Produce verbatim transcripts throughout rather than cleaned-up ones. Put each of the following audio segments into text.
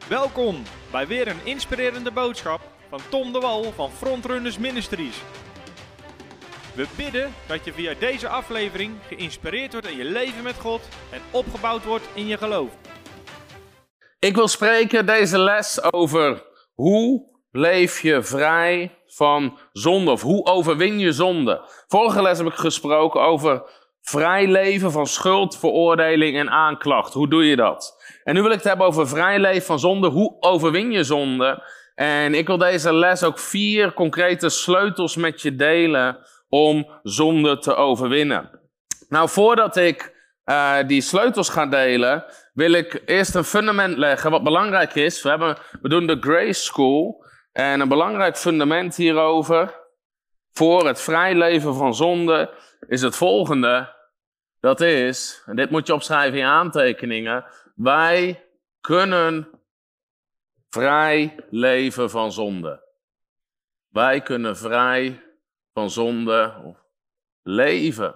Welkom bij weer een inspirerende boodschap van Tom de Wal van Frontrunners Ministries. We bidden dat je via deze aflevering geïnspireerd wordt in je leven met God en opgebouwd wordt in je geloof. Ik wil spreken deze les over hoe leef je vrij van zonde of hoe overwin je zonde. Vorige les heb ik gesproken over vrij leven van schuld, veroordeling en aanklacht. Hoe doe je dat? En nu wil ik het hebben over vrij leven van zonde. Hoe overwin je zonde? En ik wil deze les ook vier concrete sleutels met je delen om zonde te overwinnen. Nou, voordat ik uh, die sleutels ga delen, wil ik eerst een fundament leggen wat belangrijk is. We, hebben, we doen de Grace School en een belangrijk fundament hierover voor het vrij leven van zonde is het volgende. Dat is, en dit moet je opschrijven in je aantekeningen, wij kunnen vrij leven van zonde. Wij kunnen vrij van zonde leven.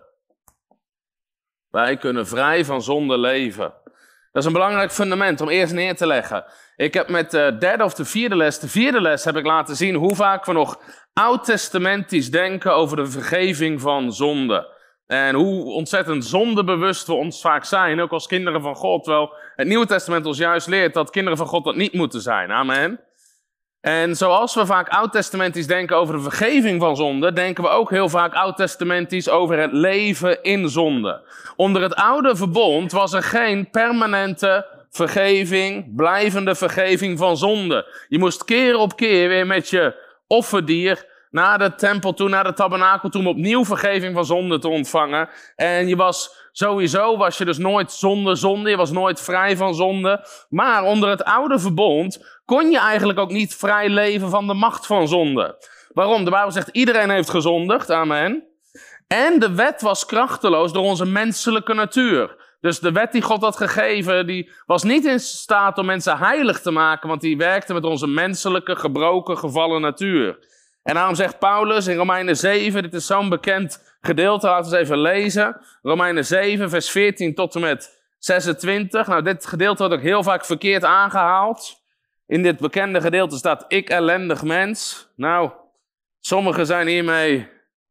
Wij kunnen vrij van zonde leven. Dat is een belangrijk fundament om eerst neer te leggen. Ik heb met de derde of de vierde les, de vierde les heb ik laten zien hoe vaak we nog oud-testamentisch denken over de vergeving van zonde. En hoe ontzettend zondebewust we ons vaak zijn, ook als kinderen van God. Wel, het Nieuwe Testament ons juist leert dat kinderen van God dat niet moeten zijn. Amen. En zoals we vaak oud-testamentisch denken over de vergeving van zonde, denken we ook heel vaak oud-testamentisch over het leven in zonde. Onder het oude verbond was er geen permanente vergeving, blijvende vergeving van zonde. Je moest keer op keer weer met je offerdier naar de tempel toe, naar de tabernakel toe, om opnieuw vergeving van zonde te ontvangen. En je was sowieso, was je dus nooit zonder zonde, je was nooit vrij van zonde. Maar onder het oude verbond kon je eigenlijk ook niet vrij leven van de macht van zonde. Waarom? De Bijbel zegt, iedereen heeft gezondigd, amen. En de wet was krachteloos door onze menselijke natuur. Dus de wet die God had gegeven, die was niet in staat om mensen heilig te maken, want die werkte met onze menselijke, gebroken, gevallen natuur. En daarom zegt Paulus in Romeinen zeven, dit is zo'n bekend gedeelte, laten we eens even lezen. Romeinen zeven, vers veertien tot en met zesentwintig. Nou, dit gedeelte wordt ook heel vaak verkeerd aangehaald. In dit bekende gedeelte staat, ik ellendig mens. Nou, sommigen zijn hiermee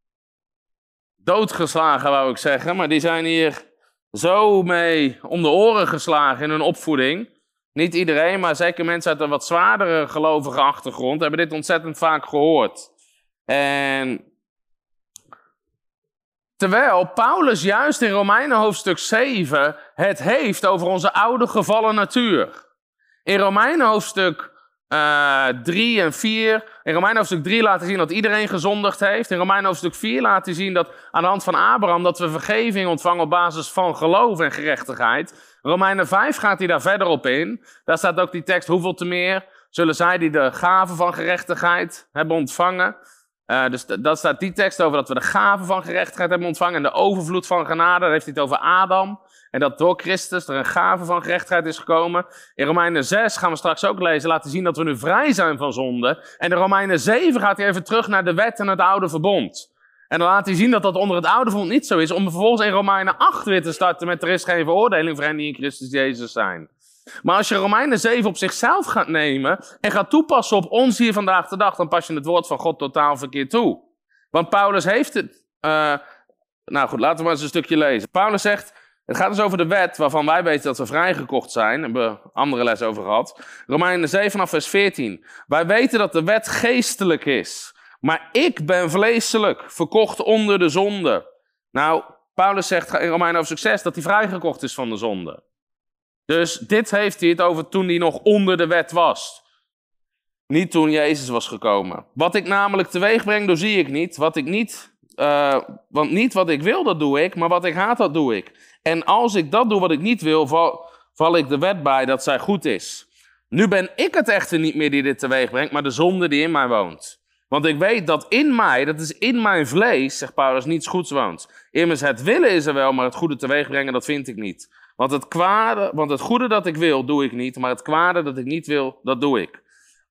doodgeslagen, wou ik zeggen. Maar die zijn hier zo mee om de oren geslagen in hun opvoeding. Niet iedereen, maar zeker mensen uit een wat zwaardere gelovige achtergrond hebben dit ontzettend vaak gehoord. En terwijl Paulus juist in Romeinen hoofdstuk zeven het heeft over onze oude gevallen natuur. In Romeinen hoofdstuk uh, drie en vier, in Romeinen hoofdstuk drie laat hij zien dat iedereen gezondigd heeft. In Romeinen hoofdstuk vier laat hij zien dat aan de hand van Abraham dat we vergeving ontvangen op basis van geloof en gerechtigheid. Romeinen vijf gaat hij daar verder op in. Daar staat ook die tekst, hoeveel te meer zullen zij die de gave van gerechtigheid hebben ontvangen. Uh, dus dat staat die tekst over dat we de gave van gerechtigheid hebben ontvangen. En de overvloed van genade, daar heeft hij het over Adam. En dat door Christus er een gave van gerechtigheid is gekomen. In Romeinen zes gaan we straks ook lezen, laten zien dat we nu vrij zijn van zonde. En in Romeinen zeven gaat hij even terug naar de wet en het oude verbond. En dan laat hij zien dat dat onder het oude verbond niet zo is, om vervolgens in Romeinen acht weer te starten met er is geen veroordeling voor hen die in Christus Jezus zijn. Maar als je Romeinen zeven op zichzelf gaat nemen en gaat toepassen op ons hier vandaag de dag, dan pas je het woord van God totaal verkeerd toe. Want Paulus heeft het... Uh, nou goed, laten we maar eens een stukje lezen. Paulus zegt, het gaat dus over de wet waarvan wij weten dat we vrijgekocht zijn. Daar hebben we andere les over gehad. Romeinen zeven vanaf vers veertien. Wij weten dat de wet geestelijk is. Maar ik ben vleeselijk, verkocht onder de zonde. Nou, Paulus zegt in Romeinen hoofdstuk zes dat hij vrijgekocht is van de zonde. Dus dit heeft hij het over toen hij nog onder de wet was. Niet toen Jezus was gekomen. Wat ik namelijk teweeg breng, dat zie ik niet. Wat ik niet, uh, want niet wat ik wil, dat doe ik. Maar wat ik haat, dat doe ik. En als ik dat doe wat ik niet wil, val, val ik de wet bij dat zij goed is. Nu ben ik het echter niet meer die dit teweeg brengt, maar de zonde die in mij woont. Want ik weet dat in mij, dat is in mijn vlees, zegt Paulus, niets goeds woont. Immers het willen is er wel, maar het goede teweeg brengen, dat vind ik niet. Want het kwade, want het goede dat ik wil, doe ik niet. Maar het kwade dat ik niet wil, dat doe ik.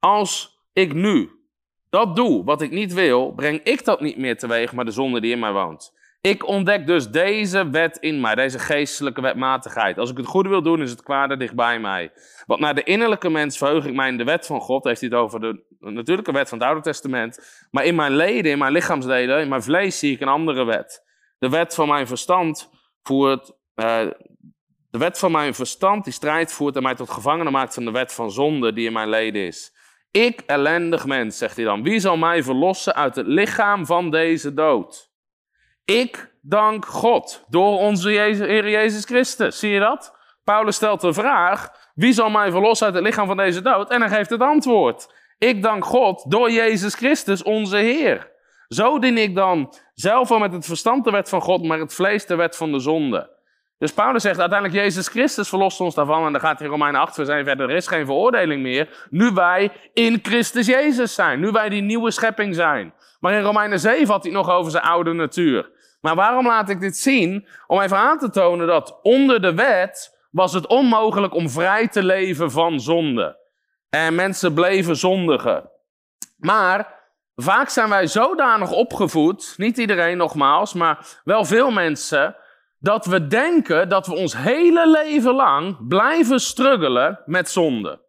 Als ik nu dat doe wat ik niet wil, breng ik dat niet meer teweeg, maar de zonde die in mij woont. Ik ontdek dus deze wet in mij, deze geestelijke wetmatigheid. Als ik het goede wil doen, is het kwade dichtbij mij. Want naar de innerlijke mens verheug ik mij in de wet van God. Heeft hij het over de natuurlijke wet van het Oude Testament. Maar in mijn leden, in mijn lichaamsdelen, in mijn vlees zie ik een andere wet. De wet van mijn verstand voert... Uh, de wet van mijn verstand die strijd voert en mij tot gevangene maakt van de wet van zonde die in mijn leden is. Ik, ellendig mens, zegt hij dan. Wie zal mij verlossen uit het lichaam van deze dood? Ik dank God door onze Jezus, Heer Jezus Christus. Zie je dat? Paulus stelt de vraag, wie zal mij verlossen uit het lichaam van deze dood? En hij geeft het antwoord. Ik dank God door Jezus Christus, onze Heer. Zo dien ik dan zelf wel met het verstand de wet van God, maar het vlees de wet van de zonde. Dus Paulus zegt uiteindelijk, Jezus Christus verlost ons daarvan. En dan gaat hij in Romeinen acht vers één verder, er is geen veroordeling meer. Nu wij in Christus Jezus zijn. Nu wij die nieuwe schepping zijn. Maar in Romeinen zeven had hij het nog over zijn oude natuur. Maar waarom laat ik dit zien? Om even aan te tonen dat onder de wet was het onmogelijk om vrij te leven van zonde. En mensen bleven zondigen. Maar vaak zijn wij zodanig opgevoed, niet iedereen nogmaals, maar wel veel mensen, dat we denken dat we ons hele leven lang blijven struggelen met zonde.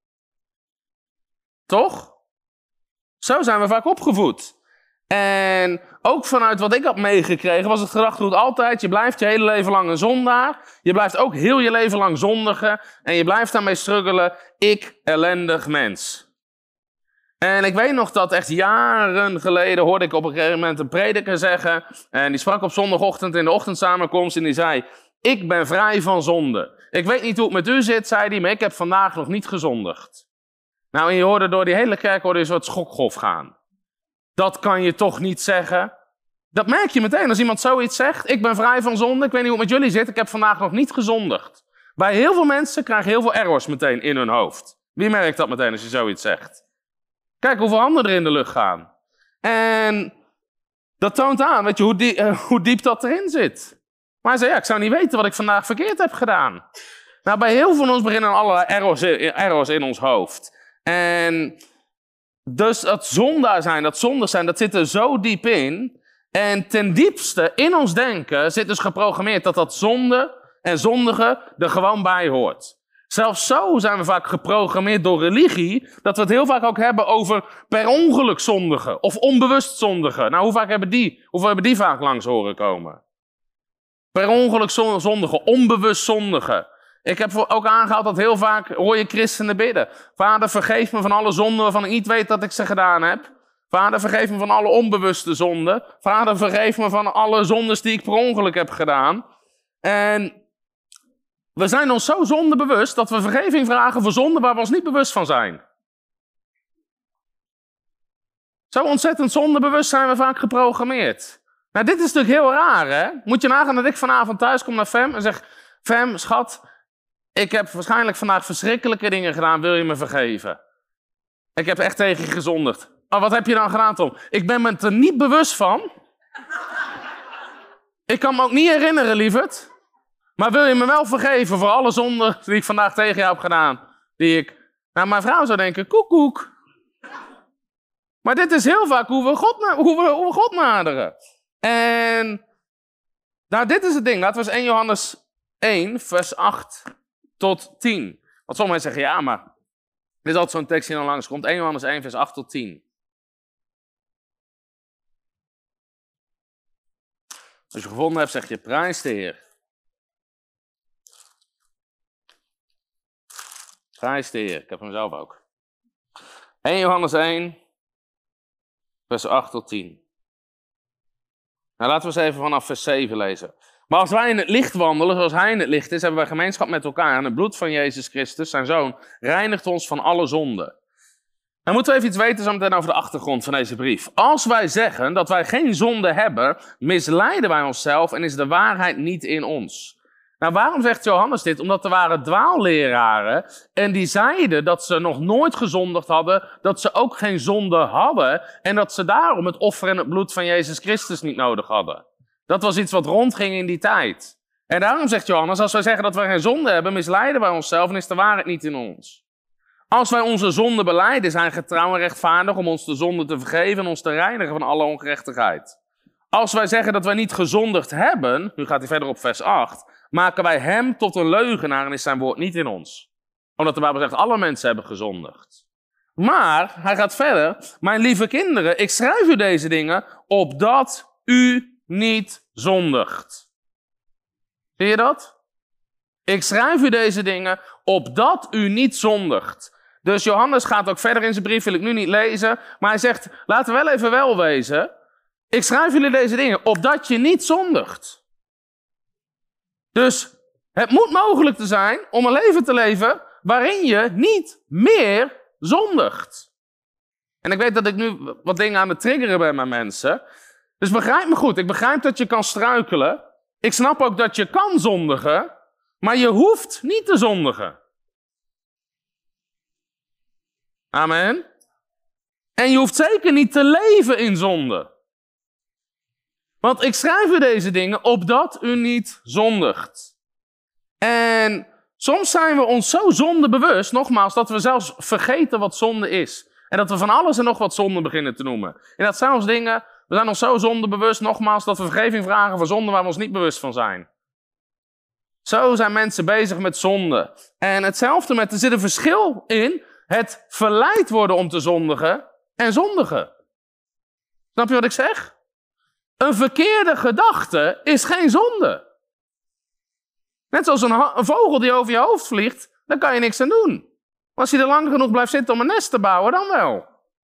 Toch? Zo zijn we vaak opgevoed. En ook vanuit wat ik had meegekregen was het gedachtegoed altijd, je blijft je hele leven lang een zondaar. Je blijft ook heel je leven lang zondigen. En je blijft daarmee struggelen. Ik, ellendig mens. En ik weet nog dat echt jaren geleden hoorde ik op een gegeven moment een prediker zeggen. En die sprak op zondagochtend in de ochtendsamenkomst en die zei, ik ben vrij van zonde. Ik weet niet hoe het met u zit, zei hij, maar ik heb vandaag nog niet gezondigd. Nou, en je hoorde door die hele kerk hoorde je een soort schokgolf gaan. Dat kan je toch niet zeggen? Dat merk je meteen als iemand zoiets zegt. Ik ben vrij van zonde, ik weet niet hoe het met jullie zit, ik heb vandaag nog niet gezondigd. Bij heel veel mensen krijgen heel veel errors meteen in hun hoofd. Wie merkt dat meteen als je zoiets zegt? Kijk hoeveel handen er in de lucht gaan. En dat toont aan, weet je, hoe, die, uh, hoe diep dat erin zit. Maar hij zei, ja, ik zou niet weten wat ik vandaag verkeerd heb gedaan. Nou, bij heel veel van ons beginnen allerlei errors, errors in ons hoofd. En dus dat zondaar zijn, dat zondig zijn, dat zit er zo diep in. En ten diepste in ons denken zit dus geprogrammeerd dat dat zonde en zondige er gewoon bij hoort. Zelfs zo zijn we vaak geprogrammeerd door religie, dat we het heel vaak ook hebben over per ongeluk zondigen of onbewust zondigen. Nou, hoe vaak hebben die, hoeveel hebben die vaak langs horen komen? Per ongeluk zondigen, onbewust zondigen. Ik heb ook aangehaald dat heel vaak hoor je christenen bidden. Vader, vergeef me van alle zonden waarvan ik niet weet dat ik ze gedaan heb. Vader, vergeef me van alle onbewuste zonden. Vader, vergeef me van alle zondes die ik per ongeluk heb gedaan. En we zijn ons zo zondebewust dat we vergeving vragen voor zonden waar we ons niet bewust van zijn. Zo ontzettend zondebewust zijn we vaak geprogrammeerd. Nou, dit is natuurlijk heel raar, hè? Moet je nagaan dat ik vanavond thuis kom naar Fem en zeg, Fem, schat, ik heb waarschijnlijk vandaag verschrikkelijke dingen gedaan, wil je me vergeven? Ik heb echt tegen je gezondigd. Oh, wat heb je dan gedaan, Tom? Ik ben me er niet bewust van. Ik kan me ook niet herinneren, lieverd. Maar wil je me wel vergeven voor alle zonden die ik vandaag tegen jou heb gedaan? Die ik... Nou, mijn vrouw zou denken, koekoek. Maar dit is heel vaak hoe we God, na- hoe we, hoe we God naderen. En... Nou, dit is het ding. Laten we eens Eerste Johannes één, vers acht tot tien. Want sommigen mensen zeggen, ja, maar... Dit is altijd zo'n tekst die dan langskomt. Eerste Johannes één, vers acht tot tien. Als je gevonden hebt, zeg je, prijs de Heer. Prijs de Heer. Ik heb hem zelf ook. Eerste Johannes één, vers acht tot tien. Nou, laten we eens even vanaf vers zeven lezen. Maar als wij in het licht wandelen, zoals hij in het licht is, hebben wij gemeenschap met elkaar. En het bloed van Jezus Christus, zijn Zoon, reinigt ons van alle zonden. Dan moeten we even iets weten zo meteen over de achtergrond van deze brief. Als wij zeggen dat wij geen zonde hebben, misleiden wij onszelf en is de waarheid niet in ons. Nou, waarom zegt Johannes dit? Omdat er waren dwaalleraren en die zeiden dat ze nog nooit gezondigd hadden, dat ze ook geen zonde hadden en dat ze daarom het offer en het bloed van Jezus Christus niet nodig hadden. Dat was iets wat rondging in die tijd. En daarom zegt Johannes, als wij zeggen dat wij geen zonde hebben, misleiden wij onszelf en is de waarheid niet in ons. Als wij onze zonde belijden, zijn getrouw en rechtvaardig om ons de zonde te vergeven en ons te reinigen van alle ongerechtigheid. Als wij zeggen dat wij niet gezondigd hebben, nu gaat hij verder op vers acht, maken wij hem tot een leugenaar en is zijn woord niet in ons. Omdat de Bijbel zegt, alle mensen hebben gezondigd. Maar, hij gaat verder, mijn lieve kinderen, ik schrijf u deze dingen, opdat u niet zondigt. Zie je dat? Ik schrijf u deze dingen, opdat u niet zondigt. Dus Johannes gaat ook verder in zijn brief, wil ik nu niet lezen, maar hij zegt, laten we wel even wel wezen. Ik schrijf jullie deze dingen, opdat je niet zondigt. Dus het moet mogelijk te zijn om een leven te leven waarin je niet meer zondigt. En ik weet dat ik nu wat dingen aan het triggeren ben met mensen. Dus begrijp me goed, ik begrijp dat je kan struikelen. Ik snap ook dat je kan zondigen, maar je hoeft niet te zondigen. Amen. En je hoeft zeker niet te leven in zonde. Want ik schrijf u deze dingen opdat u niet zondigt. En soms zijn we ons zo zondebewust, nogmaals, dat we zelfs vergeten wat zonde is. En dat we van alles en nog wat zonde beginnen te noemen. En dat zelfs dingen, we zijn ons zo zondebewust, nogmaals, dat we vergeving vragen voor zonden waar we ons niet bewust van zijn. Zo zijn mensen bezig met zonde. En hetzelfde met, er zit een verschil in het verleid worden om te zondigen en zondigen. Snap je wat ik zeg? Een verkeerde gedachte is geen zonde. Net zoals een, een vogel die over je hoofd vliegt, daar kan je niks aan doen. Maar als hij er lang genoeg blijft zitten om een nest te bouwen, dan wel.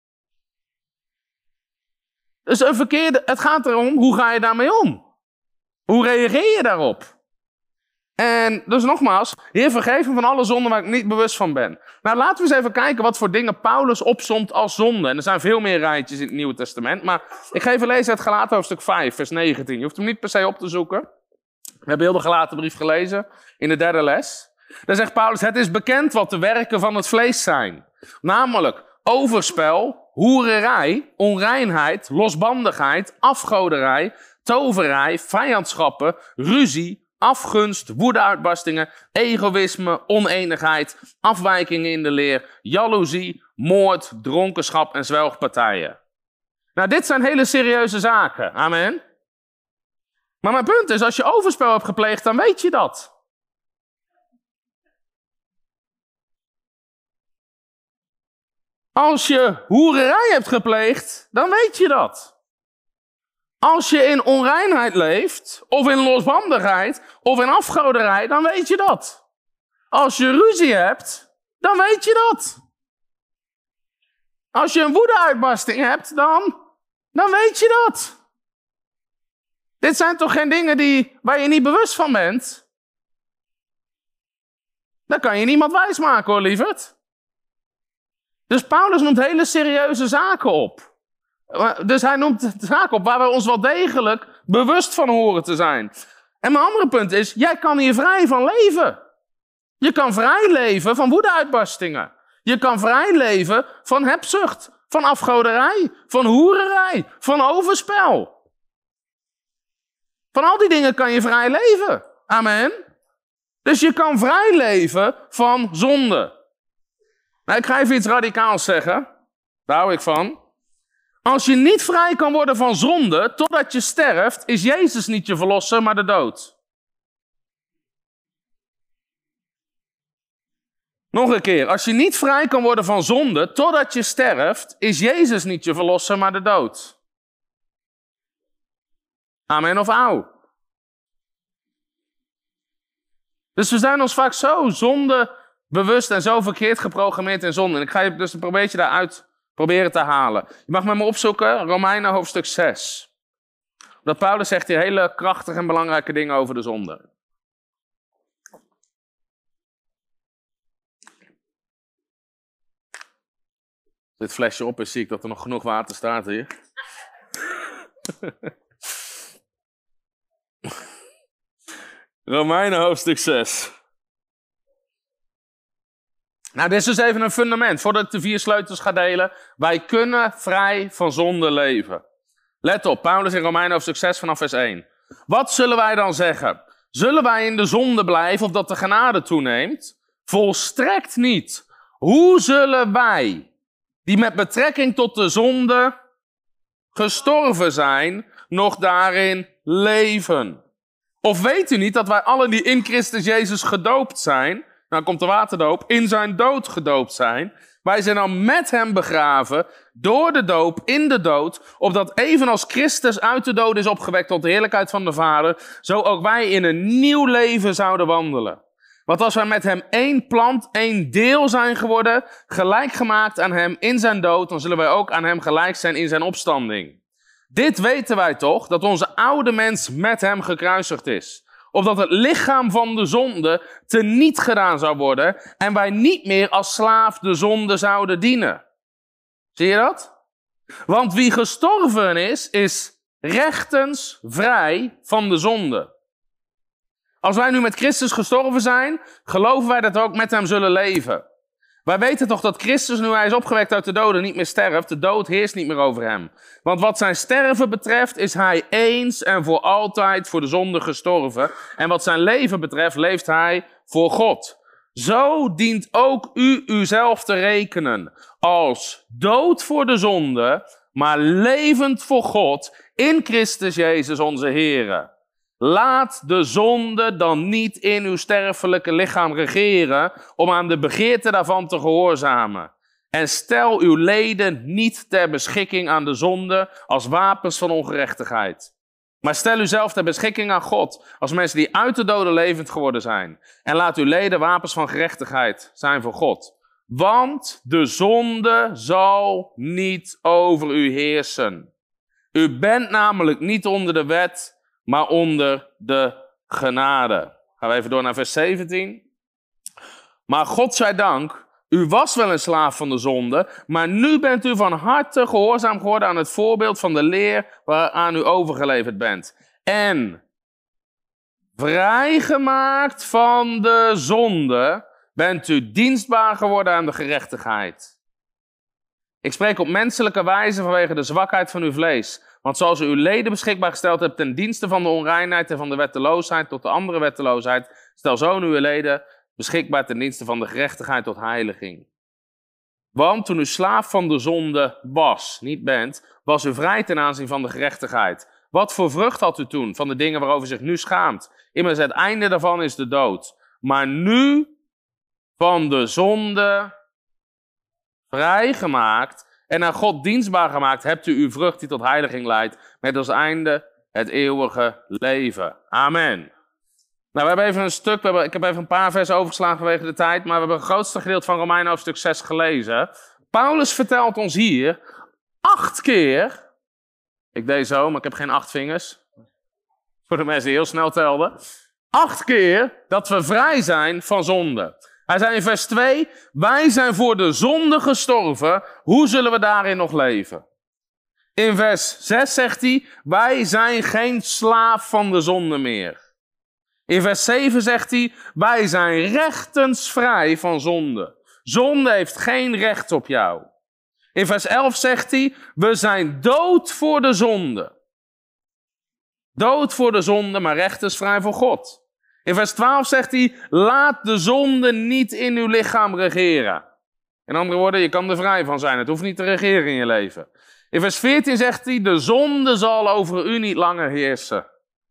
Dus een verkeerde, het gaat erom, hoe ga je daarmee om? Hoe reageer je daarop? En dus nogmaals, Heer, vergeef me van alle zonden waar ik niet bewust van ben. Nou, laten we eens even kijken wat voor dingen Paulus opsomt als zonde. En er zijn veel meer rijtjes in het Nieuwe Testament. Maar ik ga even lezen uit Galaten hoofdstuk vijf, vers negentien. Je hoeft hem niet per se op te zoeken. We hebben heel de Galatenbrief gelezen in de derde les. Daar zegt Paulus, het is bekend wat de werken van het vlees zijn. Namelijk overspel, hoererij, onreinheid, losbandigheid, afgoderij, toverij, vijandschappen, ruzie, afgunst, woedeuitbarstingen, egoïsme, oneenigheid, afwijkingen in de leer, jaloezie, moord, dronkenschap en zwelgpartijen. Nou, dit zijn hele serieuze zaken. Amen. Maar mijn punt is, als je overspel hebt gepleegd, dan weet je dat. Als je hoererij hebt gepleegd, dan weet je dat. Als je in onreinheid leeft, of in losbandigheid, of in afgoderij, dan weet je dat. Als je ruzie hebt, dan weet je dat. Als je een woedeuitbarsting hebt, dan, dan weet je dat. Dit zijn toch geen dingen die, waar je niet bewust van bent? Dan kan je niemand wijsmaken hoor, lieverd. Dus Paulus noemt hele serieuze zaken op. Dus hij noemt zaken op waar we ons wel degelijk bewust van horen te zijn. En mijn andere punt is, jij kan hier vrij van leven. Je kan vrij leven van woedeuitbarstingen. Je kan vrij leven van hebzucht, van afgoderij, van hoererij, van overspel. Van al die dingen kan je vrij leven. Amen. Dus je kan vrij leven van zonde. Nou, ik ga even iets radicaals zeggen. Daar hou ik van. Als je niet vrij kan worden van zonde totdat je sterft, is Jezus niet je verlosser, maar de dood. Nog een keer. Als je niet vrij kan worden van zonde totdat je sterft, is Jezus niet je verlosser, maar de dood. Amen of auw. Dus we zijn ons vaak zo zondebewust en zo verkeerd geprogrammeerd in zonde. En ik ga je dus een beetje daaruit proberen te halen. Je mag met me opzoeken, Romeinen hoofdstuk zes. Dat Paulus zegt hier hele krachtige en belangrijke dingen over de zonde. Als dit flesje op is, zie ik dat er nog genoeg water staat hier. Romeinen hoofdstuk zes. Nou, dit is dus even een fundament, voordat ik de vier sleutels ga delen. Wij kunnen vrij van zonde leven. Let op, Paulus in Romeinen hoofdstuk zes vanaf vers één. Wat zullen wij dan zeggen? Zullen wij in de zonde blijven, of dat de genade toeneemt? Volstrekt niet. Hoe zullen wij, die met betrekking tot de zonde gestorven zijn, nog daarin leven. Of weet u niet dat wij allen die in Christus Jezus gedoopt zijn, nou komt de waterdoop, in zijn dood gedoopt zijn. Wij zijn dan met hem begraven door de doop in de dood, opdat evenals Christus uit de dood is opgewekt tot de heerlijkheid van de Vader, zo ook wij in een nieuw leven zouden wandelen. Want als wij met hem één plant, één deel zijn geworden, gelijk gemaakt aan hem in zijn dood, dan zullen wij ook aan hem gelijk zijn in zijn opstanding. Dit weten wij toch, dat onze oude mens met hem gekruisigd is. Opdat het lichaam van de zonde teniet gedaan zou worden en wij niet meer als slaaf de zonde zouden dienen. Zie je dat? Want wie gestorven is, is rechtens vrij van de zonde. Als wij nu met Christus gestorven zijn, geloven wij dat we ook met hem zullen leven. Wij weten toch dat Christus, nu hij is opgewekt uit de doden, niet meer sterft. De dood heerst niet meer over hem. Want wat zijn sterven betreft, is hij eens en voor altijd voor de zonde gestorven. En wat zijn leven betreft, leeft hij voor God. Zo dient ook u uzelf te rekenen als dood voor de zonde, maar levend voor God in Christus Jezus onze Here. Laat de zonde dan niet in uw sterfelijke lichaam regeren, om aan de begeerte daarvan te gehoorzamen. En stel uw leden niet ter beschikking aan de zonde als wapens van ongerechtigheid. Maar stel uzelf ter beschikking aan God, als mensen die uit de doden levend geworden zijn. En laat uw leden wapens van gerechtigheid zijn voor God. Want de zonde zal niet over u heersen. U bent namelijk niet onder de wet, maar onder de genade. Gaan we even door naar vers zeventien. Maar God zij dank, u was wel een slaaf van de zonde, maar nu bent u van harte gehoorzaam geworden aan het voorbeeld van de leer waaraan u overgeleverd bent. En vrijgemaakt van de zonde bent u dienstbaar geworden aan de gerechtigheid. Ik spreek op menselijke wijze vanwege de zwakheid van uw vlees. Want zoals u uw leden beschikbaar gesteld hebt ten dienste van de onreinheid en van de wetteloosheid tot de andere wetteloosheid, stel zo nu uw leden beschikbaar ten dienste van de gerechtigheid tot heiliging. Want toen u slaaf van de zonde was, niet bent, was u vrij ten aanzien van de gerechtigheid. Wat voor vrucht had u toen van de dingen waarover u zich nu schaamt? Immers het einde daarvan is de dood. Maar nu van de zonde vrijgemaakt en aan God dienstbaar gemaakt, hebt u uw vrucht die tot heiliging leidt, met als einde het eeuwige leven. Amen. Nou, we hebben even een stuk, we hebben, ik heb even een paar versen overgeslagen vanwege de tijd, maar we hebben het grootste gedeelte van Romeinen hoofdstuk zes gelezen. Paulus vertelt ons hier acht keer, ik deed zo, maar ik heb geen acht vingers, voor de mensen die heel snel telden, acht keer dat we vrij zijn van zonde. Hij zei in vers twee, wij zijn voor de zonde gestorven, hoe zullen we daarin nog leven? In vers zes zegt hij, wij zijn geen slaaf van de zonde meer. In vers zeven zegt hij, wij zijn rechtens vrij van zonde. Zonde heeft geen recht op jou. In vers elf zegt hij, we zijn dood voor de zonde. Dood voor de zonde, maar rechtens vrij voor God. In vers twaalf zegt hij, laat de zonde niet in uw lichaam regeren. In andere woorden, je kan er vrij van zijn. Het hoeft niet te regeren in je leven. In vers veertien zegt hij, de zonde zal over u niet langer heersen.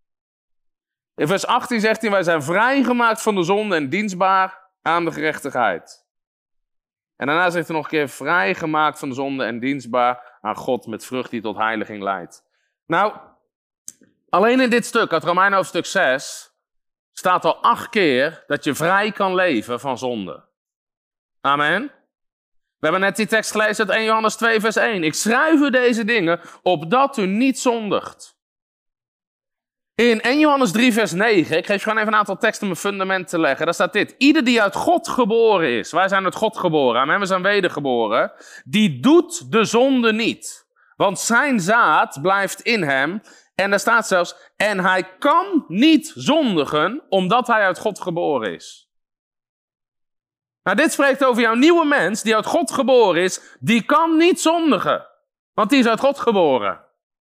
In vers achttien zegt hij, wij zijn vrijgemaakt van de zonde en dienstbaar aan de gerechtigheid. En daarna zegt hij nog een keer, vrijgemaakt van de zonde en dienstbaar aan God met vrucht die tot heiliging leidt. Nou, alleen in dit stuk, uit Romeinen hoofdstuk zes, staat al acht keer dat je vrij kan leven van zonde. Amen. We hebben net die tekst gelezen uit eerste Johannes twee vers één. Ik schrijf u deze dingen, opdat u niet zondigt. In eerste Johannes drie vers negen, ik geef je gewoon even een aantal teksten om een fundament te leggen. Daar staat dit, ieder die uit God geboren is, wij zijn uit God geboren, amen, we zijn wedergeboren, die doet de zonde niet. Want zijn zaad blijft in hem. En daar staat zelfs, en hij kan niet zondigen, omdat hij uit God geboren is. Nou, dit spreekt over jouw nieuwe mens, die uit God geboren is, die kan niet zondigen. Want die is uit God geboren.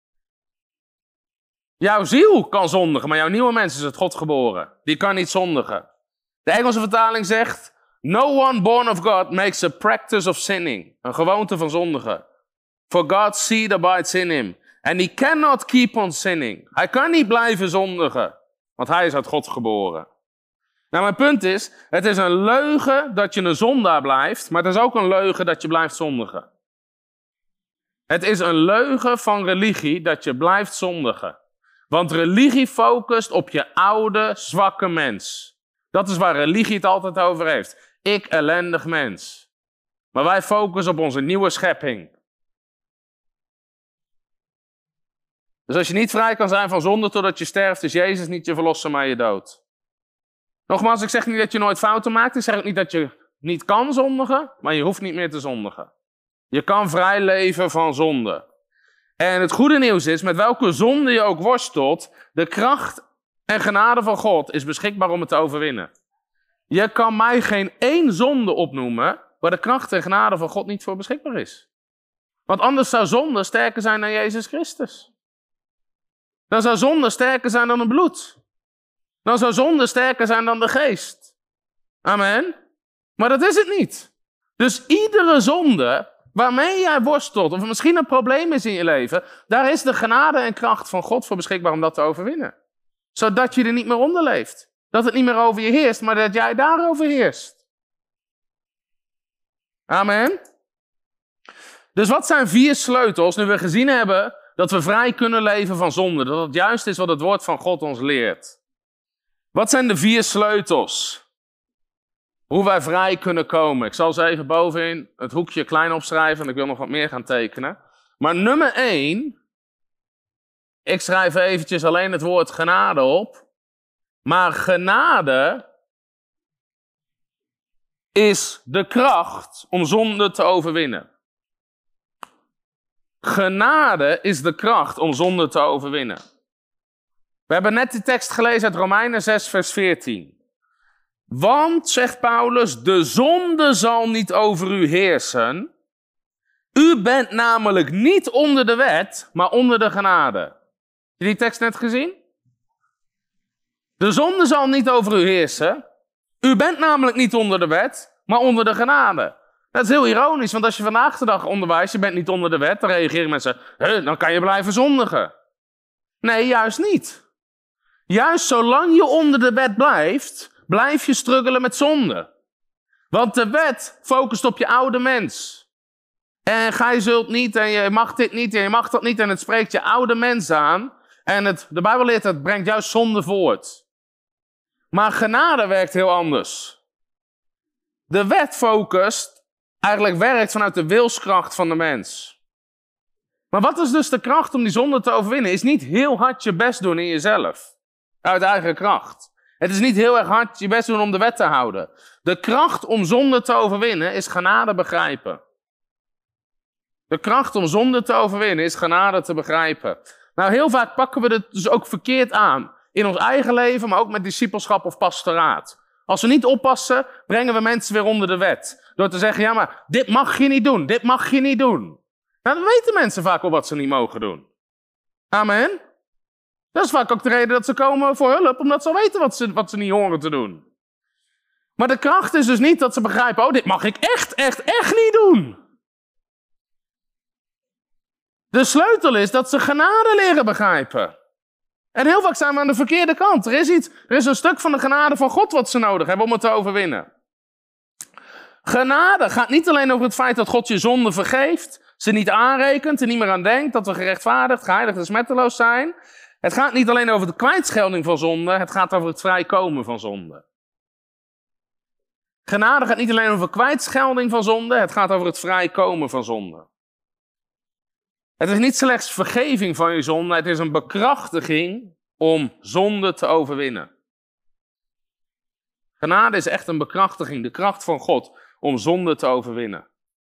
Jouw ziel kan zondigen, maar jouw nieuwe mens is uit God geboren. Die kan niet zondigen. De Engelse vertaling zegt, no one born of God makes a practice of sinning. Een gewoonte van zondigen. For God's seed abides in him. And he cannot keep on sinning. Hij kan niet blijven zondigen, want hij is uit God geboren. Nou, mijn punt is, het is een leugen dat je een zondaar blijft, maar het is ook een leugen dat je blijft zondigen. Het is een leugen van religie dat je blijft zondigen. Want religie focust op je oude, zwakke mens. Dat is waar religie het altijd over heeft. Ik, ellendig mens. Maar wij focussen op onze nieuwe schepping. Dus als je niet vrij kan zijn van zonde totdat je sterft, is Jezus niet je verlosser, maar je dood. Nogmaals, ik zeg niet dat je nooit fouten maakt. Ik zeg ook niet dat je niet kan zondigen, maar je hoeft niet meer te zondigen. Je kan vrij leven van zonde. En het goede nieuws is, met welke zonde je ook worstelt, de kracht en genade van God is beschikbaar om het te overwinnen. Je kan mij geen één zonde opnoemen waar de kracht en genade van God niet voor beschikbaar is. Want anders zou zonde sterker zijn dan Jezus Christus. Dan zou zonde sterker zijn dan het bloed. Dan zou zonde sterker zijn dan de geest. Amen. Maar dat is het niet. Dus iedere zonde waarmee jij worstelt, of er misschien een probleem is in je leven, daar is de genade en kracht van God voor beschikbaar om dat te overwinnen. Zodat je er niet meer onder leeft. Dat het niet meer over je heerst, maar dat jij daarover heerst. Amen. Dus wat zijn vier sleutels, nu we gezien hebben dat we vrij kunnen leven van zonde, dat het juist is wat het woord van God ons leert. Wat zijn de vier sleutels? Hoe wij vrij kunnen komen. Ik zal ze even bovenin het hoekje klein opschrijven, en ik wil nog wat meer gaan tekenen. Maar nummer één, ik schrijf eventjes alleen het woord genade op. Maar genade is de kracht om zonde te overwinnen. Genade is de kracht om zonde te overwinnen. We hebben net die tekst gelezen uit Romeinen zes vers veertien. Want, zegt Paulus, de zonde zal niet over u heersen. U bent namelijk niet onder de wet, maar onder de genade. Heb je die tekst net gezien? De zonde zal niet over u heersen. U bent namelijk niet onder de wet, maar onder de genade. Dat is heel ironisch, want als je vandaag de dag onderwijst, je bent niet onder de wet, dan reageren mensen, huh, dan kan je blijven zondigen. Nee, juist niet. Juist zolang je onder de wet blijft, blijf je struggelen met zonde. Want de wet focust op je oude mens. En gij zult niet, en je mag dit niet, en je mag dat niet, en het spreekt je oude mens aan. En het, de Bijbel leert, het brengt juist zonde voort. Maar genade werkt heel anders. De wet focust, eigenlijk werkt vanuit de wilskracht van de mens. Maar wat is dus de kracht om die zonde te overwinnen? Is niet heel hard je best doen in jezelf. Uit eigen kracht. Het is niet heel erg hard je best doen om de wet te houden. De kracht om zonde te overwinnen is genade begrijpen. De kracht om zonde te overwinnen is genade te begrijpen. Nou, heel vaak pakken we het dus ook verkeerd aan. In ons eigen leven, maar ook met discipelschap of pastoraat. Als we niet oppassen, brengen we mensen weer onder de wet. Door te zeggen, ja maar dit mag je niet doen, dit mag je niet doen. Nou, dan weten mensen vaak wel wat ze niet mogen doen. Amen. Dat is vaak ook de reden dat ze komen voor hulp, omdat ze al weten wat ze, wat ze niet horen te doen. Maar de kracht is dus niet dat ze begrijpen, oh dit mag ik echt, echt, echt niet doen. De sleutel is dat ze genade leren begrijpen. En heel vaak zijn we aan de verkeerde kant. Er is iets, er is een stuk van de genade van God wat ze nodig hebben om het te overwinnen. Genade gaat niet alleen over het feit dat God je zonde vergeeft, ze niet aanrekent, er niet meer aan denkt, dat we gerechtvaardigd, geheiligd en smetteloos zijn. Het gaat niet alleen over de kwijtschelding van zonde, het gaat over het vrijkomen van zonde. Genade gaat niet alleen over kwijtschelding van zonde, het gaat over het vrijkomen van zonde. Het is niet slechts vergeving van je zonde, het is een bekrachtiging om zonde te overwinnen. Genade is echt een bekrachtiging, de kracht van God om zonde te overwinnen.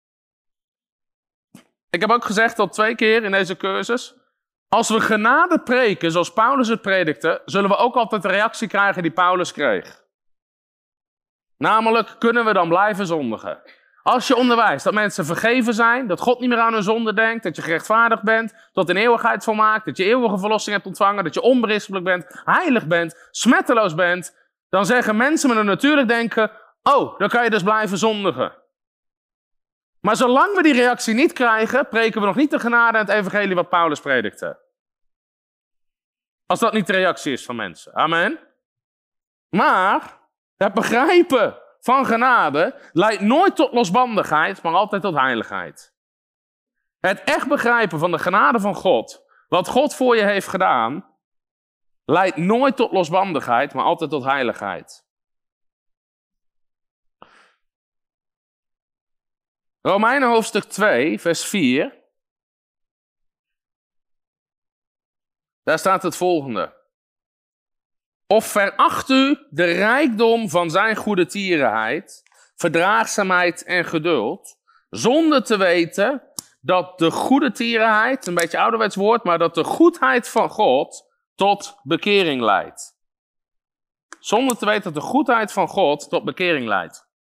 Ik heb ook gezegd al twee keer in deze cursus, als we genade preken zoals Paulus het predikte, zullen we ook altijd de reactie krijgen die Paulus kreeg. Namelijk, kunnen we dan blijven zondigen? Als je onderwijst dat mensen vergeven zijn, dat God niet meer aan hun zonde denkt, dat je gerechtvaardigd bent, tot in eeuwigheid volmaakt, dat je eeuwige verlossing hebt ontvangen, dat je onberispelijk bent, heilig bent, smetteloos bent, dan zeggen mensen met een natuurlijk denken, oh, dan kan je dus blijven zondigen. Maar zolang we die reactie niet krijgen, preken we nog niet de genade en het evangelie wat Paulus predikte. Als dat niet de reactie is van mensen. Amen. Maar het begrijpen van genade leidt nooit tot losbandigheid, maar altijd tot heiligheid. Het echt begrijpen van de genade van God, wat God voor je heeft gedaan, leidt nooit tot losbandigheid, maar altijd tot heiligheid. Romeinen hoofdstuk twee, vers vier. Daar staat het volgende. Of veracht u de rijkdom van zijn goede tierenheid, verdraagzaamheid en geduld, zonder te weten dat de goede tierenheid, een beetje ouderwets woord, maar dat de goedheid van God tot bekering leidt. Zonder te weten dat de goedheid van God tot bekering leidt.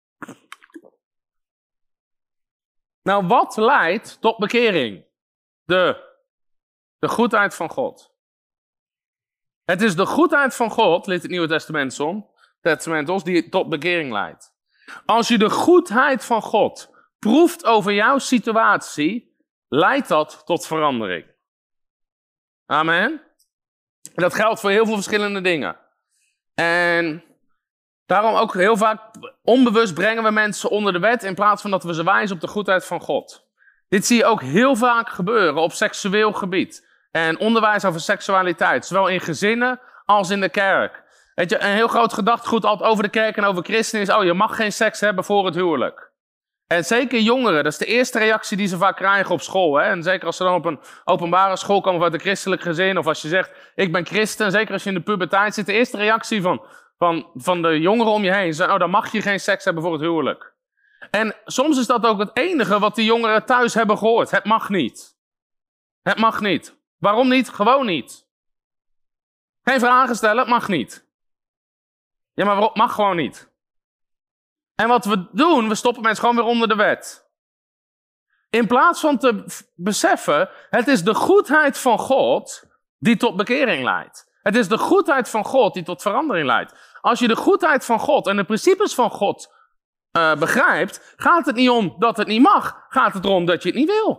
Nou, wat leidt tot bekering? De, de goedheid van God. Het is de goedheid van God, leert het Nieuwe Testament om, Testament ons, die tot bekering leidt. Als je de goedheid van God proeft over jouw situatie, leidt dat tot verandering. Amen. En dat geldt voor heel veel verschillende dingen. En daarom ook heel vaak onbewust brengen we mensen onder de wet in plaats van dat we ze wijzen op de goedheid van God. Dit zie je ook heel vaak gebeuren op seksueel gebied. En onderwijs over seksualiteit, zowel in gezinnen als in de kerk. Weet je, een heel groot gedachtegoed altijd over de kerk en over christenen is, oh, je mag geen seks hebben voor het huwelijk. En zeker jongeren, dat is de eerste reactie die ze vaak krijgen op school. Hè? En zeker als ze dan op een openbare school komen of uit een christelijk gezin, of als je zegt, ik ben christen, zeker als je in de puberteit zit, de eerste reactie van, van, van de jongeren om je heen is, oh, dan mag je geen seks hebben voor het huwelijk. En soms is dat ook het enige wat die jongeren thuis hebben gehoord. Het mag niet. Het mag niet. Waarom niet? Gewoon niet. Geen vragen stellen, het mag niet. Ja, maar waarom? Mag gewoon niet. En wat we doen, we stoppen mensen gewoon weer onder de wet. In plaats van te beseffen, het is de goedheid van God die tot bekering leidt. Het is de goedheid van God die tot verandering leidt. Als je de goedheid van God en de principes van God uh, begrijpt, gaat het niet om dat het niet mag. Gaat het erom dat je het niet wil.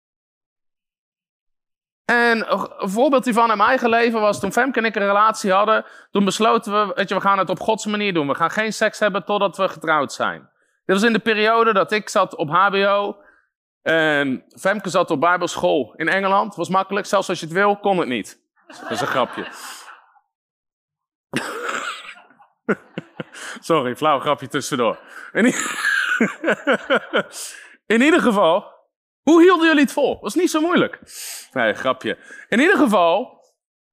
En een voorbeeld hiervan in mijn eigen leven was toen Femke en ik een relatie hadden. Toen besloten we, weet je, we gaan het op Gods manier doen. We gaan geen seks hebben totdat we getrouwd zijn. Dit was in de periode dat ik zat op H B O. En Femke zat op bijbelschool in Engeland. Het was makkelijk, zelfs als je het wil, kon het niet. Dat is een grapje. Sorry, flauw grapje tussendoor. In, i- in ieder geval... Hoe hielden jullie het vol? Was niet zo moeilijk. Nee, grapje. In ieder geval,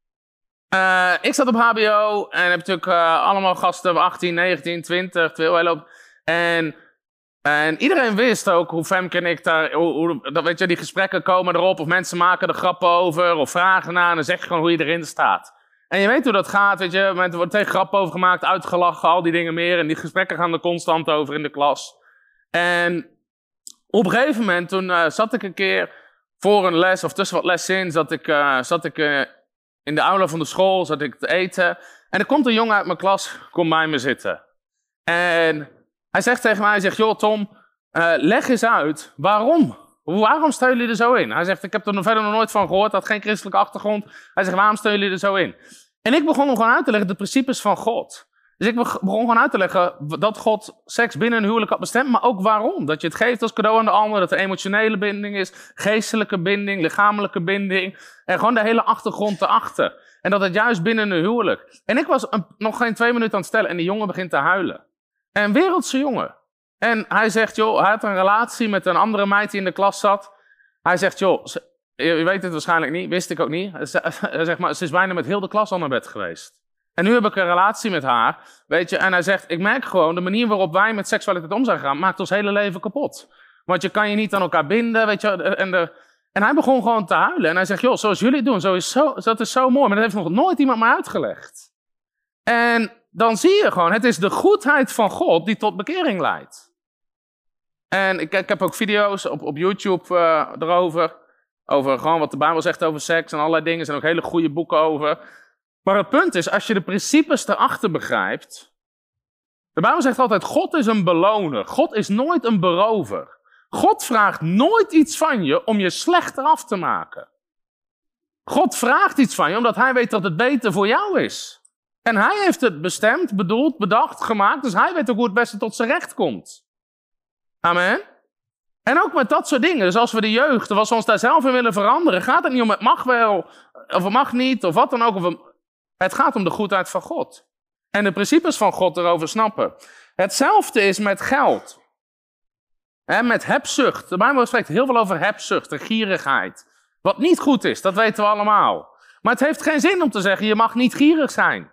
uh, ik zat op H B O en heb natuurlijk uh, allemaal gasten achttien, negentien, twintig, twee hele hoop. En, en iedereen wist ook hoe Femke en ik daar, hoe, hoe, dat, weet je, die gesprekken komen erop of mensen maken er grappen over of vragen naar en dan zeg je gewoon hoe je erin staat. En je weet hoe dat gaat, weet je, er worden tegen grappen over gemaakt, uitgelachen, al die dingen meer en die gesprekken gaan er constant over in de klas. En op een gegeven moment, toen uh, zat ik een keer voor een les, of tussen wat lessen in, zat ik, uh, zat ik uh, in de aula van de school, zat ik te eten. En er komt een jongen uit mijn klas, komt bij me zitten. En hij zegt tegen mij, hij zegt, joh Tom, uh, leg eens uit, waarom? Waarom steunen jullie er zo in? Hij zegt, ik heb er nog verder nog nooit van gehoord, had geen christelijke achtergrond. Hij zegt, waarom steunen jullie er zo in? En ik begon hem gewoon uit te leggen, de principes van God. Dus ik begon gewoon uit te leggen dat God seks binnen een huwelijk had bestemd, maar ook waarom. Dat je het geeft als cadeau aan de ander, dat er emotionele binding is, geestelijke binding, lichamelijke binding. En gewoon de hele achtergrond erachter. En dat het juist binnen een huwelijk. En ik was een, nog geen twee minuten aan het stellen en die jongen begint te huilen. En een wereldse jongen. En hij zegt, joh, hij had een relatie met een andere meid die in de klas zat. Hij zegt, joh, je weet het waarschijnlijk niet, wist ik ook niet. Hij zegt, maar ze is bijna met heel de klas al naar bed geweest. En nu heb ik een relatie met haar, weet je, en hij zegt, ik merk gewoon, de manier waarop wij met seksualiteit om zijn gegaan, maakt ons hele leven kapot. Want je kan je niet aan elkaar binden, weet je, en, de, en hij begon gewoon te huilen. En hij zegt, joh, zoals jullie het doen, zo is zo, dat is zo mooi, maar dat heeft nog nooit iemand mij uitgelegd. En dan zie je gewoon, het is de goedheid van God die tot bekering leidt. En ik, ik heb ook video's op, op YouTube uh, erover, over gewoon wat de Bijbel zegt over seks en allerlei dingen, er zijn ook hele goede boeken over. Maar het punt is, als je de principes erachter begrijpt. De Bijbel zegt altijd, God is een beloner. God is nooit een berover. God vraagt nooit iets van je om je slechter af te maken. God vraagt iets van je omdat hij weet dat het beter voor jou is. En hij heeft het bestemd, bedoeld, bedacht, gemaakt. Dus hij weet ook hoe het beste tot zijn recht komt. Amen. En ook met dat soort dingen. Dus als we de jeugd, of als we ons daar zelf in willen veranderen, gaat het niet om het mag wel, of het mag niet, of wat dan ook. Of het, het gaat om de goedheid van God. En de principes van God erover snappen. Hetzelfde is met geld. En met hebzucht. De Bijbel spreekt heel veel over hebzucht en gierigheid. Wat niet goed is, dat weten we allemaal. Maar het heeft geen zin om te zeggen, je mag niet gierig zijn.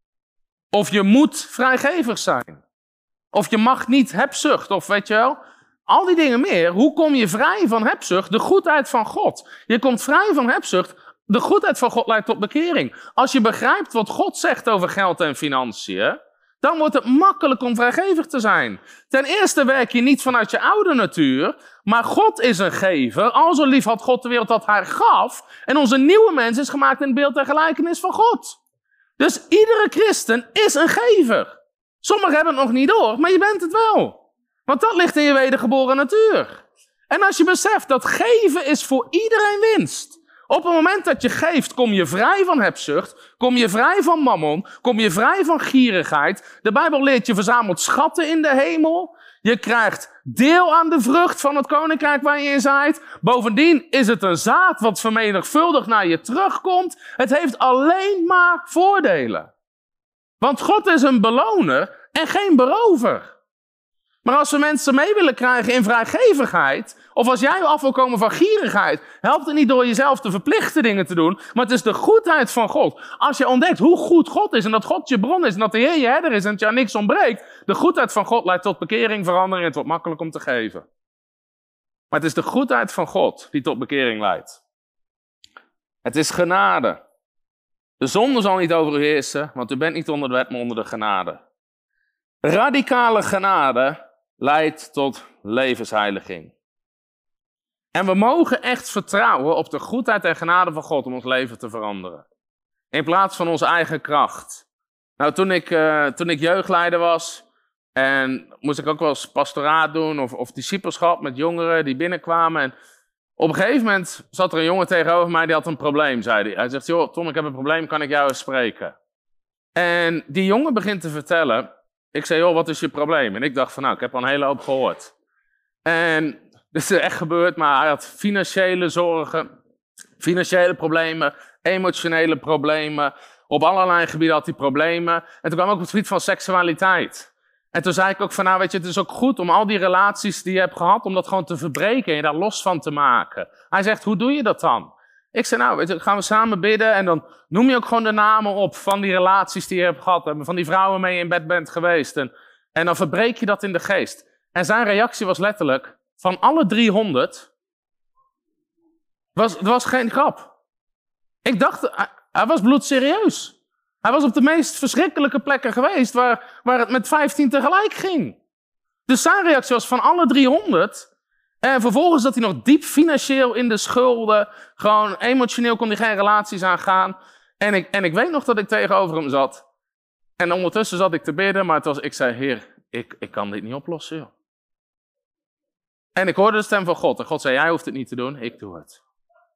Of je moet vrijgevig zijn. Of je mag niet hebzucht, of weet je wel. Al die dingen meer. Hoe kom je vrij van hebzucht? De goedheid van God. Je komt vrij van hebzucht. De goedheid van God leidt tot bekering. Als je begrijpt wat God zegt over geld en financiën, dan wordt het makkelijk om vrijgevig te zijn. Ten eerste werk je niet vanuit je oude natuur, maar God is een gever. Al zo lief had God de wereld dat hij gaf. En onze nieuwe mens is gemaakt in het beeld en gelijkenis van God. Dus iedere christen is een gever. Sommigen hebben het nog niet door, maar je bent het wel. Want dat ligt in je wedergeboren natuur. En als je beseft dat geven is voor iedereen winst. Op het moment dat je geeft, kom je vrij van hebzucht, kom je vrij van mammon, kom je vrij van gierigheid. De Bijbel leert je verzamelt schatten in de hemel. Je krijgt deel aan de vrucht van het koninkrijk waar je in zaait. Bovendien is het een zaad wat vermenigvuldigd naar je terugkomt. Het heeft alleen maar voordelen. Want God is een beloner en geen berover. Maar als we mensen mee willen krijgen in vrijgevigheid, of als jij af wil komen van gierigheid, helpt het niet door jezelf te verplichten dingen te doen, maar het is de goedheid van God. Als je ontdekt hoe goed God is en dat God je bron is en dat de Heer je herder is en dat je aan niks ontbreekt, de goedheid van God leidt tot bekering, verandering en het wordt makkelijk om te geven. Maar het is de goedheid van God die tot bekering leidt. Het is genade. De zonde zal niet over u heersen, want u bent niet onder de wet, maar onder de genade. Radicale genade leidt tot levensheiliging. En we mogen echt vertrouwen op de goedheid en genade van God om ons leven te veranderen. In plaats van onze eigen kracht. Nou, toen ik, uh, toen ik jeugdleider was, en moest ik ook wel eens pastoraat doen of, of discipelschap met jongeren die binnenkwamen. En op een gegeven moment zat er een jongen tegenover mij, die had een probleem, zei hij. Hij zegt, joh, Tom, ik heb een probleem, kan ik jou eens spreken? En die jongen begint te vertellen. Ik zei, joh, wat is je probleem? En ik dacht van, nou, ik heb al een hele hoop gehoord. En dit is echt gebeurd, maar hij had financiële zorgen, financiële problemen, emotionele problemen. Op allerlei gebieden had hij problemen. En toen kwam ook op het gebied van seksualiteit. En toen zei ik ook van, nou weet je, het is ook goed om al die relaties die je hebt gehad, om dat gewoon te verbreken en je daar los van te maken. Hij zegt, hoe doe je dat dan? Ik zei, nou, weet je, gaan we samen bidden en dan noem je ook gewoon de namen op van die relaties die je hebt gehad. En van die vrouwen mee je in bed bent geweest. En, en dan verbreek je dat in de geest. En zijn reactie was letterlijk, van alle driehonderd, was, het was geen grap. Ik dacht, hij, hij was bloedserieus. Hij was op de meest verschrikkelijke plekken geweest waar, waar het met vijftien tegelijk ging. Dus zijn reactie was van alle driehonderd... En vervolgens zat hij nog diep financieel in de schulden. Gewoon emotioneel kon hij geen relaties aangaan. En ik, en ik weet nog dat ik tegenover hem zat. En ondertussen zat ik te bidden, maar het was, ik zei, Heer, ik, ik kan dit niet oplossen, joh. En ik hoorde de stem van God. En God zei, jij hoeft het niet te doen, ik doe het.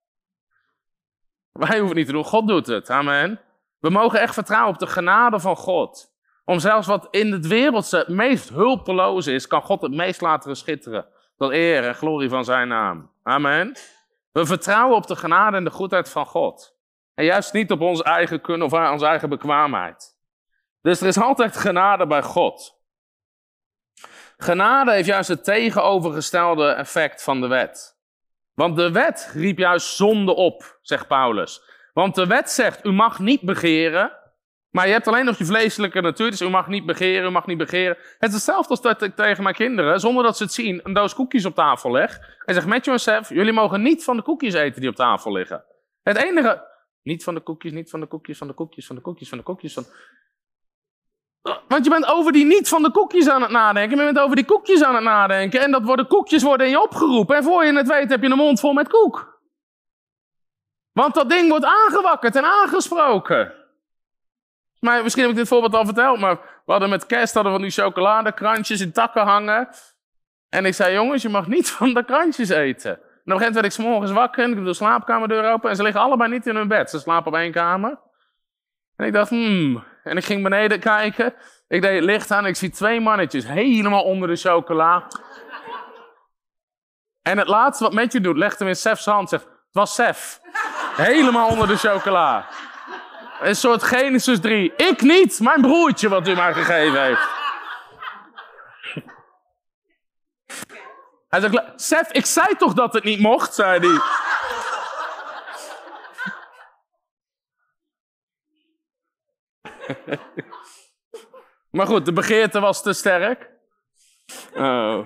Wij hoeven het niet te doen, God doet het. Amen. We mogen echt vertrouwen op de genade van God. Om zelfs wat in het wereldse het meest hulpeloze is, kan God het meest laten schitteren. Tot eer en glorie van zijn naam. Amen. We vertrouwen op de genade en de goedheid van God. En juist niet op onze eigen kunnen of onze eigen bekwaamheid. Dus er is altijd genade bij God. Genade heeft juist het tegenovergestelde effect van de wet. Want de wet riep juist zonde op, zegt Paulus. Want de wet zegt, u mag niet begeren. Maar je hebt alleen nog je vleeselijke natuur, dus u mag niet begeren, u mag niet begeren. Het is hetzelfde als dat ik tegen mijn kinderen, zonder dat ze het zien, een doos koekjes op tafel leg. En zeg, Matthew en Seth, jullie mogen niet van de koekjes eten die op tafel liggen. Het enige, niet van de koekjes, niet van de koekjes, van de koekjes, van de koekjes, van de koekjes. Van... Want je bent over die niet van de koekjes aan het nadenken, je bent over die koekjes aan het nadenken. En dat worden koekjes worden in je opgeroepen. En voor je het weet heb je een mond vol met koek. Want dat ding wordt aangewakkerd en aangesproken. Maar misschien heb ik dit voorbeeld al verteld, maar we hadden met kerst hadden we van die chocoladekrantjes in takken hangen. En ik zei, jongens, je mag niet van de krantjes eten. En op een gegeven moment werd ik 's morgens wakker en ik doe de slaapkamerdeur open en ze liggen allebei niet in hun bed. Ze slapen op één kamer. En ik dacht, hmm. En ik ging beneden kijken. Ik deed het licht aan en ik zie twee mannetjes helemaal onder de chocola. En het laatste wat Matthew doet, legt hem in Sef's hand. Zegt, het was Sef. Helemaal onder de chocola. Een soort Genesis drie. Ik niet, mijn broertje wat u mij gegeven heeft. Hij zei, Sef, ik zei toch dat het niet mocht, zei hij. Maar goed, de begeerte was te sterk. Oh.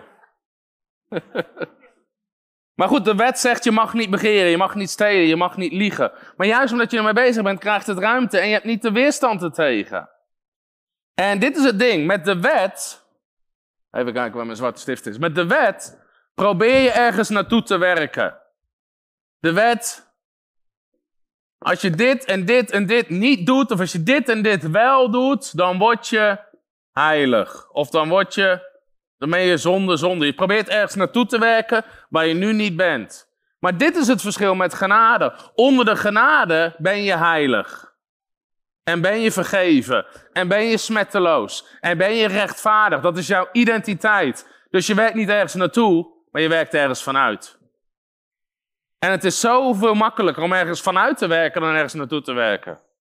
Maar goed, de wet zegt je mag niet begeren, je mag niet stelen, je mag niet liegen. Maar juist omdat je ermee bezig bent, krijgt het ruimte en je hebt niet de weerstand ertegen. En dit is het ding, met de wet... Even kijken waar mijn zwarte stift is. Met de wet probeer je ergens naartoe te werken. De wet... Als je dit en dit en dit niet doet, of als je dit en dit wel doet, dan word je heilig. Of dan word je... Dan ben je zonde, zonde. Je probeert ergens naartoe te werken waar je nu niet bent. Maar dit is het verschil met genade. Onder de genade ben je heilig. En ben je vergeven. En ben je smetteloos. En ben je rechtvaardig. Dat is jouw identiteit. Dus je werkt niet ergens naartoe, maar je werkt ergens vanuit. En het is zoveel makkelijker om ergens vanuit te werken dan ergens naartoe te werken.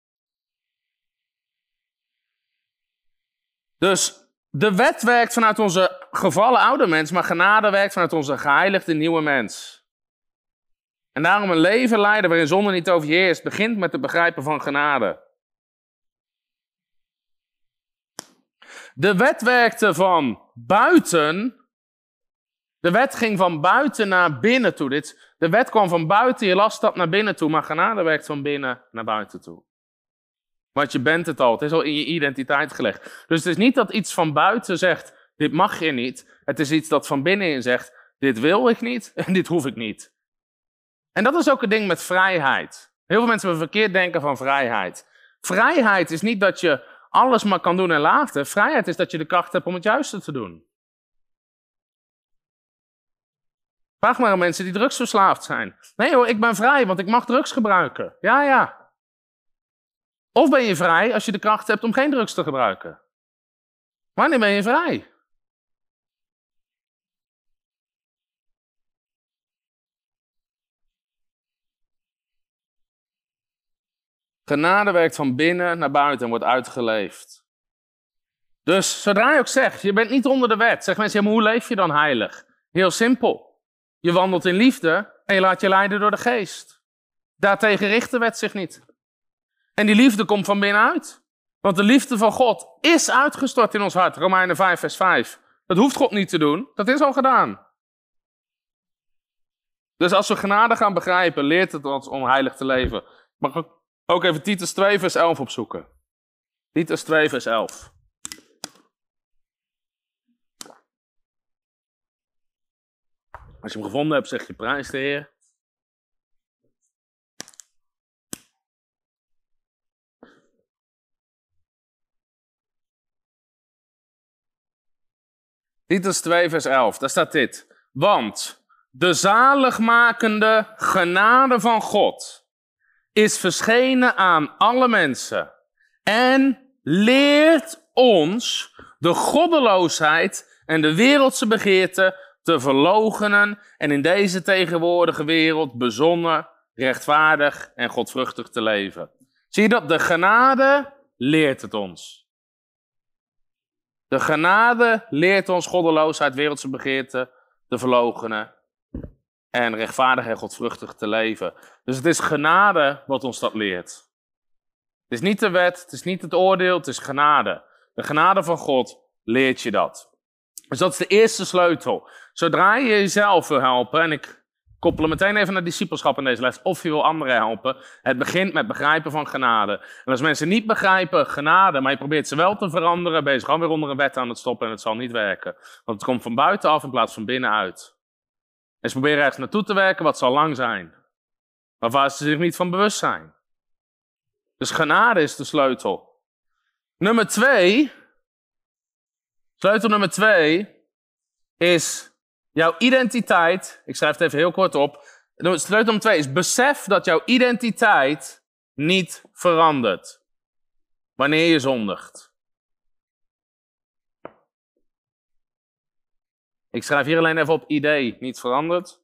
Dus... De wet werkt vanuit onze gevallen oude mens, maar genade werkt vanuit onze geheiligde nieuwe mens. En daarom een leven leiden waarin zonde niet over je heerst, begint met het begrijpen van genade. De wet werkte van buiten, de wet ging van buiten naar binnen toe. Dit, de wet kwam van buiten, je las dat naar binnen toe, maar genade werkt van binnen naar buiten toe. Want je bent het al, het is al in je identiteit gelegd. Dus het is niet dat iets van buiten zegt, dit mag je niet. Het is iets dat van binnenin zegt, dit wil ik niet en dit hoef ik niet. En dat is ook het ding met vrijheid. Heel veel mensen hebben verkeerd denken van vrijheid. Vrijheid is niet dat je alles maar kan doen en laten. Vrijheid is dat je de kracht hebt om het juiste te doen. Vraag maar aan mensen die drugsverslaafd zijn. Nee hoor, ik ben vrij, want ik mag drugs gebruiken. Ja, ja. Of ben je vrij als je de kracht hebt om geen drugs te gebruiken? Wanneer ben je vrij? Genade werkt van binnen naar buiten en wordt uitgeleefd. Dus zodra je ook zegt, je bent niet onder de wet. Zeg mensen, ja, maar hoe leef je dan heilig? Heel simpel. Je wandelt in liefde en je laat je leiden door de geest. Daartegen richt de wet zich niet. En die liefde komt van binnenuit. Want de liefde van God is uitgestort in ons hart. Romeinen vijf vers vijf. Dat hoeft God niet te doen. Dat is al gedaan. Dus als we genade gaan begrijpen, leert het ons om heilig te leven. Mag ik ook even Titus twee vers elf opzoeken. Titus twee vers elf. Als je hem gevonden hebt, zeg je prijs de Heer. Titus twee vers elf, daar staat dit. Want de zaligmakende genade van God is verschenen aan alle mensen en leert ons de goddeloosheid en de wereldse begeerte te verloochenen en in deze tegenwoordige wereld bezonnen, rechtvaardig en godvruchtig te leven. Zie je dat? De genade leert het ons. De genade leert ons goddeloosheid, wereldse begeerte te verloochenen en rechtvaardig en godvruchtig te leven. Dus het is genade wat ons dat leert. Het is niet de wet, het is niet het oordeel, het is genade. De genade van God leert je dat. Dus dat is de eerste sleutel. Zodra je jezelf wil helpen, en ik koppel meteen even naar discipelschap in deze les, of je wil anderen helpen, het begint met begrijpen van genade. En als mensen niet begrijpen genade, maar je probeert ze wel te veranderen, ben je gewoon weer onder een wet aan het stoppen en het zal niet werken. Want het komt van buitenaf in plaats van binnenuit. En ze proberen ergens naartoe te werken wat zal lang zijn, maar waar ze zich niet van bewust zijn. Dus genade is de sleutel. Nummer twee, sleutel nummer twee is jouw identiteit, ik schrijf het even heel kort op. Sleutel nummer twee is besef dat jouw identiteit niet verandert wanneer je zondigt. Ik schrijf hier alleen even op idee, niet veranderd.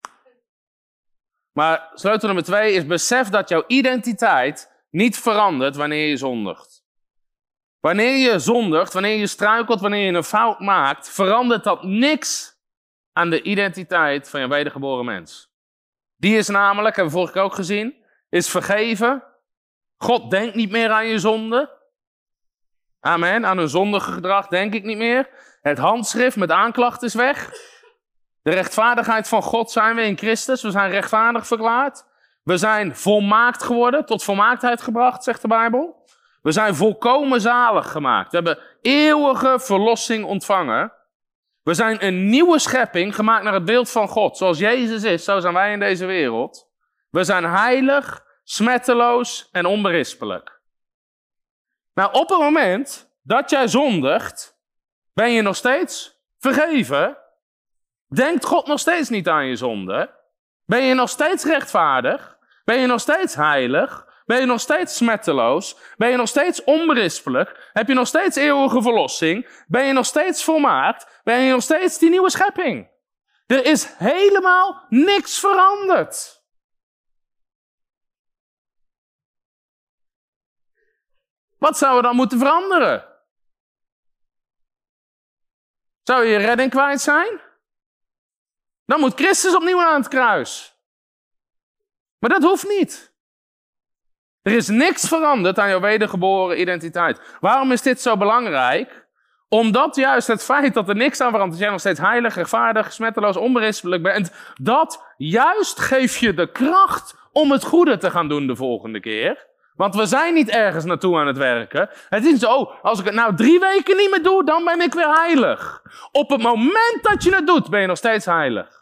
Maar sleutel nummer twee is besef dat jouw identiteit niet verandert wanneer je zondigt. Wanneer je zondigt, wanneer je struikelt, wanneer je een fout maakt, verandert dat niks aan de identiteit van je wedergeboren mens. Die is namelijk, hebben we vorige keer ook gezien, is vergeven. God denkt niet meer aan je zonde. Amen, aan hun zondige gedrag denk ik niet meer. Het handschrift met aanklacht is weg. De rechtvaardigheid van God zijn we in Christus. We zijn rechtvaardig verklaard. We zijn volmaakt geworden, tot volmaaktheid gebracht, zegt de Bijbel. We zijn volkomen zalig gemaakt. We hebben eeuwige verlossing ontvangen. We zijn een nieuwe schepping, gemaakt naar het beeld van God. Zoals Jezus is, zo zijn wij in deze wereld. We zijn heilig, smetteloos en onberispelijk. Nou, op het moment dat jij zondigt, ben je nog steeds vergeven. Denkt God nog steeds niet aan je zonde? Ben je nog steeds rechtvaardig? Ben je nog steeds heilig? Ben je nog steeds smetteloos? Ben je nog steeds onberispelijk? Heb je nog steeds eeuwige verlossing? Ben je nog steeds volmaakt? Ben je nog steeds die nieuwe schepping? Er is helemaal niks veranderd. Wat zou er dan moeten veranderen? Zou je je redding kwijt zijn? Dan moet Christus opnieuw aan het kruis. Maar dat hoeft niet. Er is niks veranderd aan jouw wedergeboren identiteit. Waarom is dit zo belangrijk? Omdat juist het feit dat er niks aan verandert, dat jij nog steeds heilig, rechtvaardig, smetteloos, onberispelijk bent, dat juist geeft je de kracht om het goede te gaan doen de volgende keer. Want we zijn niet ergens naartoe aan het werken. Het is niet zo, oh, als ik het nou drie weken niet meer doe, dan ben ik weer heilig. Op het moment dat je het doet, ben je nog steeds heilig.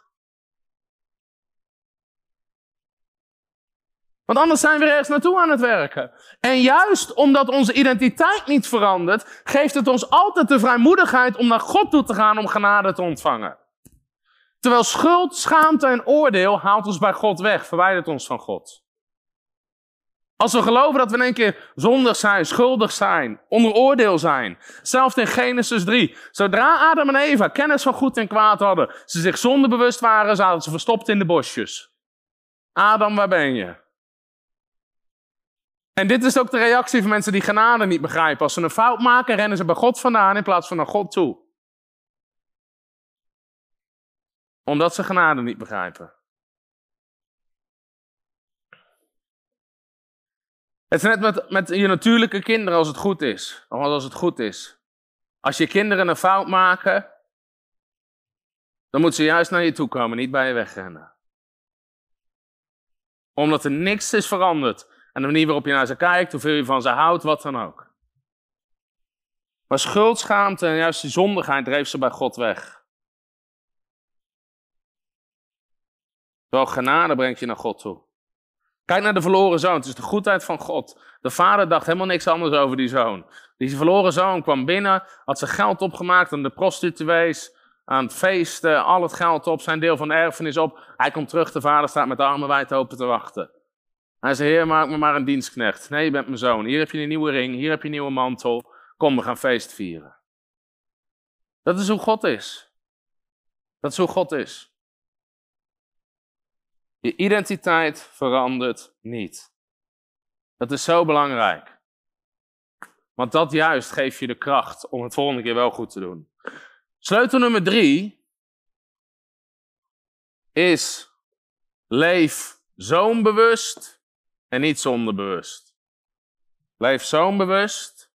Want anders zijn we er ergens naartoe aan het werken. En juist omdat onze identiteit niet verandert, geeft het ons altijd de vrijmoedigheid om naar God toe te gaan om genade te ontvangen. Terwijl schuld, schaamte en oordeel haalt ons bij God weg, verwijdert ons van God. Als we geloven dat we in één keer zondig zijn, schuldig zijn, onder oordeel zijn. Zelfs in Genesis drie. Zodra Adam en Eva kennis van goed en kwaad hadden, ze zich zondebewust waren, zaten ze verstopt in de bosjes. Adam, waar ben je? En dit is ook de reactie van mensen die genade niet begrijpen. Als ze een fout maken, rennen ze bij God vandaan in plaats van naar God toe. Omdat ze genade niet begrijpen. Het is net met, met je natuurlijke kinderen als het goed is. Of als het goed is. Als je kinderen een fout maken, dan moeten ze juist naar je toe komen, niet bij je wegrennen. Omdat er niks is veranderd. En de manier waarop je naar ze kijkt, hoeveel je van ze houdt, wat dan ook. Maar schuld, schaamte en juist die zondigheid dreef ze bij God weg. Terwijl genade brengt je naar God toe. Kijk naar de verloren zoon, het is de goedheid van God. De vader dacht helemaal niks anders over die zoon. Die verloren zoon kwam binnen, had zijn geld opgemaakt aan de prostituees, aan het feesten, al het geld op, zijn deel van de erfenis op. Hij komt terug, de vader staat met de armen wijd open te wachten. Hij zei, heer, maak me maar een dienstknecht. Nee, je bent mijn zoon. Hier heb je een nieuwe ring, hier heb je een nieuwe mantel. Kom, we gaan feest vieren. Dat is hoe God is. Dat is hoe God is. Je identiteit verandert niet. Dat is zo belangrijk. Want dat juist geeft je de kracht om het volgende keer wel goed te doen. Sleutel nummer drie is leef zoonbewust en niet zondebewust. Leef zoonbewust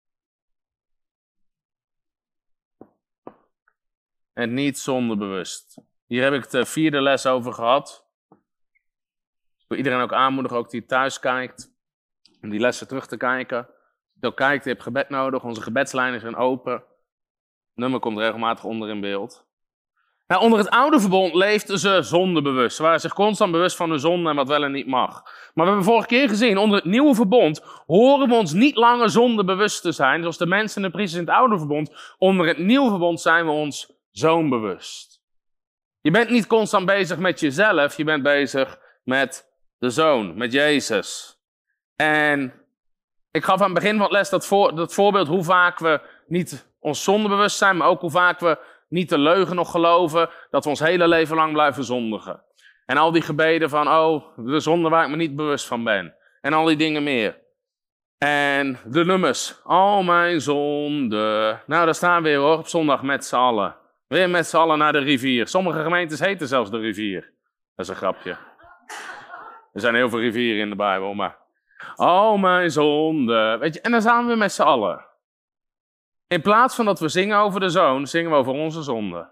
en niet zondebewust. Hier heb ik de vierde les over gehad. Ik wil iedereen ook aanmoedigen, ook die thuis kijkt, om die lessen terug te kijken. Als je ook kijkt, je hebt gebed nodig, onze gebedslijnen zijn open. Het nummer komt regelmatig onder in beeld. Nou, onder het oude verbond leefden ze zondebewust. Ze waren zich constant bewust van hun zonde en wat wel en niet mag. Maar we hebben vorige keer gezien, onder het nieuwe verbond horen we ons niet langer zondebewust te zijn, zoals de mensen en de priesters in het oude verbond. Onder het nieuwe verbond zijn we ons zoonbewust. Je bent niet constant bezig met jezelf, je bent bezig met de Zoon, met Jezus. En ik gaf aan het begin van het les dat, voor, dat voorbeeld hoe vaak we niet ons zondebewust zijn, maar ook hoe vaak we niet de leugen nog geloven, dat we ons hele leven lang blijven zondigen. En al die gebeden van, oh, de zonde waar ik me niet bewust van ben. En al die dingen meer. En de nummers, al mijn zonde. Nou, daar staan we weer hoor, op zondag met z'n allen. Weer met z'n allen naar de rivier. Sommige gemeentes heten zelfs de rivier. Dat is een grapje. Er zijn heel veel rivieren in de Bijbel, maar... al mijn zonde. Weet je, en dan staan we weer met z'n allen. In plaats van dat we zingen over de Zoon, zingen we over onze zonde.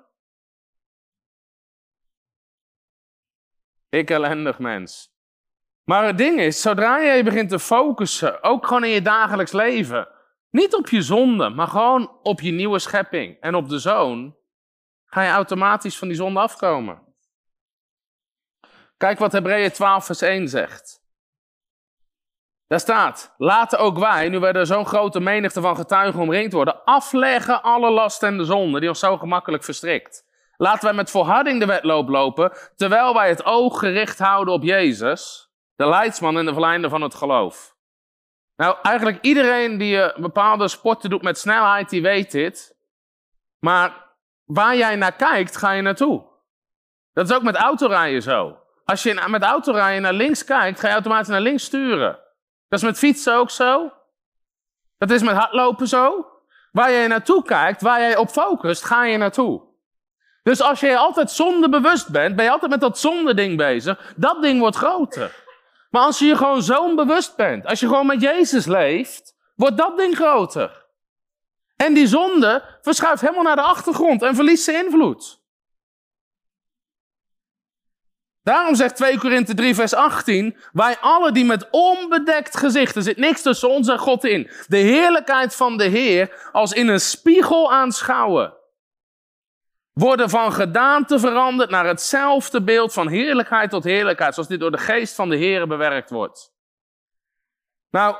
Ik ellendig mens. Maar het ding is, zodra je je begint te focussen, ook gewoon in je dagelijks leven, niet op je zonde, maar gewoon op je nieuwe schepping en op de Zoon, ga je automatisch van die zonde afkomen. Kijk wat Hebreeën twaalf vers één zegt. Daar staat, laten ook wij, nu wij er zo'n grote menigte van getuigen omringd worden, afleggen alle last en de zonde die ons zo gemakkelijk verstrikt. Laten wij met volharding de wedloop lopen, terwijl wij het oog gericht houden op Jezus, de leidsman en de verleider van het geloof. Nou, eigenlijk iedereen die uh, bepaalde sporten doet met snelheid, die weet dit. Maar waar jij naar kijkt, ga je naartoe. Dat is ook met autorijden zo. Als je met autorijden naar links kijkt, ga je automatisch naar links sturen. Dat is met fietsen ook zo. Dat is met hardlopen zo. Waar jij naartoe kijkt, waar jij op focust, ga je naartoe. Dus als je altijd zondebewust bent, ben je altijd met dat zondeding bezig. Dat ding wordt groter. Maar als je je gewoon zo bewust bent, als je gewoon met Jezus leeft, wordt dat ding groter. En die zonde verschuift helemaal naar de achtergrond en verliest zijn invloed. Daarom zegt twee Korinthe drie vers achttien, wij allen die met onbedekt gezicht, er zit niks tussen ons en God in, de heerlijkheid van de Heer als in een spiegel aanschouwen, worden van gedaante veranderd naar hetzelfde beeld van heerlijkheid tot heerlijkheid, zoals dit door de geest van de Heer bewerkt wordt. Nou,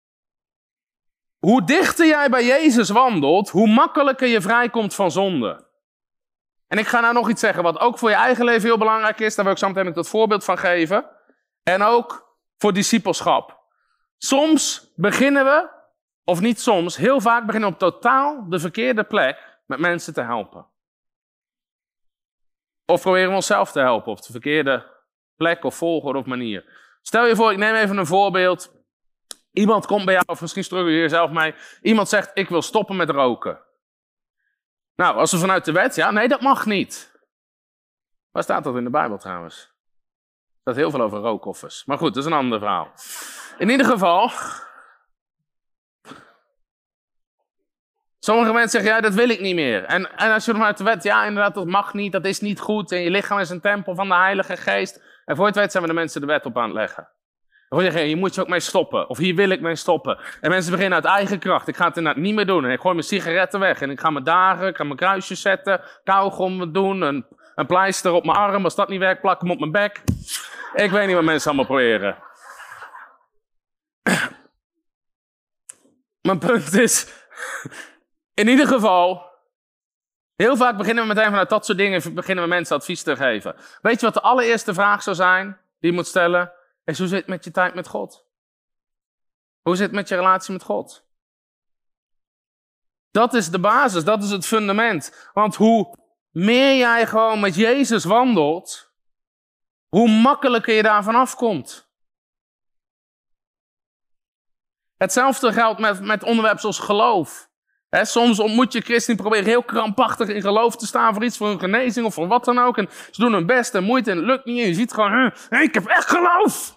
hoe dichter jij bij Jezus wandelt, hoe makkelijker je vrijkomt van zonde. En ik ga nou nog iets zeggen wat ook voor je eigen leven heel belangrijk is. Daar wil ik zo meteen ook dat voorbeeld van geven. En ook voor discipelschap. Soms beginnen we, of niet soms, heel vaak beginnen we op totaal de verkeerde plek met mensen te helpen. Of proberen we onszelf te helpen op de verkeerde plek of volgorde of manier. Stel je voor, ik neem even een voorbeeld. Iemand komt bij jou, of misschien struggle je zelf mee. Iemand zegt, ik wil stoppen met roken. Nou, als we vanuit de wet, ja, nee, dat mag niet. Waar staat dat in de Bijbel trouwens? Er staat heel veel over rookoffers. Maar goed, dat is een ander verhaal. In ieder geval, sommige mensen zeggen, ja, dat wil ik niet meer. En, en als je vanuit de wet, ja, inderdaad, dat mag niet, dat is niet goed. En je lichaam is een tempel van de Heilige Geest. En voor je het weet zijn we de mensen de wet op aan het leggen. Dan hoor je zeggen, hier moet je ook mee stoppen. Of hier wil ik mee stoppen. En mensen beginnen uit eigen kracht. Ik ga het inderdaad niet meer doen. En ik gooi mijn sigaretten weg. En ik ga mijn dagen, ik ga mijn kruisjes zetten. Kauwgom doen. Een, een pleister op mijn arm. Als dat niet werkt, plak hem op mijn bek. Ik weet niet wat mensen allemaal proberen. Mijn punt is, in ieder geval, heel vaak beginnen we meteen vanuit dat soort dingen, beginnen we mensen advies te geven. Weet je wat de allereerste vraag zou zijn die je moet stellen? Is hoe zit het met je tijd met God? Hoe zit het met je relatie met God? Dat is de basis, dat is het fundament. Want hoe meer jij gewoon met Jezus wandelt, hoe makkelijker je daarvan afkomt. Hetzelfde geldt met, met onderwerpen zoals geloof. He, soms ontmoet je christen die proberen heel krampachtig in geloof te staan voor iets, voor een genezing of voor wat dan ook. En ze doen hun best en moeite en het lukt niet. En je ziet gewoon, hey, ik heb echt geloof.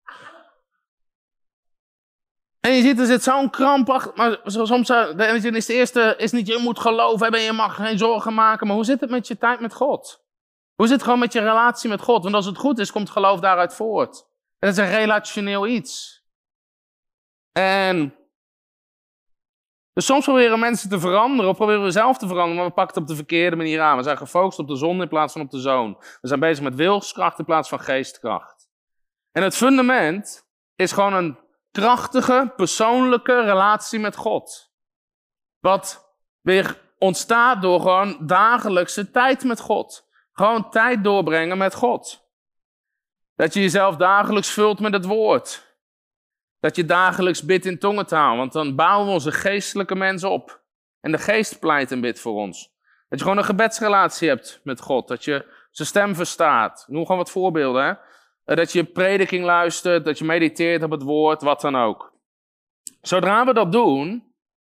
En je ziet, er zit zo'n krampachtig, maar soms is de eerste, is niet je moet geloven hebben en je mag geen zorgen maken. Maar hoe zit het met je tijd met God? Hoe zit het gewoon met je relatie met God? Want als het goed is, komt geloof daaruit voort. Het is een relationeel iets. En dus soms proberen mensen te veranderen, of proberen we zelf te veranderen, maar we pakken het op de verkeerde manier aan. We zijn gefocust op de zon in plaats van op de zoon. We zijn bezig met wilskracht in plaats van geestkracht. En het fundament is gewoon een krachtige, persoonlijke relatie met God. Wat weer ontstaat door gewoon dagelijkse tijd met God. Gewoon tijd doorbrengen met God. Dat je jezelf dagelijks vult met het woord. Dat je dagelijks bidt in tongentaal, want dan bouwen we onze geestelijke mens op. En de geest pleit en bidt voor ons. Dat je gewoon een gebedsrelatie hebt met God. Dat je zijn stem verstaat. Ik noem gewoon wat voorbeelden. Hè? Dat je prediking luistert, dat je mediteert op het woord, wat dan ook. Zodra we dat doen,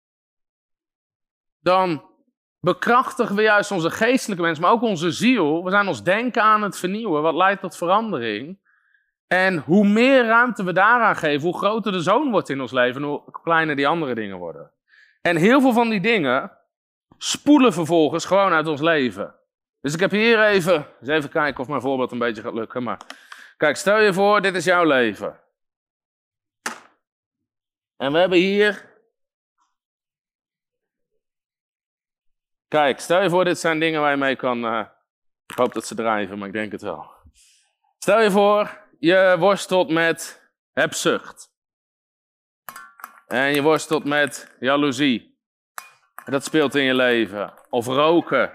dan bekrachtigen we juist onze geestelijke mens, maar ook onze ziel. We zijn ons denken aan het vernieuwen, wat leidt tot verandering. En hoe meer ruimte we daaraan geven, hoe groter de zoon wordt in ons leven en hoe kleiner die andere dingen worden. En heel veel van die dingen spoelen vervolgens gewoon uit ons leven. Dus ik heb hier even, eens even kijken of mijn voorbeeld een beetje gaat lukken. Maar kijk, stel je voor, dit is jouw leven. En we hebben hier... Kijk, stel je voor, dit zijn dingen waar je mee kan... Uh, ik hoop dat ze drijven, maar ik denk het wel. Stel je voor, je worstelt met hebzucht. En je worstelt met jaloezie. Dat speelt in je leven. Of roken.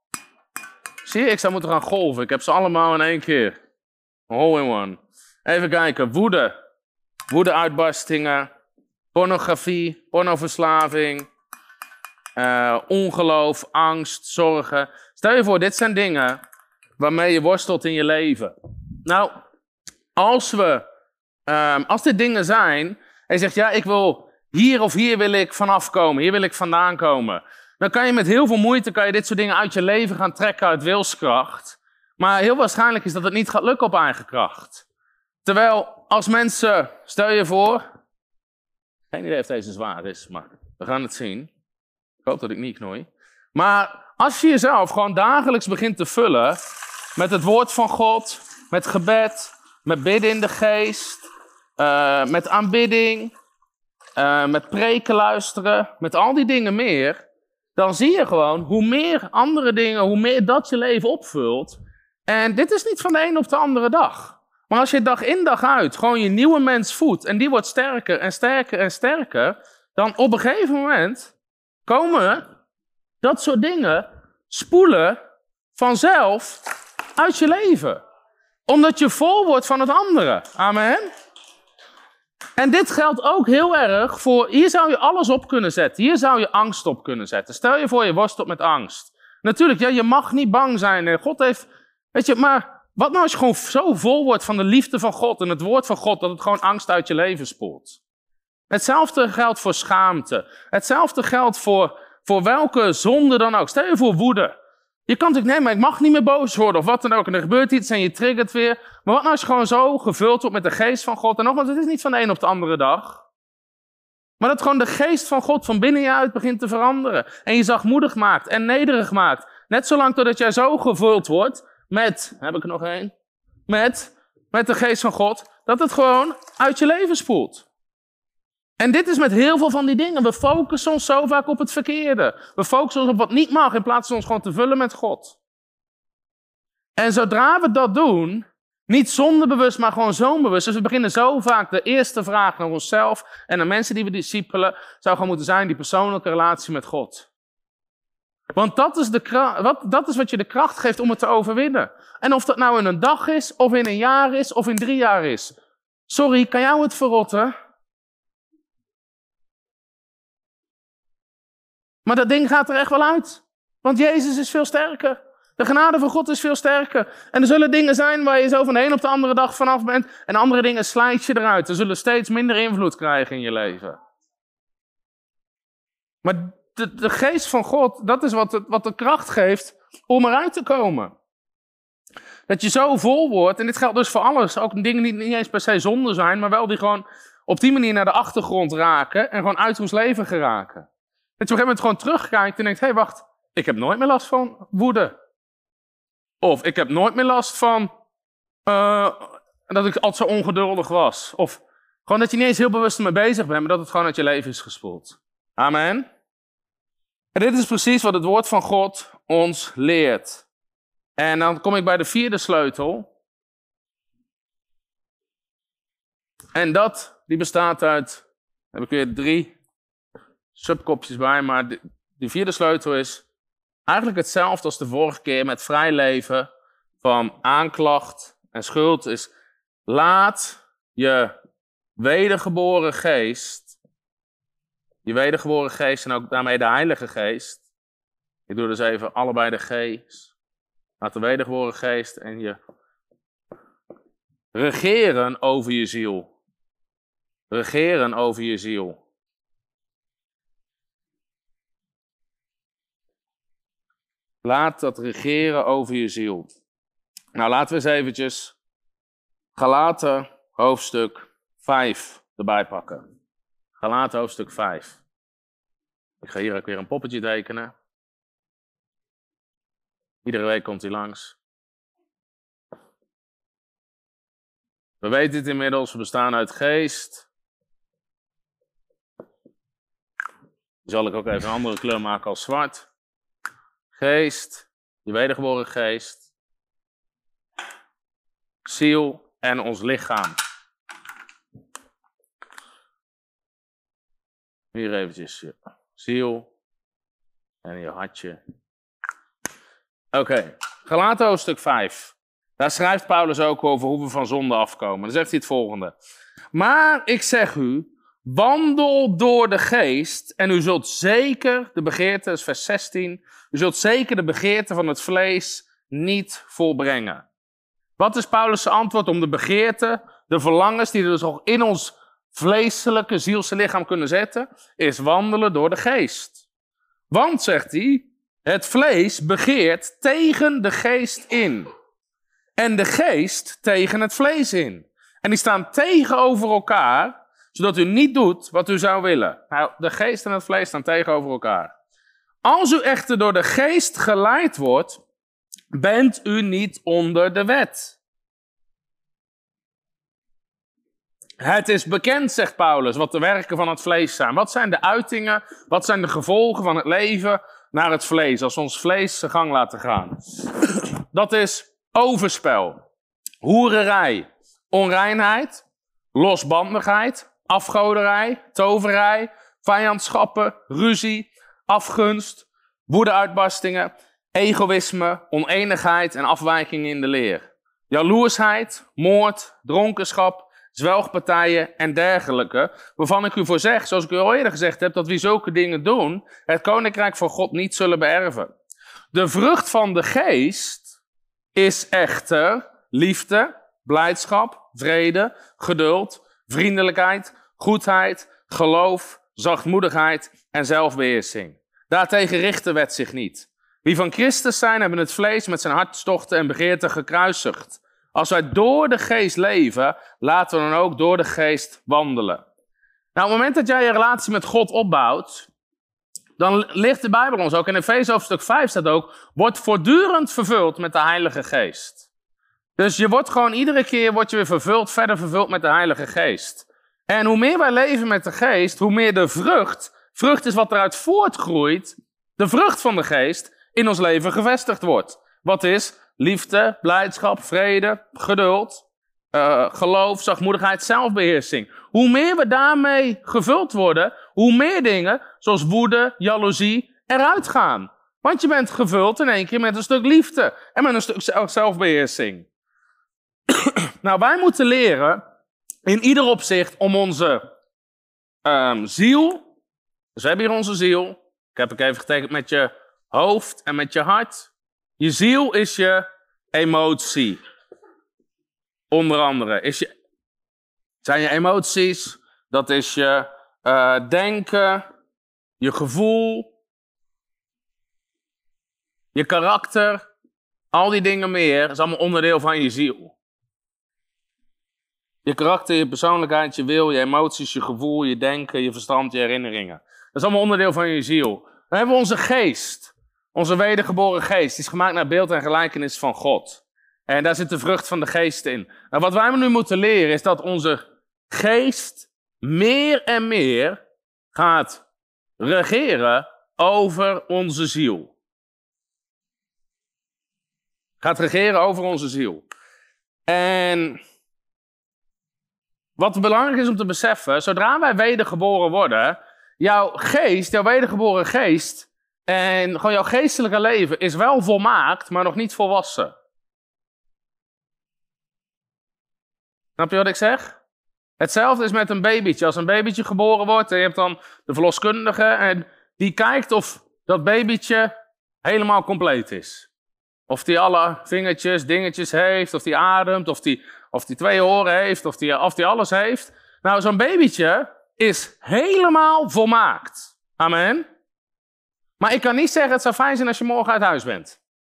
Zie je, ik zou moeten gaan golven. Ik heb ze allemaal in één keer. Hole in one. Even kijken, woede. Woede-uitbarstingen. Pornografie, pornoverslaving. Uh, ongeloof, angst, zorgen. Stel je voor, dit zijn dingen waarmee je worstelt in je leven. Nou, als we, um, als dit dingen zijn, en je zegt, ja, ik wil hier of hier wil ik vanaf komen, hier wil ik vandaan komen. Dan kan je met heel veel moeite, kan je dit soort dingen uit je leven gaan trekken uit wilskracht. Maar heel waarschijnlijk is dat het niet gaat lukken op eigen kracht. Terwijl, als mensen, stel je voor, geen idee of deze zwaar is, maar we gaan het zien. Ik hoop dat ik niet knoei. Maar als je jezelf gewoon dagelijks begint te vullen met het woord van God, met gebed, met bidden in de geest, uh, met aanbidding, uh, met preken luisteren, met al die dingen meer, dan zie je gewoon hoe meer andere dingen, hoe meer dat je leven opvult. En dit is niet van de een op de andere dag. Maar als je dag in dag uit gewoon je nieuwe mens voedt en die wordt sterker en sterker en sterker, dan op een gegeven moment komen dat soort dingen spoelen vanzelf uit je leven. Omdat je vol wordt van het andere. Amen. En dit geldt ook heel erg voor, hier zou je alles op kunnen zetten. Hier zou je angst op kunnen zetten. Stel je voor je worstelt met angst. Natuurlijk, ja, je mag niet bang zijn. God heeft, weet je, maar wat nou als je gewoon zo vol wordt van de liefde van God en het woord van God, dat het gewoon angst uit je leven spoelt. Hetzelfde geldt voor schaamte. Hetzelfde geldt voor, voor welke zonde dan ook. Stel je voor woede. Je kan natuurlijk, nee, maar ik mag niet meer boos worden of wat dan ook. En er gebeurt iets en je triggert weer. Maar wat nou als je gewoon zo gevuld wordt met de geest van God. En nogmaals, het is niet van de een op de andere dag. Maar dat gewoon de geest van God van binnen je uit begint te veranderen. En je zachtmoedig maakt en nederig maakt. Net zolang totdat jij zo gevuld wordt met, heb ik er nog één? Met, met de geest van God. Dat het gewoon uit je leven spoelt. En dit is met heel veel van die dingen. We focussen ons zo vaak op het verkeerde. We focussen ons op wat niet mag in plaats van ons gewoon te vullen met God. En zodra we dat doen, niet zondebewust, maar gewoon zoonbewust. Dus we beginnen zo vaak de eerste vraag naar onszelf en naar mensen die we discipelen, zou gewoon moeten zijn die persoonlijke relatie met God. Want dat is, de kracht, wat, dat is wat je de kracht geeft om het te overwinnen. En of dat nou in een dag is, of in een jaar is, of in drie jaar is. Sorry, kan jou het verrotten? Maar dat ding gaat er echt wel uit. Want Jezus is veel sterker. De genade van God is veel sterker. En er zullen dingen zijn waar je zo van de een op de andere dag vanaf bent. En andere dingen slijt je eruit. Er zullen steeds minder invloed krijgen in je leven. Maar de, de geest van God, dat is wat, het, wat de kracht geeft om eruit te komen. Dat je zo vol wordt. En dit geldt dus voor alles. Ook dingen die niet eens per se zonde zijn. Maar wel die gewoon op die manier naar de achtergrond raken. En gewoon uit ons leven geraken. Dat je op een gegeven moment gewoon terugkijkt en denkt, hé, hey, wacht, ik heb nooit meer last van woede. Of ik heb nooit meer last van uh, dat ik altijd zo ongeduldig was. Of gewoon dat je niet eens heel bewust ermee bezig bent, maar dat het gewoon uit je leven is gespoeld. Amen. En dit is precies wat het woord van God ons leert. En dan kom ik bij de vierde sleutel. En dat, die bestaat uit, heb ik weer drie subkopjes bij, maar de, de vierde sleutel is eigenlijk hetzelfde als de vorige keer met vrij leven van aanklacht en schuld is. Laat je wedergeboren geest, je wedergeboren geest en ook daarmee de Heilige Geest. Ik doe dus even allebei de G's. Laat de wedergeboren geest en je regeren over je ziel. Regeren over je ziel. Laat dat regeren over je ziel. Nou, laten we eens eventjes Galaten hoofdstuk vijf erbij pakken. Galaten hoofdstuk vijf. Ik ga hier ook weer een poppetje tekenen. Iedere week komt hij langs. We weten het inmiddels, we bestaan uit geest. Die zal ik ook even een andere kleur maken als zwart. Geest, je wedergeboren geest. Ziel en ons lichaam. Hier eventjes je ziel en je hartje. Oké, okay. Galaten hoofdstuk vijf. Daar schrijft Paulus ook over hoe we van zonde afkomen. Dan zegt hij het volgende. Maar ik zeg u, wandel door de geest en u zult zeker de begeerte, dat is vers zestien, u zult zeker de begeerte van het vlees niet volbrengen. Wat is Paulus' antwoord om de begeerte, de verlangens die er dus al in ons vleeselijke, zielse lichaam kunnen zetten, is wandelen door de geest. Want, zegt hij, het vlees begeert tegen de geest in. En de geest tegen het vlees in. En die staan tegenover elkaar, zodat u niet doet wat u zou willen. Nou, de geest en het vlees staan tegenover elkaar. Als u echter door de geest geleid wordt, bent u niet onder de wet. Het is bekend, zegt Paulus, wat de werken van het vlees zijn. Wat zijn de uitingen, wat zijn de gevolgen van het leven naar het vlees, als we ons vlees zijn gang laten gaan. Dat is overspel, hoererij, onreinheid, losbandigheid, afgoderij, toverij, vijandschappen, ruzie, afgunst, woedeuitbarstingen, egoïsme, oneenigheid en afwijkingen in de leer. Jaloersheid, moord, dronkenschap, zwelgpartijen en dergelijke, waarvan ik u voor zeg, zoals ik u al eerder gezegd heb, dat wie zulke dingen doen, het koninkrijk van God niet zullen beërven. De vrucht van de geest is echter liefde, blijdschap, vrede, geduld, vriendelijkheid, goedheid, geloof, zachtmoedigheid en zelfbeheersing. Daartegen richt de wet zich niet. Wie van Christus zijn, hebben het vlees met zijn hartstochten en begeerten gekruisigd. Als wij door de geest leven, laten we dan ook door de geest wandelen. Nou, op het moment dat jij je relatie met God opbouwt, dan ligt de Bijbel ons ook, in Efeze hoofdstuk vijf staat ook, wordt voortdurend vervuld met de Heilige Geest. Dus je wordt gewoon iedere keer word je weer vervuld, verder vervuld met de Heilige Geest. En hoe meer wij leven met de Geest, hoe meer de vrucht, vrucht is wat eruit voortgroeit, de vrucht van de Geest in ons leven gevestigd wordt. Wat is liefde, blijdschap, vrede, geduld, uh, geloof, zachtmoedigheid, zelfbeheersing. Hoe meer we daarmee gevuld worden, hoe meer dingen, zoals woede, jaloezie, eruit gaan. Want je bent gevuld in één keer met een stuk liefde en met een stuk zelfbeheersing. Nou, wij moeten leren in ieder opzicht om onze um, ziel, dus we hebben hier onze ziel, ik heb ik even getekend met je hoofd en met je hart. Je ziel is je emotie. Onder andere is je, zijn je emoties, dat is je uh, denken, je gevoel, je karakter, al die dingen meer, is allemaal onderdeel van je ziel. Je karakter, je persoonlijkheid, je wil, je emoties, je gevoel, je denken, je verstand, je herinneringen. Dat is allemaal onderdeel van je ziel. Dan hebben we onze geest. Onze wedergeboren geest, die is gemaakt naar beeld en gelijkenis van God. En daar zit de vrucht van de geest in. Nou, wat wij nu moeten leren is dat onze geest meer en meer gaat regeren over onze ziel. Gaat regeren over onze ziel. En wat belangrijk is om te beseffen, zodra wij wedergeboren worden, jouw geest, jouw wedergeboren geest, En gewoon jouw geestelijke leven is wel volmaakt, maar nog niet volwassen. Snap je wat ik zeg? Hetzelfde is met een babytje. Als een babytje geboren wordt en je hebt dan de verloskundige en die kijkt of dat babytje helemaal compleet is. Of die alle vingertjes, dingetjes heeft, of die ademt, of die, of die twee oren heeft, of die, of die alles heeft. Nou, zo'n babytje is helemaal volmaakt. Amen. Maar ik kan niet zeggen, het zou fijn zijn als je morgen uit huis bent.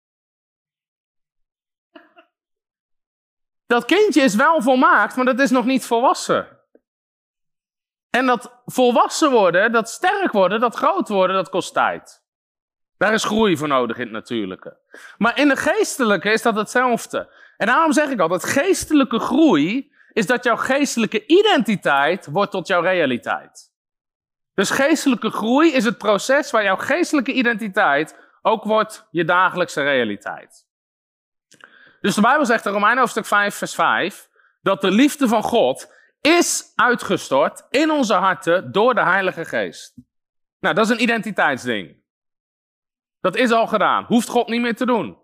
Dat kindje is wel volmaakt, maar dat is nog niet volwassen. En dat volwassen worden, dat sterk worden, dat groot worden, dat kost tijd. Daar is groei voor nodig in het natuurlijke. Maar in de geestelijke is dat hetzelfde. En daarom zeg ik altijd, geestelijke groei is dat jouw geestelijke identiteit wordt tot jouw realiteit. Dus geestelijke groei is het proces waar jouw geestelijke identiteit ook wordt je dagelijkse realiteit. Dus de Bijbel zegt in Romeinen hoofdstuk vijf vers vijf, dat de liefde van God is uitgestort in onze harten door de Heilige Geest. Nou, dat is een identiteitsding. Dat is al gedaan. Hoeft God niet meer te doen.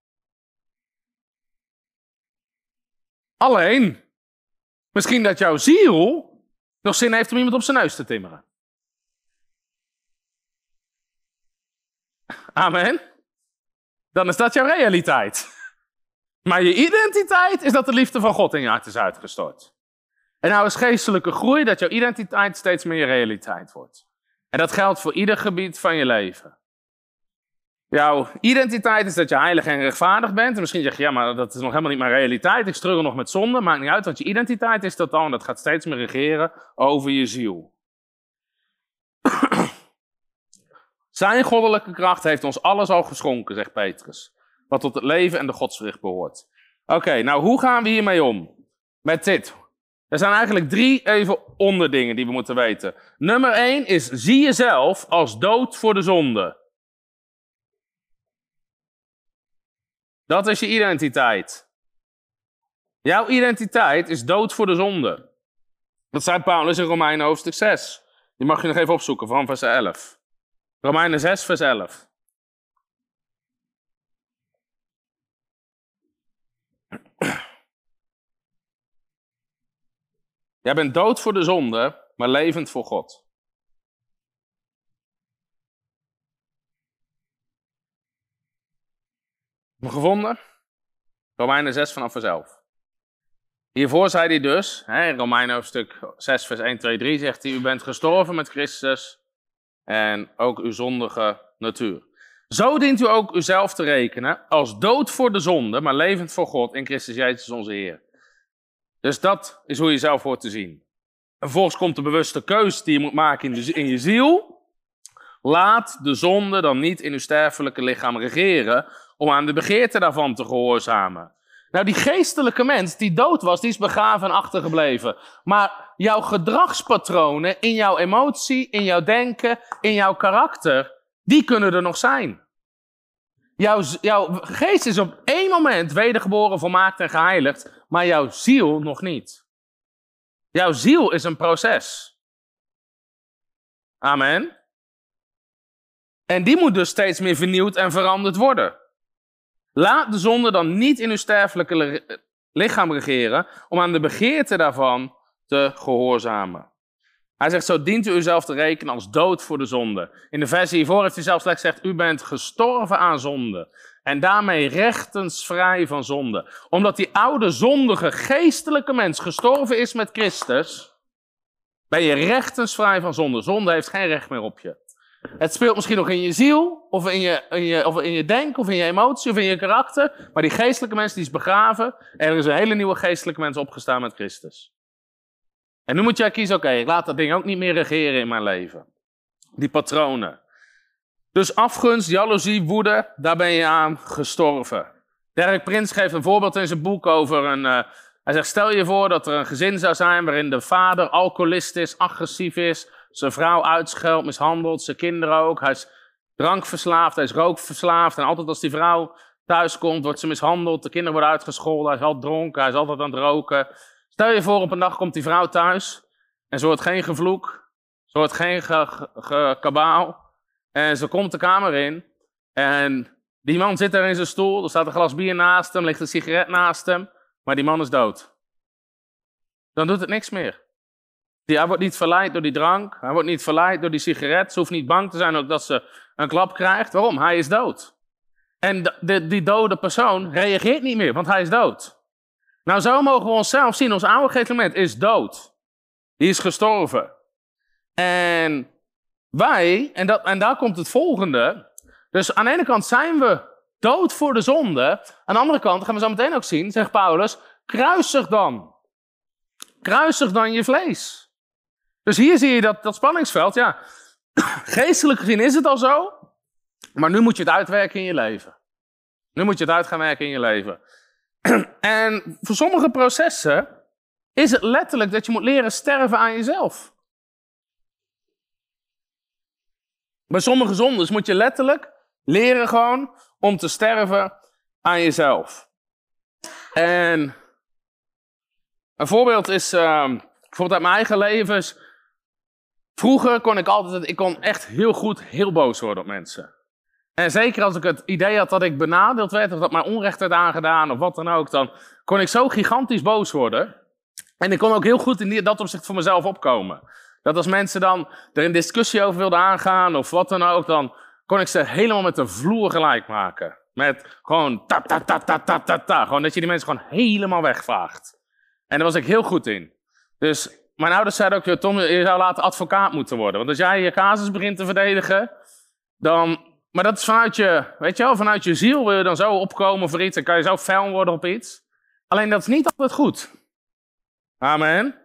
Alleen, misschien dat jouw ziel nog zin heeft om iemand op zijn neus te timmeren. Amen. Dan is dat jouw realiteit. Maar je identiteit is dat de liefde van God in je hart is uitgestort. En nou is geestelijke groei dat jouw identiteit steeds meer je realiteit wordt. En dat geldt voor ieder gebied van je leven. Jouw identiteit is dat je heilig en rechtvaardig bent. En misschien zeg je, ja, maar dat is nog helemaal niet mijn realiteit. Ik struggle nog met zonde. Maakt niet uit, want je identiteit is dat al. En dat gaat steeds meer regeren over je ziel. Zijn goddelijke kracht heeft ons alles al geschonken, zegt Petrus. Wat tot het leven en de godsvrucht behoort. Oké, okay, nou hoe gaan we hiermee om? Met dit. Er zijn eigenlijk drie even onderdingen die we moeten weten. Nummer één is, zie jezelf als dood voor de zonde. Dat is je identiteit. Jouw identiteit is dood voor de zonde. Dat zei Paulus in Romeinen hoofdstuk zes. Die mag je nog even opzoeken, van vers elf. Romeinen zes vers elf. Jij bent dood voor de zonde, maar levend voor God. Heb je gevonden? Romeinen zes vanaf vers elf. Hiervoor zei hij dus, hè, in Romeinen hoofdstuk zes vers één, twee, drie zegt hij, u bent gestorven met Christus en ook uw zondige natuur. Zo dient u ook uzelf te rekenen als dood voor de zonde, maar levend voor God in Christus Jezus onze Heer. Dus dat is hoe je zelf hoort te zien. En vervolgens komt de bewuste keus die je moet maken in, de, in je ziel. Laat de zonde dan niet in uw sterfelijke lichaam regeren, om aan de begeerte daarvan te gehoorzamen. Nou, die geestelijke mens die dood was, die is begraven en achtergebleven. Maar jouw gedragspatronen in jouw emotie, in jouw denken, in jouw karakter, die kunnen er nog zijn. Jouw, jouw geest is op één moment wedergeboren, volmaakt en geheiligd, maar jouw ziel nog niet. Jouw ziel is een proces. Amen. En die moet dus steeds meer vernieuwd en veranderd worden. Laat de zonde dan niet in uw sterfelijke lichaam regeren, om aan de begeerte daarvan te gehoorzamen. Hij zegt, zo dient u uzelf te rekenen als dood voor de zonde. In de versie hiervoor heeft hij zelfs gezegd, u bent gestorven aan zonde. En daarmee rechtensvrij van zonde. Omdat die oude zondige geestelijke mens gestorven is met Christus, ben je rechtensvrij van zonde. Zonde heeft geen recht meer op je. Het speelt misschien nog in je ziel, of in je, in je, of in je denken, of in je emotie, of in je karakter. Maar die geestelijke mens die is begraven en er is een hele nieuwe geestelijke mens opgestaan met Christus. En nu moet jij kiezen, oké, okay, ik laat dat ding ook niet meer regeren in mijn leven. Die patronen. Dus afgunst, jaloezie, woede, daar ben je aan gestorven. Derek Prins geeft een voorbeeld in zijn boek over een... Uh, hij zegt, stel je voor dat er een gezin zou zijn waarin de vader alcoholist is, agressief is, zijn vrouw uitscheldt, mishandelt, zijn kinderen ook. Hij is drankverslaafd, hij is rookverslaafd en altijd als die vrouw thuis komt, wordt ze mishandeld, de kinderen worden uitgescholden, hij is altijd dronken, hij is altijd aan het roken. Stel je voor, op een dag komt die vrouw thuis en ze hoort geen gevloek, ze hoort geen ge, ge, ge, kabaal En ze komt de kamer in. En die man zit daar in zijn stoel. Er staat een glas bier naast hem. Ligt een sigaret naast hem. Maar die man is dood. Dan doet het niks meer. Die, hij wordt niet verleid door die drank. Hij wordt niet verleid door die sigaret. Ze hoeft niet bang te zijn ook dat ze een klap krijgt. Waarom? Hij is dood. En de, de, die dode persoon reageert niet meer, want hij is dood. Nou, zo mogen we onszelf zien. Ons oude geestelijk mens is dood. Die is gestorven. En wij, en, dat, en daar komt het volgende. Dus aan de ene kant zijn we dood voor de zonde. Aan de andere kant, gaan we zo meteen ook zien, zegt Paulus, kruisig dan. Kruisig dan je vlees. Dus hier zie je dat, dat spanningsveld. Ja, geestelijk gezien is het al zo. Maar nu moet je het uitwerken in je leven. Nu moet je het uit gaan werken in je leven. En voor sommige processen is het letterlijk dat je moet leren sterven aan jezelf. Bij sommige zondes moet je letterlijk leren gewoon om te sterven aan jezelf. En een voorbeeld is, uh, bijvoorbeeld uit mijn eigen leven. Is, vroeger kon ik altijd, ik kon echt heel goed heel boos worden op mensen. En zeker als ik het idee had dat ik benadeeld werd, of dat mij onrecht werd aangedaan, of wat dan ook, dan kon ik zo gigantisch boos worden. En ik kon ook heel goed in die, dat opzicht voor mezelf opkomen. Dat als mensen dan er een discussie over wilden aangaan, of wat dan ook, dan kon ik ze helemaal met de vloer gelijk maken. Met gewoon ta ta ta ta ta ta ta. Gewoon dat je die mensen gewoon helemaal wegvaagt. En daar was ik heel goed in. Dus mijn ouders zeiden ook, Tom, je zou later advocaat moeten worden. Want als jij je casus begint te verdedigen, dan... Maar dat is vanuit je, weet je wel, vanuit je ziel wil je dan zo opkomen voor iets. Dan kan je zo fel worden op iets. Alleen dat is niet altijd goed. Amen.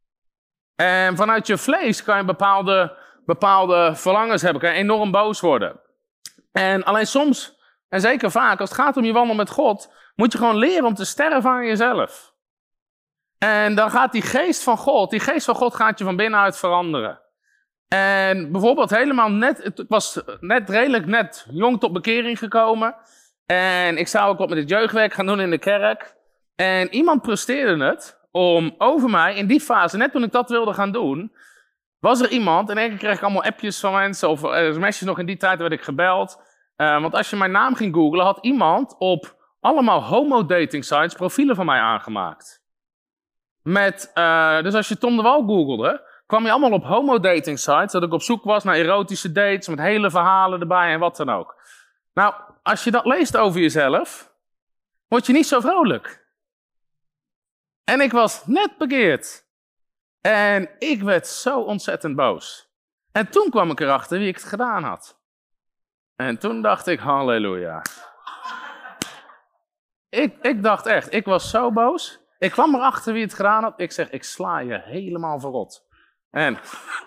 En vanuit je vlees kan je bepaalde, bepaalde verlangens hebben. Kan je enorm boos worden. En alleen soms, en zeker vaak, als het gaat om je wandel met God, moet je gewoon leren om te sterven aan jezelf. En dan gaat die geest van God, die geest van God gaat je van binnenuit veranderen. En bijvoorbeeld helemaal net, ik was net redelijk net jong tot bekering gekomen. En ik zou ook wat met het jeugdwerk gaan doen in de kerk. En iemand presteerde het om over mij, in die fase, net toen ik dat wilde gaan doen, was er iemand, en één keer kreeg ik allemaal appjes van mensen, of sms'jes nog in die tijd werd ik gebeld. Uh, want als je mijn naam ging googlen, had iemand op allemaal homo-dating sites profielen van mij aangemaakt. Met, uh, dus als je Tom de Wal googelde, kwam je allemaal op homo-dating sites, dat ik op zoek was naar erotische dates, met hele verhalen erbij en wat dan ook. Nou, als je dat leest over jezelf, word je niet zo vrolijk. En ik was net bekeerd. En ik werd zo ontzettend boos. En toen kwam ik erachter wie ik het gedaan had. En toen dacht ik, halleluja. Ik, ik dacht echt, ik was zo boos. Ik kwam erachter wie het gedaan had. Ik zeg, ik sla je helemaal verrot. En,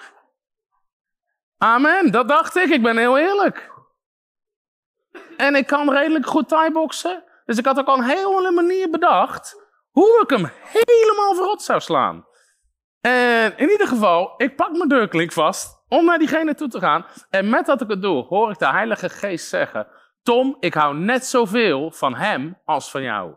amen, dat dacht ik. Ik ben heel eerlijk. En ik kan redelijk goed thai-boksen. Dus ik had ook al een hele manier bedacht hoe ik hem helemaal verrot zou slaan. En in ieder geval, ik pak mijn deurklink vast om naar diegene toe te gaan. En met dat ik het doe, hoor ik de Heilige Geest zeggen, Tom, ik hou net zoveel van hem als van jou.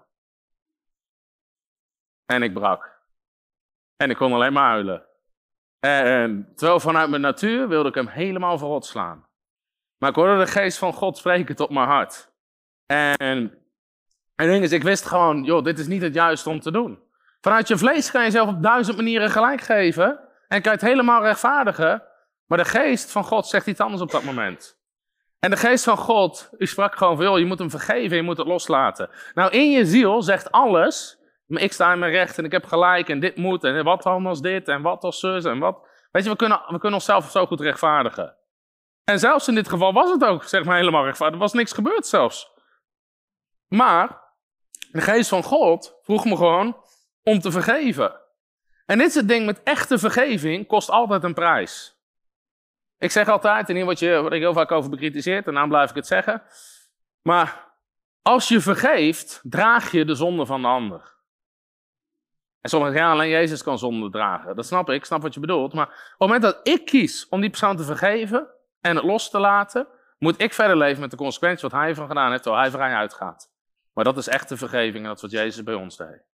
En ik brak. En ik kon alleen maar huilen. En terwijl vanuit mijn natuur wilde ik hem helemaal verrot slaan. Maar ik hoorde de geest van God spreken tot mijn hart. En, en het ding is, ik wist gewoon, joh, dit is niet het juiste om te doen. Vanuit je vlees kan je jezelf op duizend manieren gelijk geven. En kan je het helemaal rechtvaardigen. Maar de geest van God zegt iets anders op dat moment. En de geest van God, die sprak gewoon van, joh, je moet hem vergeven, je moet het loslaten. Nou, in je ziel zegt alles, maar ik sta in mijn recht en ik heb gelijk en dit moet en wat dan als dit en wat als zus en wat. Weet je, we kunnen, we kunnen onszelf zo goed rechtvaardigen. En zelfs in dit geval was het ook, zeg maar, helemaal rechtvaardig. Er was niks gebeurd zelfs. Maar de geest van God vroeg me gewoon om te vergeven. En dit is het ding, met echte vergeving kost altijd een prijs. Ik zeg altijd, en hier word je, word ik heel vaak over bekritiseerd, en daarom blijf ik het zeggen. Maar als je vergeeft, draag je de zonde van de ander. En sommigen zeggen, ja, alleen Jezus kan zonde dragen. Dat snap ik, ik snap wat je bedoelt. Maar op het moment dat ik kies om die persoon te vergeven en het los te laten, moet ik verder leven met de consequentie wat hij van gedaan heeft, terwijl hij vrij uitgaat. Maar dat is echte vergeving en dat is wat Jezus bij ons deed.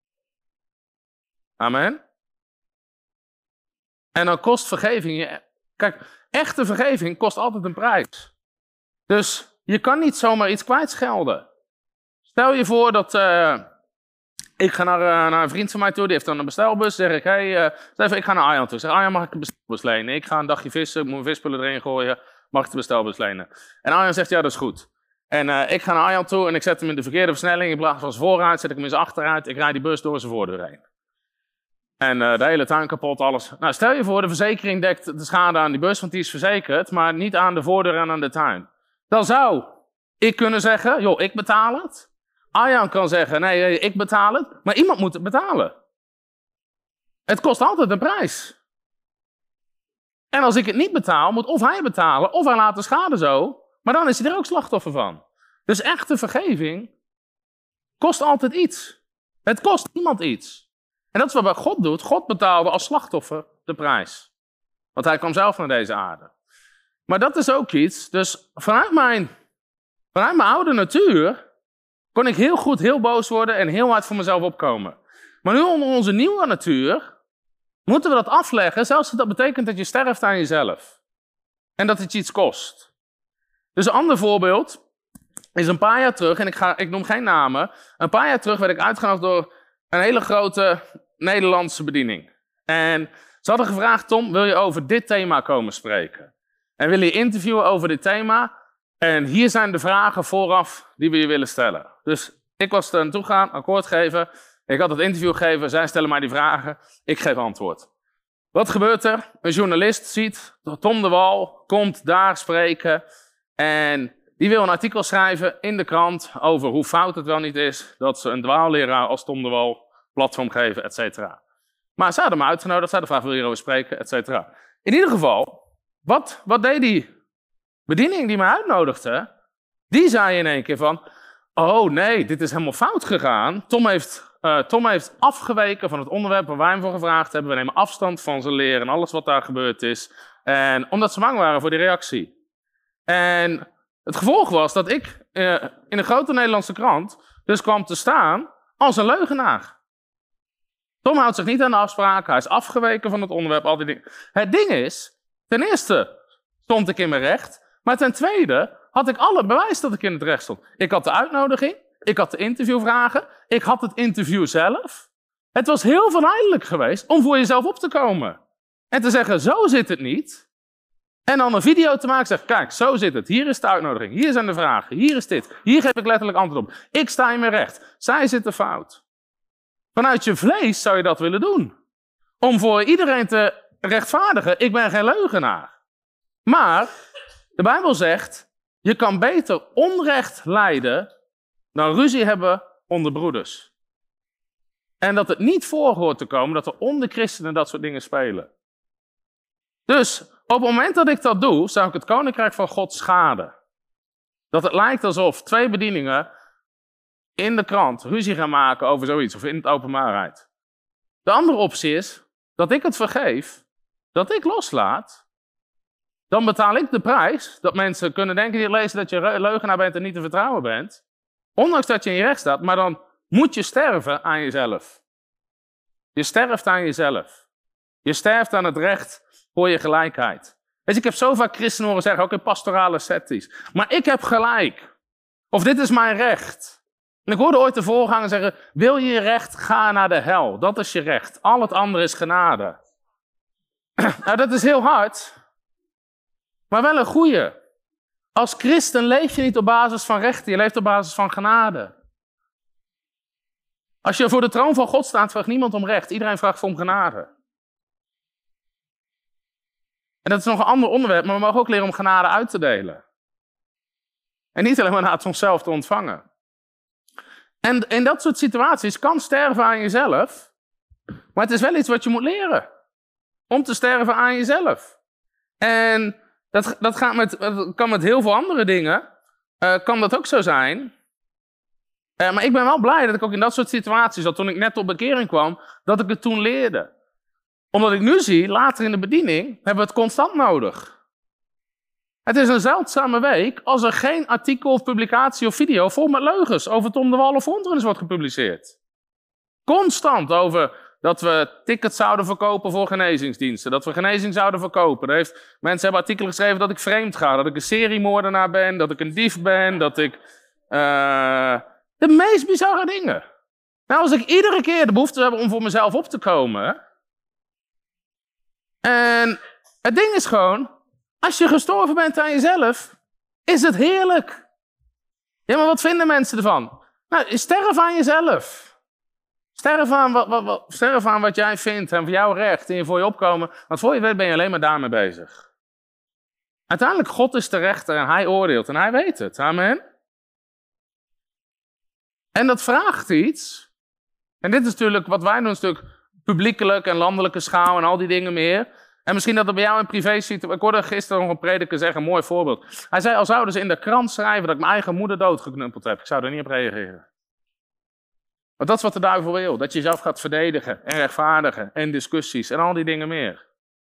Amen. En dan kost vergeving je Kijk, echte vergeving kost altijd een prijs. Dus je kan niet zomaar iets kwijtschelden. Stel je voor dat uh, ik ga naar, uh, naar een vriend van mij toe, die heeft dan een bestelbus. Zeg ik, hey, uh, even, ik ga naar Arjan toe. Zeg, Arjan, mag ik een bestelbus lenen? Ik ga een dagje vissen, ik moet mijn vispullen erin gooien. Mag ik de bestelbus lenen? En Arjan zegt, ja, dat is goed. En uh, ik ga naar Arjan toe en ik zet hem in de verkeerde versnelling. Ik blaas van zijn vooruit, zet ik hem in zijn achteruit. Ik rijd die bus door zijn voordeur heen. En uh, de hele tuin kapot, alles. Nou, stel je voor, de verzekering dekt de schade aan die bus, want die is verzekerd, maar niet aan de voordeur en aan de tuin. Dan zou ik kunnen zeggen, joh, ik betaal het. Arjan kan zeggen, nee, ik betaal het. Maar iemand moet het betalen. Het kost altijd een prijs. En als ik het niet betaal, moet of hij betalen, of hij laat de schade zo. Maar dan is hij er ook slachtoffer van. Dus echte vergeving kost altijd iets. Het kost iemand iets. En dat is wat God doet. God betaalde als slachtoffer de prijs. Want hij kwam zelf naar deze aarde. Maar dat is ook iets. Dus vanuit mijn, vanuit mijn oude natuur kon ik heel goed heel boos worden en heel hard voor mezelf opkomen. Maar nu onder onze nieuwe natuur moeten we dat afleggen, zelfs als dat betekent dat je sterft aan jezelf. En dat het je iets kost. Dus een ander voorbeeld is een paar jaar terug, en ik, ga, ik noem geen namen, een paar jaar terug werd ik uitgenodigd door een hele grote Nederlandse bediening. En ze hadden gevraagd, Tom, wil je over dit thema komen spreken? En wil je interviewen over dit thema? En hier zijn de vragen vooraf die we je willen stellen. Dus ik was er naartoe gaan, akkoord geven. Ik had het interview gegeven, zij stellen mij die vragen. Ik geef antwoord. Wat gebeurt er? Een journalist ziet, Tom de Wal komt daar spreken. En die wil een artikel schrijven in de krant over hoe fout het wel niet is dat ze een dwaalleraar als Tom de Wal platform geven, et cetera. Maar ze hadden me uitgenodigd, ze hadden gevraagd, wil je hierover spreken, et cetera. In ieder geval, wat, wat deed die bediening die mij uitnodigde? Die zei in één keer van, oh nee, dit is helemaal fout gegaan. Tom heeft, uh, Tom heeft afgeweken van het onderwerp waar wij hem voor gevraagd hebben. We nemen afstand van zijn leer en alles wat daar gebeurd is. En omdat ze bang waren voor die reactie. En het gevolg was dat ik uh, in een grote Nederlandse krant dus kwam te staan als een leugenaar. Tom houdt zich niet aan de afspraken, hij is afgeweken van het onderwerp, al die dingen. Het ding is, ten eerste stond ik in mijn recht, maar ten tweede had ik alle bewijs dat ik in het recht stond. Ik had de uitnodiging, ik had de interviewvragen, ik had het interview zelf. Het was heel verleidelijk geweest om voor jezelf op te komen. En te zeggen, zo zit het niet. En dan een video te maken, zeg, kijk, zo zit het. Hier is de uitnodiging, hier zijn de vragen, hier is dit. Hier geef ik letterlijk antwoord op. Ik sta in mijn recht, zij zitten fout. Vanuit je vlees zou je dat willen doen. Om voor iedereen te rechtvaardigen, ik ben geen leugenaar. Maar de Bijbel zegt, je kan beter onrecht lijden dan ruzie hebben onder broeders. En dat het niet voor hoort te komen dat er onder christenen dat soort dingen spelen. Dus op het moment dat ik dat doe, zou ik het koninkrijk van God schaden. Dat het lijkt alsof twee bedieningen in de krant ruzie gaan maken over zoiets, of in het openbaarheid. De andere optie is dat ik het vergeef, dat ik loslaat. Dan betaal ik de prijs dat mensen kunnen denken, die lezen dat je leugenaar bent en niet te vertrouwen bent. Ondanks dat je in je recht staat, maar dan moet je sterven aan jezelf. Je sterft aan jezelf. Je sterft aan het recht voor je gelijkheid. Dus ik heb zo vaak christenen horen zeggen, ook in pastorale setties. Maar ik heb gelijk. Of dit is mijn recht. En ik hoorde ooit de voorganger zeggen, wil je je recht, ga naar de hel. Dat is je recht. Al het andere is genade. Nou, dat is heel hard. Maar wel een goeie. Als christen leef je niet op basis van rechten, je leeft op basis van genade. Als je voor de troon van God staat, vraagt niemand om recht. Iedereen vraagt om genade. En dat is nog een ander onderwerp, maar we mogen ook leren om genade uit te delen. En niet alleen maar naar het onszelf te ontvangen. En in dat soort situaties kan sterven aan jezelf, maar het is wel iets wat je moet leren. Om te sterven aan jezelf. En dat, dat, gaat met, dat kan met heel veel andere dingen, uh, kan dat ook zo zijn. Uh, maar ik ben wel blij dat ik ook in dat soort situaties, dat toen ik net op bekering kwam, dat ik het toen leerde. Omdat ik nu zie, later in de bediening, hebben we het constant nodig. Het is een zeldzame week als er geen artikel of publicatie of video vol met leugens over Tom de Wal of Frontrunners wordt gepubliceerd. Constant over dat we tickets zouden verkopen voor genezingsdiensten. Dat we genezing zouden verkopen. Er heeft, mensen hebben artikelen geschreven dat ik vreemd ga. Dat ik een seriemoordenaar ben. Dat ik een dief ben. Dat ik... Uh, de meest bizarre dingen. Nou, als ik iedere keer de behoefte heb om voor mezelf op te komen. En het ding is gewoon, als je gestorven bent aan jezelf, is het heerlijk. Ja, maar wat vinden mensen ervan? Nou, sterf aan jezelf. Sterf aan wat, wat, wat, sterf aan wat jij vindt en voor jouw recht en voor je opkomen. Want voor je weet ben je alleen maar daarmee bezig. Uiteindelijk, God is de rechter en hij oordeelt en hij weet het. Amen. En dat vraagt iets. En dit is natuurlijk wat wij doen, een stuk publiekelijk en landelijke schaal en al die dingen meer. En misschien dat er bij jou in privé ziet. Ik hoorde gisteren nog een prediker zeggen, een mooi voorbeeld. Hij zei, al zouden ze in de krant schrijven dat ik mijn eigen moeder doodgeknuppeld heb. Ik zou er niet op reageren. Want dat is wat de duivel wil. Dat je jezelf gaat verdedigen en rechtvaardigen en discussies en al die dingen meer.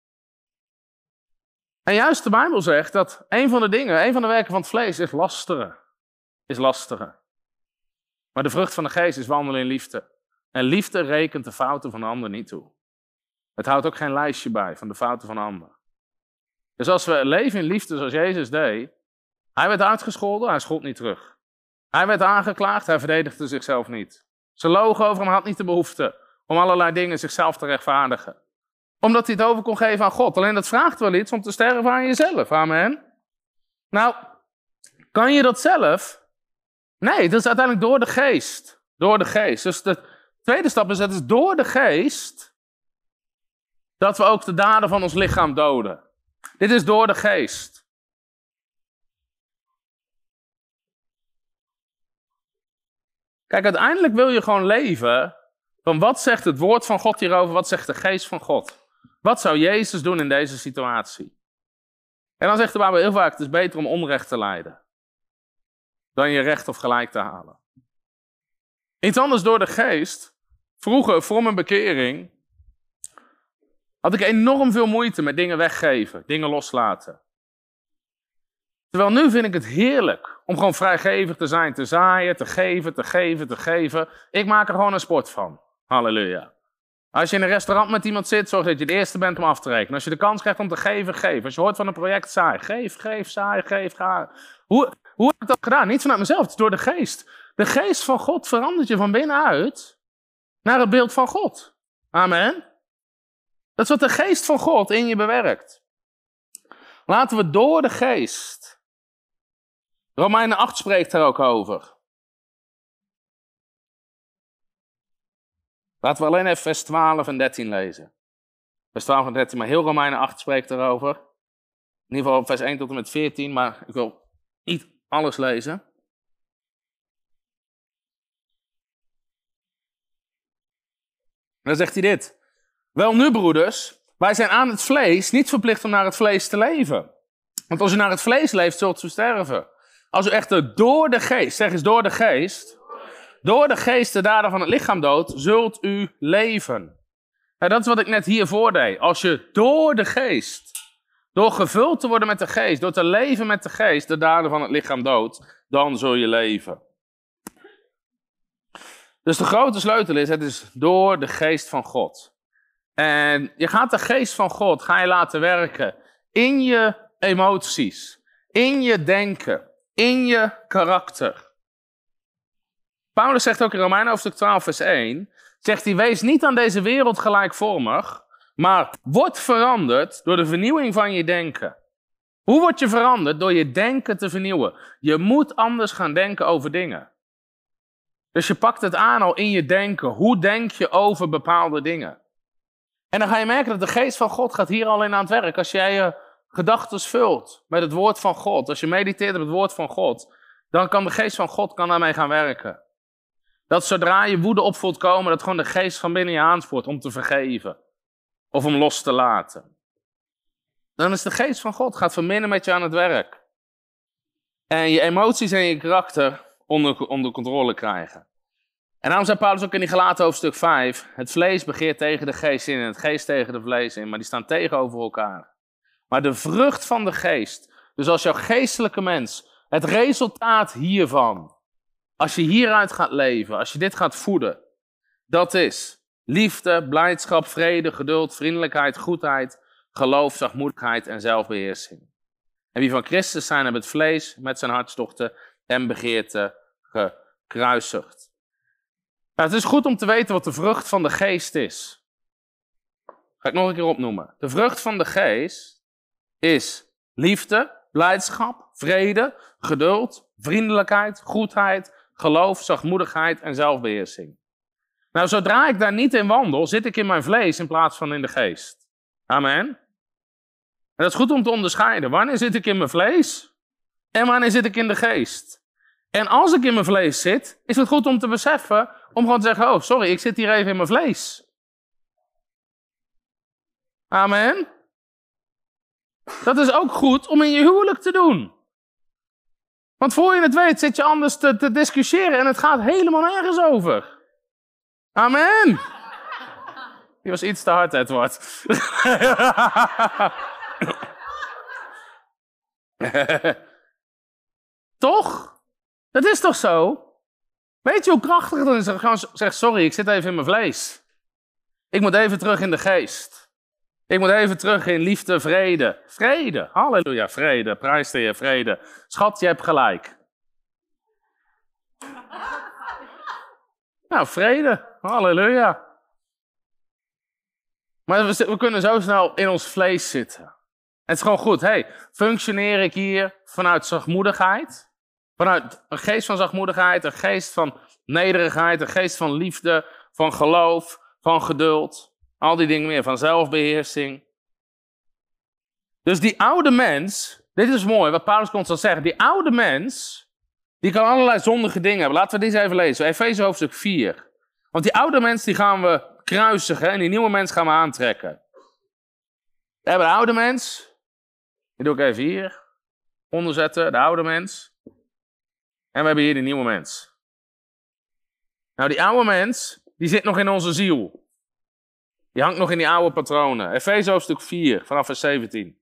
En juist de Bijbel zegt dat een van de dingen, een van de werken van het vlees is lasteren. Is lasteren. Maar de vrucht van de geest is wandelen in liefde. En liefde rekent de fouten van de ander niet toe. Het houdt ook geen lijstje bij van de fouten van anderen. Dus als we leven in liefde zoals Jezus deed. Hij werd uitgescholden, hij schold niet terug. Hij werd aangeklaagd, hij verdedigde zichzelf niet. Ze logen over hem, had niet de behoefte om allerlei dingen zichzelf te rechtvaardigen. Omdat hij het over kon geven aan God. Alleen dat vraagt wel iets om te sterven aan jezelf. Amen. Nou, kan je dat zelf? Nee, dat is uiteindelijk door de geest. Door de geest. Dus de tweede stap is, het is door de geest dat we ook de daden van ons lichaam doden. Dit is door de geest. Kijk, uiteindelijk wil je gewoon leven van wat zegt het woord van God hierover, wat zegt de geest van God. Wat zou Jezus doen in deze situatie? En dan zegt de Bijbel heel vaak, het is beter om onrecht te lijden dan je recht of gelijk te halen. Iets anders door de geest. Vroeger, voor mijn bekering, had ik enorm veel moeite met dingen weggeven, dingen loslaten. Terwijl nu vind ik het heerlijk om gewoon vrijgevig te zijn, te zaaien, te geven, te geven, te geven. Ik maak er gewoon een sport van. Halleluja. Als je in een restaurant met iemand zit, zorg dat je de eerste bent om af te rekenen. Als je de kans krijgt om te geven, geef. Als je hoort van een project, saai. Geef, geef, saai, geef, ga. Hoe, hoe heb ik dat gedaan? Niet vanuit mezelf, het is door de geest. De geest van God verandert je van binnenuit naar het beeld van God. Amen. Dat is wat de geest van God in je bewerkt. Laten we door de geest. Romeinen acht spreekt daar ook over. Laten we alleen even vers twaalf en dertien lezen. Vers twaalf en dertien, maar heel Romeinen acht spreekt erover. In ieder geval vers één tot en met veertien, maar ik wil niet alles lezen. Dan zegt hij dit. Wel nu, broeders, wij zijn aan het vlees niet verplicht om naar het vlees te leven. Want als u naar het vlees leeft, zult u sterven. Als u echter door de geest, zeg eens door de geest, door de geest de daden van het lichaam doodt, zult u leven. Nou, dat is wat ik net hier voordeed. Als je door de geest, door gevuld te worden met de geest, door te leven met de geest, de daden van het lichaam doodt, dan zul je leven. Dus de grote sleutel is, het is door de geest van God. En je gaat de geest van God, ga je laten werken in je emoties, in je denken, in je karakter. Paulus zegt ook in Romeinen hoofdstuk twaalf vers één, zegt hij, wees niet aan deze wereld gelijkvormig, maar word veranderd door de vernieuwing van je denken. Hoe word je veranderd? Door je denken te vernieuwen. Je moet anders gaan denken over dingen. Dus je pakt het aan al in je denken. Hoe denk je over bepaalde dingen? En dan ga je merken dat de geest van God gaat hier al in aan het werk. Als jij je gedachten vult met het woord van God, als je mediteert op het woord van God, dan kan de geest van God kan daarmee gaan werken. Dat zodra je woede op voelt komen, dat gewoon de geest van binnen je aanspoort om te vergeven. Of om los te laten. Dan is de geest van God, gaat van binnen met je aan het werk. En je emoties en je karakter onder, onder controle krijgen. En daarom zei Paulus ook in die Galaten hoofdstuk vijf, het vlees begeert tegen de geest in en het geest tegen de vlees in, maar die staan tegenover elkaar. Maar de vrucht van de geest, dus als jouw geestelijke mens, het resultaat hiervan, als je hieruit gaat leven, als je dit gaat voeden, dat is liefde, blijdschap, vrede, geduld, vriendelijkheid, goedheid, geloof, zachtmoedigheid en zelfbeheersing. En wie van Christus zijn, hebben het vlees met zijn hartstochten en begeerten gekruisigd. Nou, het is goed om te weten wat de vrucht van de geest is. Ga ik nog een keer opnoemen. De vrucht van de geest is liefde, blijdschap, vrede, geduld, vriendelijkheid, goedheid, geloof, zachtmoedigheid en zelfbeheersing. Nou, zodra ik daar niet in wandel, zit ik in mijn vlees in plaats van in de geest. Amen. En dat is goed om te onderscheiden. Wanneer zit ik in mijn vlees en wanneer zit ik in de geest? En als ik in mijn vlees zit, is het goed om te beseffen, om gewoon te zeggen, oh sorry, ik zit hier even in mijn vlees. Amen. Dat is ook goed om in je huwelijk te doen. Want voor je het weet zit je anders te, te discussiëren en het gaat helemaal nergens over. Amen. Die was iets te hard, Edward. Toch? Dat is toch zo? Weet je hoe krachtig het is? Gewoon zeg, sorry, ik zit even in mijn vlees. Ik moet even terug in de geest. Ik moet even terug in liefde, vrede. Vrede, halleluja, vrede. Prijs de Heer, vrede. Schat, je hebt gelijk. Nou, vrede, halleluja. Maar we, we kunnen zo snel in ons vlees zitten. Het is gewoon goed. Hey, functioneer ik hier vanuit zachtmoedigheid? Vanuit een geest van zachtmoedigheid, een geest van nederigheid, een geest van liefde, van geloof, van geduld. Al die dingen meer, van zelfbeheersing. Dus die oude mens, dit is mooi wat Paulus constant zeggen. Die oude mens, die kan allerlei zondige dingen hebben. Laten we dit eens even lezen. Efeze hoofdstuk vier. Want die oude mens die gaan we kruisigen en die nieuwe mens gaan we aantrekken. We hebben de oude mens. Die doe ik even hier. Onderzetten, de oude mens. En we hebben hier de nieuwe mens. Nou, die oude mens, die zit nog in onze ziel. Die hangt nog in die oude patronen. Efeze hoofdstuk vier, vanaf vers zeventien.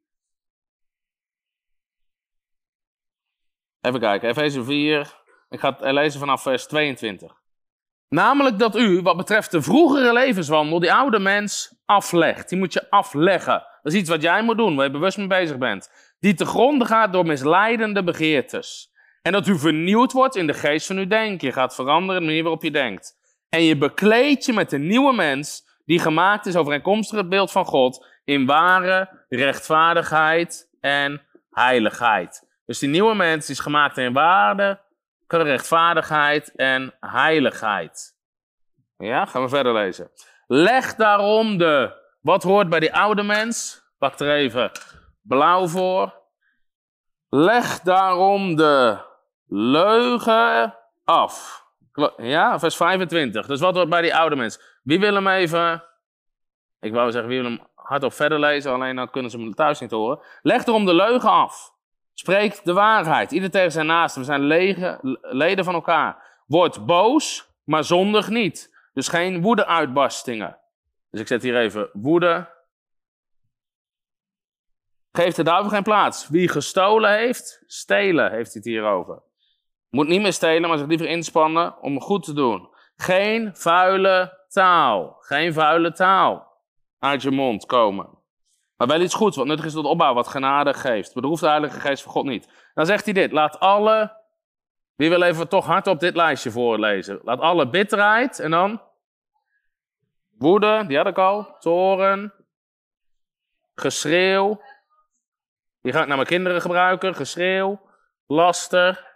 Even kijken, Efeze vier. Ik ga het lezen vanaf vers tweeëntwintig. Namelijk dat u, wat betreft de vroegere levenswandel, die oude mens aflegt. Die moet je afleggen. Dat is iets wat jij moet doen, waar je bewust mee bezig bent. Die te gronde gaat door misleidende begeertes. En dat u vernieuwd wordt in de geest van uw denken. Je gaat veranderen in de manier waarop je denkt. En je bekleedt je met de nieuwe mens, die gemaakt is overeenkomstig het beeld van God, in ware rechtvaardigheid en heiligheid. Dus die nieuwe mens die is gemaakt in ware rechtvaardigheid en heiligheid. Ja, gaan we verder lezen. Leg daarom de, wat hoort bij die oude mens? Pak er even blauw voor. Leg daarom de leugen af. Ja, vers vijfentwintig. Dus wat hoort bij die oude mens? Wie wil hem even... Ik wou zeggen, wie wil hem hardop verder lezen, alleen dan kunnen ze hem thuis niet horen. Leg erom de leugen af. Spreek de waarheid. Ieder tegen zijn naaste. We zijn lege, leden van elkaar. Word boos, maar zondig niet. Dus geen woede-uitbarstingen. Dus ik zet hier even woede. Geef de duivel geen plaats. Wie gestolen heeft, stelen heeft hij het hier over. Moet niet meer stelen, maar zich liever inspannen om goed te doen. Geen vuile taal. Geen vuile taal uit je mond komen. Maar wel iets goeds, wat nuttig is tot opbouw, wat genade geeft. Bedroeft de Heilige Geest van God niet. Dan zegt hij dit, laat alle... Wie wil even toch hardop dit lijstje voorlezen? Laat alle bitterheid, en dan... Woede, die had ik al. Toorn. Geschreeuw. Die ga ik naar mijn kinderen gebruiken. Geschreeuw. Laster.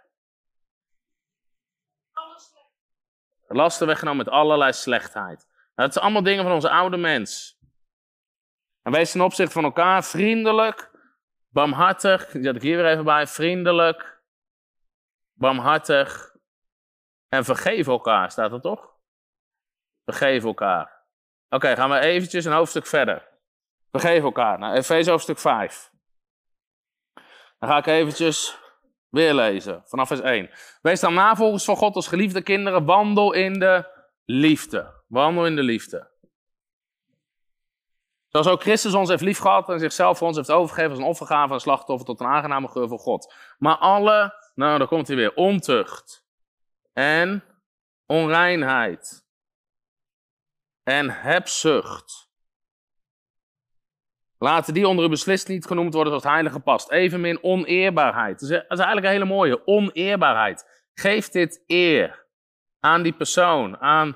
Lasten weggenomen met allerlei slechtheid. Nou, dat zijn allemaal dingen van onze oude mens. En wees ten opzichte van elkaar vriendelijk, barmhartig. Die zet ik hier weer even bij. Vriendelijk, barmhartig. En vergeef elkaar, staat er toch? Vergeef elkaar. Oké, okay, gaan we eventjes een hoofdstuk verder. Vergeef elkaar. Nou, Efeze hoofdstuk vijf. Dan ga ik eventjes weer lezen, vanaf vers één. Wees dan navolgers van God als geliefde kinderen. Wandel in de liefde. Wandel in de liefde. Zoals ook Christus ons heeft liefgehad en zichzelf voor ons heeft overgegeven als een offergave en slachtoffer tot een aangename geur voor God. Maar alle, nou daar komt hij weer, ontucht en onreinheid en hebzucht. Laten die onder u beslist niet genoemd worden zoals het heilige past. Evenmin oneerbaarheid. Dat is, dat is eigenlijk een hele mooie. Oneerbaarheid. Geef dit eer aan die persoon. Aan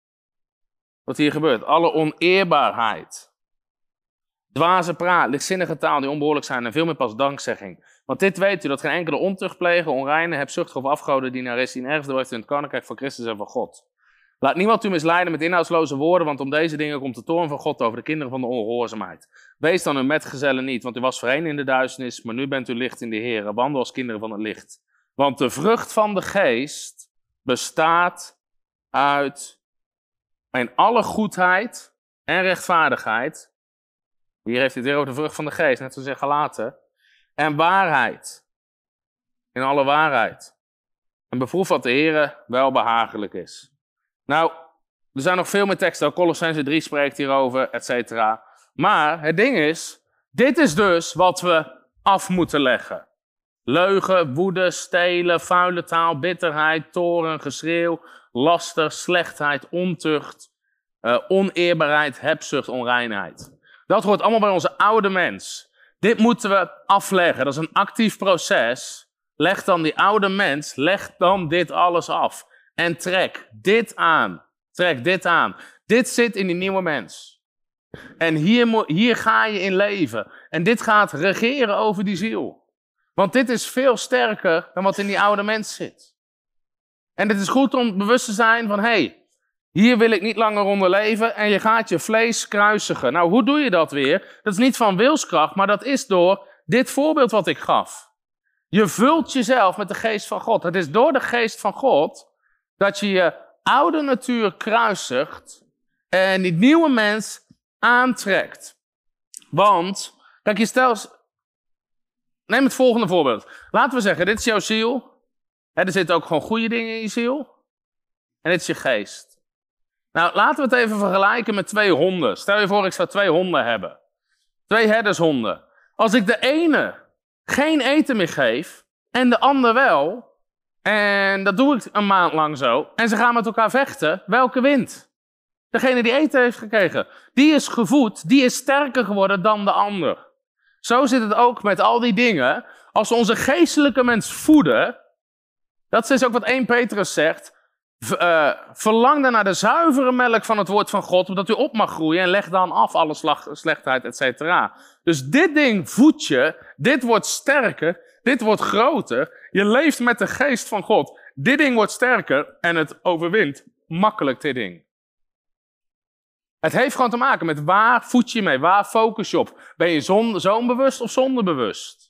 wat hier gebeurt. Alle oneerbaarheid. Dwaze praat, lichtzinnige taal die onbehoorlijk zijn en veel meer pas dankzegging. Want dit weet u, dat geen enkele ontucht plegen, onreine, hebzuchtige of afgodendienaar is die een erfdeel heeft in het koninkrijk van Christus en van God. Laat niemand u misleiden met inhoudsloze woorden, want om deze dingen komt de toorn van God over de kinderen van de ongehoorzaamheid. Wees dan uw metgezellen niet, want u was voorheen in de duisternis, maar nu bent u licht in de Heer. Wandel als kinderen van het licht. Want de vrucht van de geest bestaat uit in alle goedheid en rechtvaardigheid. Hier heeft hij het weer over de vrucht van de geest, net zoals in Galaten. En waarheid. In alle waarheid. En beproef wat de Heere wel behagelijk is. Nou, er zijn nog veel meer teksten. Colossenzen drie spreekt hierover, et cetera. Maar het ding is, dit is dus wat we af moeten leggen. Leugen, woede, stelen, vuile taal, bitterheid, toorn, geschreeuw, laster, slechtheid, ontucht, uh, oneerbaarheid, hebzucht, onreinheid. Dat hoort allemaal bij onze oude mens. Dit moeten we afleggen. Dat is een actief proces. Leg dan die oude mens, leg dan dit alles af. En trek dit aan. Trek dit aan. Dit zit in die nieuwe mens. En hier, hier ga je in leven. En dit gaat regeren over die ziel. Want dit is veel sterker dan wat in die oude mens zit. En het is goed om bewust te zijn van, hé, hey, hier wil ik niet langer onder leven en je gaat je vlees kruisigen. Nou, hoe doe je dat weer? Dat is niet van wilskracht, maar dat is door dit voorbeeld wat ik gaf. Je vult jezelf met de geest van God. Het is door de geest van God dat je je oude natuur kruisigt en die nieuwe mens aantrekt. Want, kijk, je stel, neem het volgende voorbeeld. Laten we zeggen, dit is jouw ziel. He, er zitten ook gewoon goede dingen in je ziel. En dit is je geest. Nou, laten we het even vergelijken met twee honden. Stel je voor, ik zou twee honden hebben. Twee herdershonden. Als ik de ene geen eten meer geef en de ander wel, en dat doe ik een maand lang zo, en ze gaan met elkaar vechten, welke wint? Degene die eten heeft gekregen. Die is gevoed, die is sterker geworden dan de ander. Zo zit het ook met al die dingen. Als we onze geestelijke mens voeden, dat is ook wat Eerste Petrus zegt, Uh, verlang dan naar de zuivere melk van het woord van God, omdat u op mag groeien en leg dan af alle slag, slechtheid, et cetera. Dus dit ding voedt je, dit wordt sterker, dit wordt groter. Je leeft met de geest van God. Dit ding wordt sterker en het overwint makkelijk dit ding. Het heeft gewoon te maken met waar voed je mee, waar focus je op. Ben je zon, zoonbewust of zonderbewust?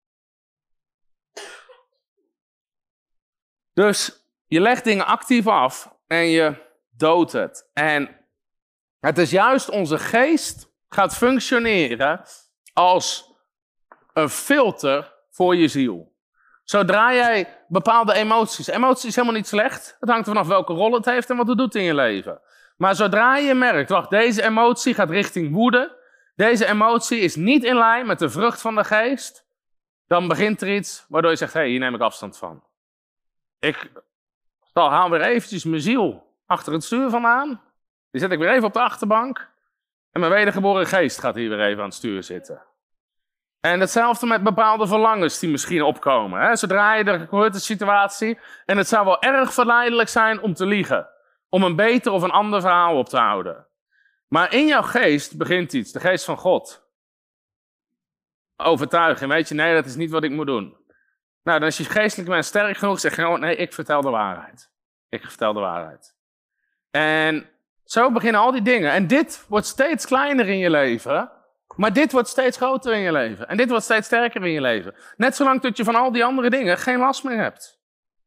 Dus je legt dingen actief af en je doodt het. En het is juist onze geest gaat functioneren als een filter voor je ziel. Zodra jij bepaalde emoties... Emoties is helemaal niet slecht. Het hangt er vanaf welke rol het heeft en wat het doet in je leven. Maar zodra je merkt, wacht, deze emotie gaat richting woede. Deze emotie is niet in lijn met de vrucht van de geest. Dan begint er iets waardoor je zegt, hé, hey, hier neem ik afstand van. Ik... Dan haal weer eventjes mijn ziel achter het stuur vandaan. Die zet ik weer even op de achterbank. En mijn wedergeboren geest gaat hier weer even aan het stuur zitten. En hetzelfde met bepaalde verlangens die misschien opkomen. Hè? Zodra je er gebeurt een situatie. En het zou wel erg verleidelijk zijn om te liegen. Om een beter of een ander verhaal op te houden. Maar in jouw geest begint iets. De geest van God. Overtuigen. Weet je, nee, dat is niet wat ik moet doen. Nou, dan is je geestelijke mens sterk genoeg, zeg je gewoon, nee, ik vertel de waarheid. Ik vertel de waarheid. En zo beginnen al die dingen. En dit wordt steeds kleiner in je leven, maar dit wordt steeds groter in je leven. En dit wordt steeds sterker in je leven. Net zolang dat je van al die andere dingen geen last meer hebt.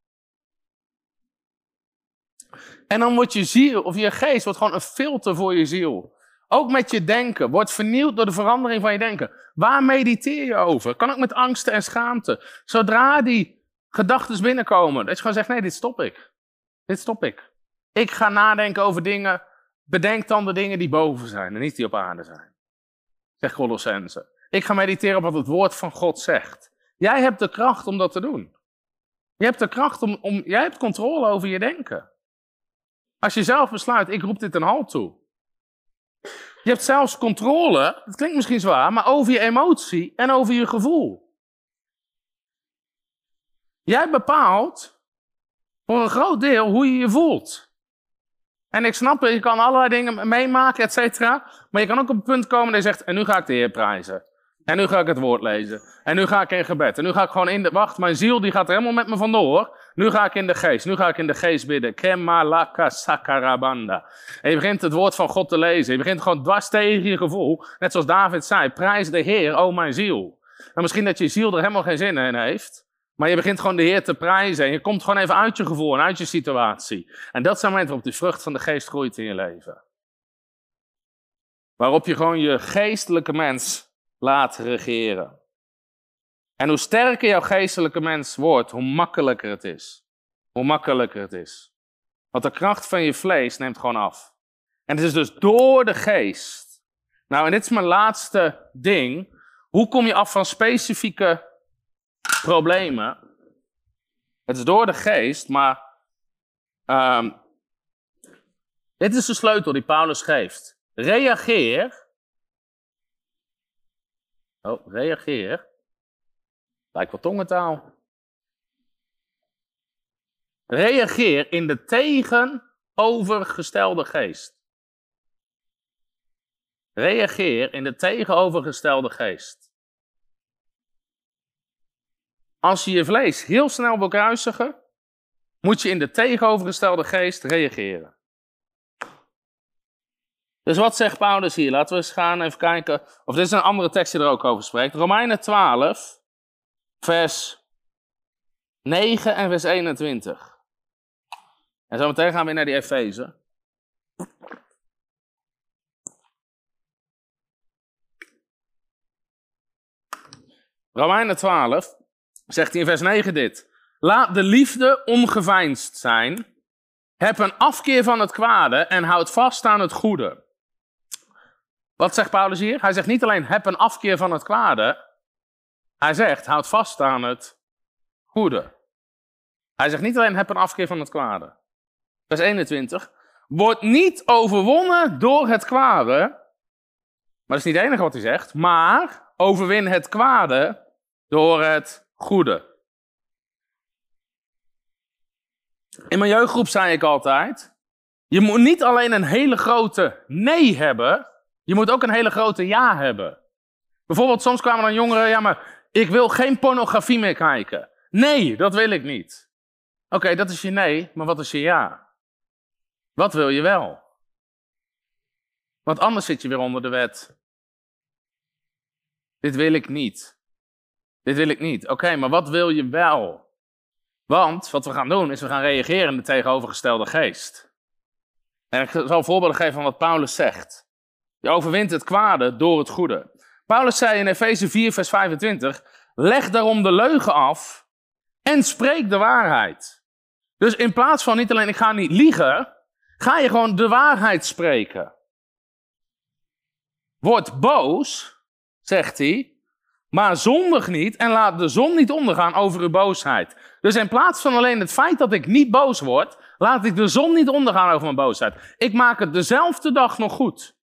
En dan wordt je ziel, of je geest, wordt gewoon een filter voor je ziel. Ook met je denken. Wordt vernieuwd door de verandering van je denken. Waar mediteer je over? Kan ook met angsten en schaamte. Zodra die gedachten binnenkomen, dat je gewoon zegt, nee, dit stop ik. Dit stop ik. Ik ga nadenken over dingen. Bedenk dan de dingen die boven zijn en niet die op aarde zijn. Zegt Colossenzen. Ik ga mediteren op wat het woord van God zegt. Jij hebt de kracht om dat te doen. Je hebt de kracht om, om jij hebt controle over je denken. Als je zelf besluit, ik roep dit een halt toe. Je hebt zelfs controle, dat klinkt misschien zwaar, maar over je emotie en over je gevoel. Jij bepaalt voor een groot deel hoe je je voelt. En ik snap, je kan allerlei dingen meemaken, et cetera. Maar je kan ook op een punt komen dat je zegt, en nu ga ik de Heer prijzen. En nu ga ik het woord lezen. En nu ga ik in gebed. En nu ga ik gewoon in de... Wacht, mijn ziel die gaat er helemaal met me vandoor. Nu ga ik in de geest. Nu ga ik in de geest bidden. Kema laka sakarabanda. En je begint het woord van God te lezen. Je begint gewoon dwars tegen je gevoel. Net zoals David zei. Prijs de Heer, o mijn ziel. Nou, misschien dat je ziel er helemaal geen zin in heeft. Maar je begint gewoon de Heer te prijzen. En je komt gewoon even uit je gevoel en uit je situatie. En dat zijn momenten waarop de vrucht van de geest groeit in je leven. Waarop je gewoon je geestelijke mens laat regeren. En hoe sterker jouw geestelijke mens wordt, hoe makkelijker het is. Hoe makkelijker het is. Want de kracht van je vlees neemt gewoon af. En het is dus door de geest. Nou, en dit is mijn laatste ding. Hoe kom je af van specifieke problemen? Het is door de geest, maar um, dit is de sleutel die Paulus geeft. Reageer. Oh, reageer. Lijkt wel tongentaal. Reageer in de tegenovergestelde geest. Reageer in de tegenovergestelde geest. Als je je vlees heel snel wil kruisigen, moet je in de tegenovergestelde geest reageren. Dus wat zegt Paulus hier? Laten we eens gaan even kijken of dit is een andere tekst die er ook over spreekt. Romeinen twaalf, vers negen en vers eenentwintig. En zo meteen gaan we weer naar die Efeze. Romeinen twaalf zegt hij in vers negen dit. Laat de liefde ongeveinsd zijn. Heb een afkeer van het kwade en houd vast aan het goede. Wat zegt Paulus hier? Hij zegt niet alleen heb een afkeer van het kwade. Hij zegt houd vast aan het goede. Hij zegt niet alleen heb een afkeer van het kwade. Vers eenentwintig. Word niet overwonnen door het kwade. Maar dat is niet het enige wat hij zegt. Maar overwin het kwade door het goede. In mijn jeugdgroep zei ik altijd. Je moet niet alleen een hele grote nee hebben. Je moet ook een hele grote ja hebben. Bijvoorbeeld soms kwamen dan jongeren. Ja, maar ik wil geen pornografie meer kijken. Nee, dat wil ik niet. Oké, okay, dat is je nee, maar wat is je ja? Wat wil je wel? Want anders zit je weer onder de wet. Dit wil ik niet. Dit wil ik niet. Oké, okay, maar wat wil je wel? Want wat we gaan doen is we gaan reageren in de tegenovergestelde geest. En ik zal voorbeelden geven van wat Paulus zegt. Je overwint het kwade door het goede. Paulus zei in Efeze vier vers vijfentwintig. Leg daarom de leugen af en spreek de waarheid. Dus in plaats van niet alleen ik ga niet liegen, ga je gewoon de waarheid spreken. Word boos, zegt hij, maar zondig niet en laat de zon niet ondergaan over uw boosheid. Dus in plaats van alleen het feit dat ik niet boos word, laat ik de zon niet ondergaan over mijn boosheid. Ik maak het dezelfde dag nog goed.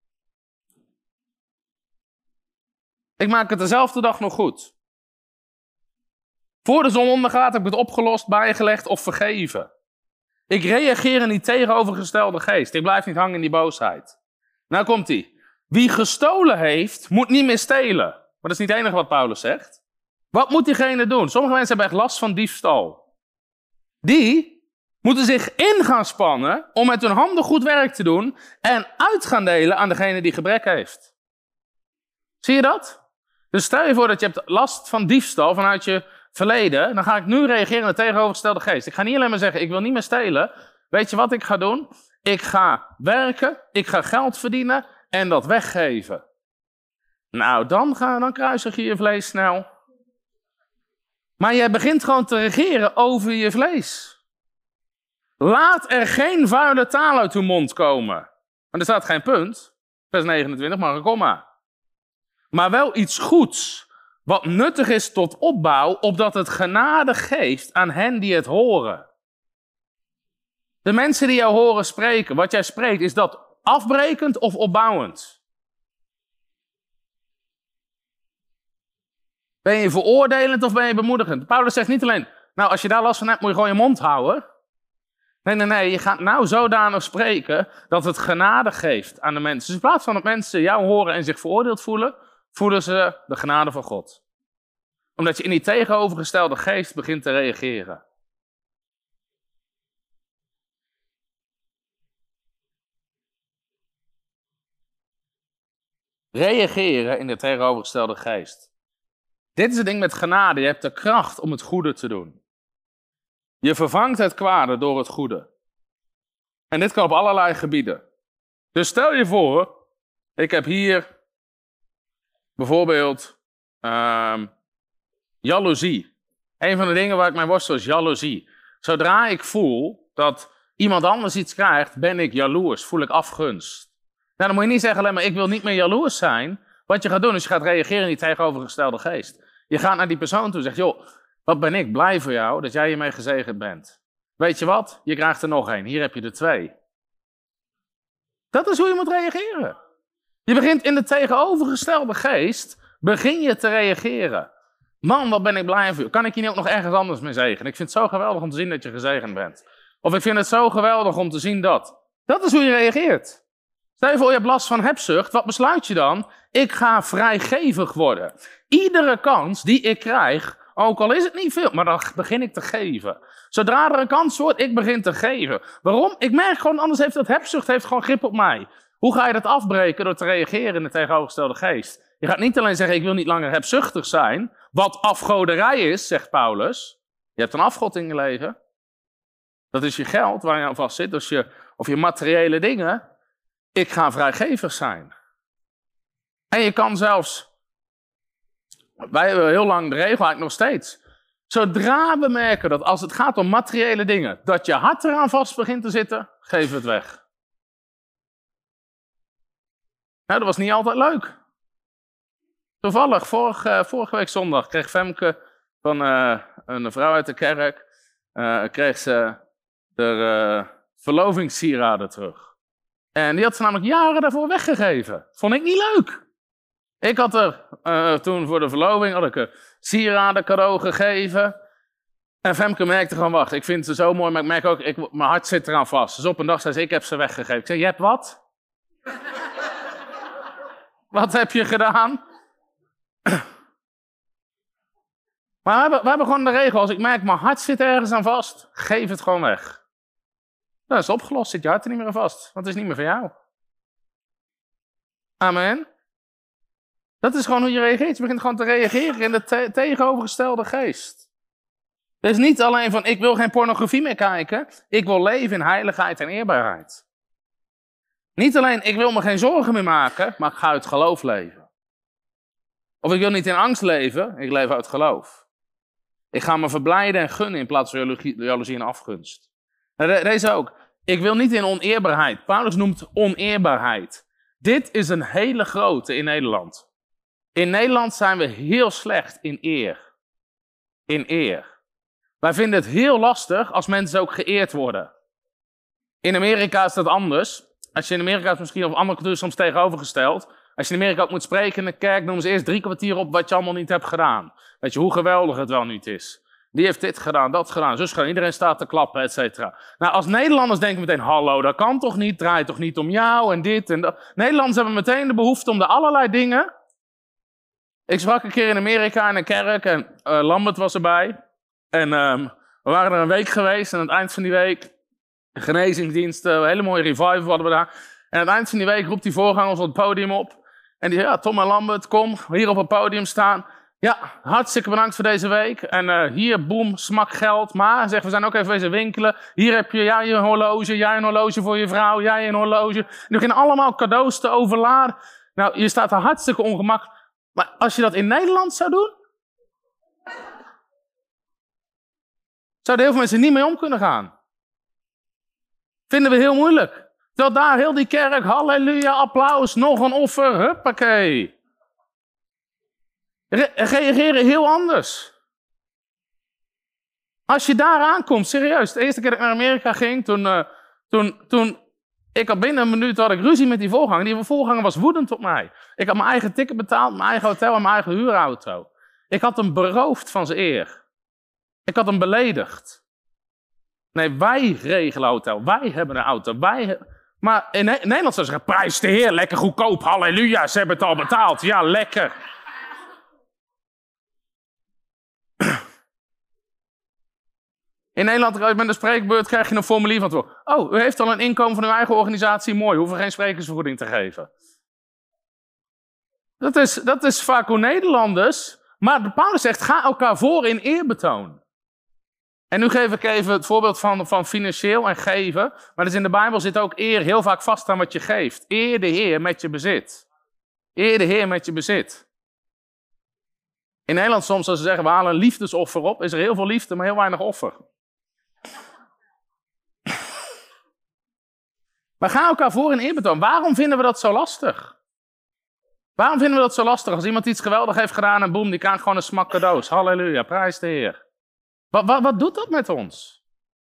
Ik maak het dezelfde dag nog goed. Voor de zon ondergaat heb ik het opgelost, bijgelegd of vergeven. Ik reageer in die tegenovergestelde geest. Ik blijf niet hangen in die boosheid. Nou komt ie. Wie gestolen heeft, moet niet meer stelen. Maar dat is niet het enige wat Paulus zegt. Wat moet diegene doen? Sommige mensen hebben echt last van diefstal. Die moeten zich in gaan spannen om met hun handen goed werk te doen en uit gaan delen aan degene die gebrek heeft. Zie je dat? Dus stel je voor dat je hebt last van diefstal vanuit je verleden, dan ga ik nu reageren in de tegenovergestelde geest. Ik ga niet alleen maar zeggen, ik wil niet meer stelen. Weet je wat ik ga doen? Ik ga werken, ik ga geld verdienen en dat weggeven. Nou, dan, ga, dan kruisig je je vlees snel. Maar jij begint gewoon te regeren over je vlees. Laat er geen vuile taal uit uw mond komen. Want er staat geen punt. Vers negenentwintig, maar een komma. Maar wel iets goeds. Wat nuttig is tot opbouw, opdat het genade geeft aan hen die het horen. De mensen die jou horen spreken, wat jij spreekt, is dat Afbrekend of opbouwend? Ben je veroordelend of ben je bemoedigend? Paulus zegt niet alleen, nou als je daar last van hebt moet je gewoon je mond houden. Nee, nee, nee, je gaat nou zodanig spreken dat het genade geeft aan de mensen. Dus in plaats van dat mensen jou horen en zich veroordeeld voelen, voelen ze de genade van God. Omdat je in die tegenovergestelde geest begint te reageren. Reageren in de tegenovergestelde geest. Dit is het ding met genade. Je hebt de kracht om het goede te doen. Je vervangt het kwade door het goede. En dit kan op allerlei gebieden. Dus stel je voor, ik heb hier bijvoorbeeld uh, jaloezie. Een van de dingen waar ik mee worstel is jaloezie. Zodra ik voel dat iemand anders iets krijgt, ben ik jaloers, voel ik afgunst. Nou, dan moet je niet zeggen alleen maar ik wil niet meer jaloers zijn. Wat je gaat doen is je gaat reageren in die tegenovergestelde geest. Je gaat naar die persoon toe en zegt, joh, wat ben ik blij voor jou dat jij hiermee gezegend bent. Weet je wat? Je krijgt er nog één. Hier heb je er twee. Dat is hoe je moet reageren. Je begint in de tegenovergestelde geest, begin je te reageren. Man, wat ben ik blij voor je. Kan ik je niet ook nog ergens anders mee zegenen? Ik vind het zo geweldig om te zien dat je gezegend bent. Of ik vind het zo geweldig om te zien dat. Dat is hoe je reageert. Stel je voor, je hebt last van hebzucht. Wat besluit je dan? Ik ga vrijgevig worden. Iedere kans die ik krijg, ook al is het niet veel, maar dan begin ik te geven. Zodra er een kans wordt, ik begin te geven. Waarom? Ik merk gewoon, anders heeft dat hebzucht heeft gewoon grip op mij. Hoe ga je dat afbreken? Door te reageren in de tegenovergestelde geest. Je gaat niet alleen zeggen, ik wil niet langer hebzuchtig zijn, wat afgoderij is, zegt Paulus. Je hebt een afgod in je leven. Dat is je geld waar je aan vast zit, dus je, of je materiële dingen. Ik ga vrijgevig zijn. En je kan zelfs, wij hebben heel lang de regel, eigenlijk nog steeds. Zodra we merken dat als het gaat om materiële dingen, dat je hart eraan vast begint te zitten, geef het weg. Nou, dat was niet altijd leuk. Toevallig, vorige, vorige week zondag kreeg Femke van uh, een vrouw uit de kerk, uh, kreeg ze de uh, verlovingssieraden terug. En die had ze namelijk jaren daarvoor weggegeven. Vond ik niet leuk. Ik had er uh, toen voor de verloving had ik een sieraden cadeau gegeven. En Femke merkte gewoon, wacht, ik vind ze zo mooi, maar ik merk ook, ik, mijn hart zit eraan vast. Dus op een dag zei ze, ik heb ze weggegeven. Ik zei, je hebt wat? Wat heb je gedaan? Maar we hebben, we hebben gewoon de regel, als ik merk, mijn hart zit ergens aan vast, geef het gewoon weg. Dat is opgelost, zit je hart er niet meer aan vast, want het is niet meer van jou. Amen. Dat is gewoon hoe je reageert. Je begint gewoon te reageren in de te- tegenovergestelde geest. Het is niet alleen van, ik wil geen pornografie meer kijken. Ik wil leven in heiligheid en eerbaarheid. Niet alleen, ik wil me geen zorgen meer maken, maar ik ga uit geloof leven. Of ik wil niet in angst leven, ik leef uit geloof. Ik ga me verblijden en gunnen in plaats van jaloezie en afgunst. Deze ook. Ik wil niet in oneerbaarheid. Paulus noemt oneerbaarheid. Dit is een hele grote in Nederland. In Nederland zijn we heel slecht in eer. In eer. Wij vinden het heel lastig als mensen ook geëerd worden. In Amerika is dat anders. Als je in Amerika is misschien of andere cultuur soms tegenovergesteld. Als je in Amerika ook moet spreken in de kerk, noemen ze eerst drie kwartier op wat je allemaal niet hebt gedaan. Weet je hoe geweldig het wel niet is. Die heeft dit gedaan, dat gedaan, zus gedaan. Iedereen staat te klappen, et cetera. Nou, als Nederlanders denken we meteen, hallo, dat kan toch niet? Draait toch niet om jou en dit en dat. Nederlanders hebben meteen de behoefte om de allerlei dingen. Ik sprak een keer in Amerika in een kerk en uh, Lambert was erbij. En um, we waren er een week geweest en aan het eind van die week, genezingsdiensten, een hele mooie revival hadden we daar. En aan het eind van die week roept die voorganger ons op het podium op. En die zei, ja, Tom en Lambert, kom hier op het podium staan. Ja, hartstikke bedankt voor deze week. En uh, hier, boem, smak geld. Maar, zeg, we zijn ook even wezen winkelen. Hier heb je jij een horloge, jij een horloge voor je vrouw, jij een horloge. En die beginnen allemaal cadeaus te overladen. Nou, je staat er hartstikke ongemakkelijk. Maar als je dat in Nederland zou doen, zouden heel veel mensen niet mee om kunnen gaan. Vinden we heel moeilijk. Terwijl daar heel die kerk, halleluja, applaus, nog een offer, huppakee. Re- reageren heel anders. Als je daar aankomt, serieus, de eerste keer dat ik naar Amerika ging, toen, uh, toen, toen Ik had binnen een minuut had ik ruzie met die voorganger. Die voorganger was woedend op mij. Ik had mijn eigen ticket betaald, mijn eigen hotel en mijn eigen huurauto. Ik had hem beroofd van zijn eer. Ik had hem beledigd. Nee, wij regelen hotel. Wij hebben een auto. Wij he- maar in, ne- in Nederland zou ze zeggen, prijs de Heer, lekker goedkoop, halleluja, ze hebben het al betaald. Ja, lekker. In Nederland, met een spreekbeurt, krijg je een formulier van tevoren. Oh, u heeft al een inkomen van uw eigen organisatie, mooi, hoeven geen sprekersvergoeding te geven. Dat is, dat is vaak hoe Nederlanders, maar de Paulus zegt, ga elkaar voor in eerbetoon. En nu geef ik even het voorbeeld van, van financieel en geven. Maar dus in de Bijbel zit ook eer heel vaak vast aan wat je geeft. Eer de Heer met je bezit. Eer de Heer met je bezit. In Nederland soms als ze zeggen, we halen een liefdesoffer op, is er heel veel liefde, maar heel weinig offer. Maar ga elkaar voor in eerbetoon. Waarom vinden we dat zo lastig? Waarom vinden we dat zo lastig? Als iemand iets geweldig heeft gedaan en boem, die krijgt gewoon een smak cadeaus. Halleluja, prijs de Heer. Wat, wat, wat doet dat met ons?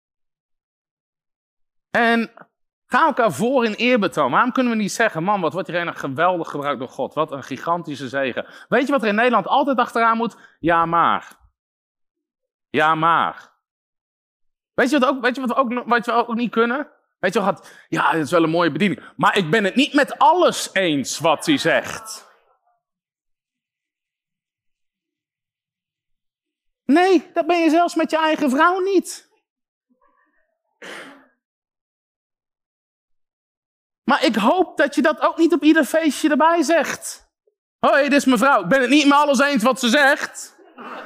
En ga elkaar voor in eerbetoon. Waarom kunnen we niet zeggen, man, wat wordt hierin geweldig gebruikt door God? Wat een gigantische zegen. Weet je wat er in Nederland altijd achteraan moet? Ja, maar. Ja, maar. Weet je wat, ook, weet je wat, we, ook, wat we ook niet kunnen? Weet je wat? Ja, dit is wel een mooie bediening. Maar ik ben het niet met alles eens wat hij zegt. Nee, dat ben je zelfs met je eigen vrouw niet. Maar ik hoop dat je dat ook niet op ieder feestje erbij zegt. Hoi, dit is mijn vrouw. Ik ben het niet met alles eens wat ze zegt.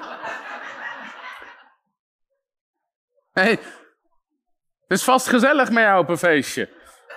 Hey, het is vast gezellig met jou op een feestje.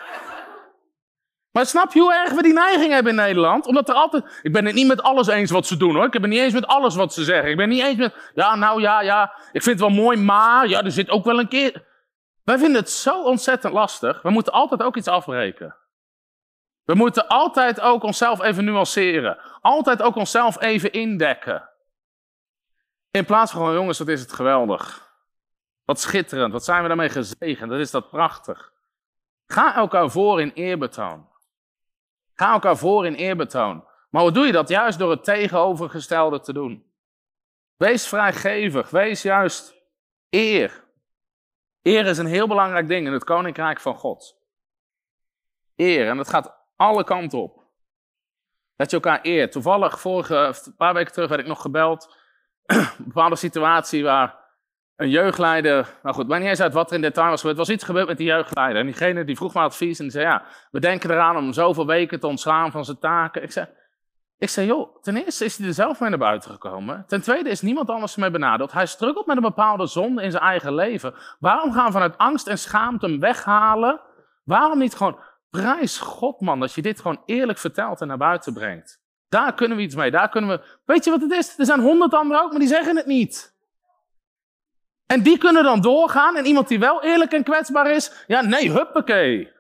Maar snap je hoe erg we die neiging hebben in Nederland? Omdat er altijd... Ik ben het niet met alles eens wat ze doen, hoor. Ik ben het niet eens met alles wat ze zeggen. Ik ben het niet eens met... Ja, nou ja, ja. Ik vind het wel mooi, maar... Ja, er zit ook wel een keer... Wij vinden het zo ontzettend lastig. We moeten altijd ook iets afbreken. We moeten altijd ook onszelf even nuanceren. Altijd ook onszelf even indekken. In plaats van gewoon, jongens, wat is het geweldig. Wat schitterend. Wat zijn we daarmee gezegend. Dat is dat prachtig. Ga elkaar voor in eerbetoon. Ga elkaar voor in eerbetoon. Maar hoe doe je dat? Juist door het tegenovergestelde te doen. Wees vrijgevig. Wees juist eer. Eer is een heel belangrijk ding in het koninkrijk van God. Eer. En dat gaat alle kanten op. Dat je elkaar eert. Toevallig, vorige, een paar weken terug werd ik nog gebeld. Een bepaalde situatie waar een jeugdleider... Nou goed, maakt niet eens uit wat er in detail was gebeurd. Er was iets gebeurd met die jeugdleider. En diegene die vroeg me advies en die zei... Ja, we denken eraan om zoveel weken te ontslaan van zijn taken. Ik zei, ik zei, joh, ten eerste is hij er zelf mee naar buiten gekomen. Ten tweede is niemand anders mee benadeeld. Hij struggelt met een bepaalde zonde in zijn eigen leven. Waarom gaan we vanuit angst en schaamte hem weghalen? Waarom niet gewoon... Prijs God, man, dat je dit gewoon eerlijk vertelt en naar buiten brengt. Daar kunnen we iets mee, daar kunnen we... Weet je wat het is? Er zijn honderd anderen ook, maar die zeggen het niet. En die kunnen dan doorgaan en iemand die wel eerlijk en kwetsbaar is... Ja, nee, huppakee.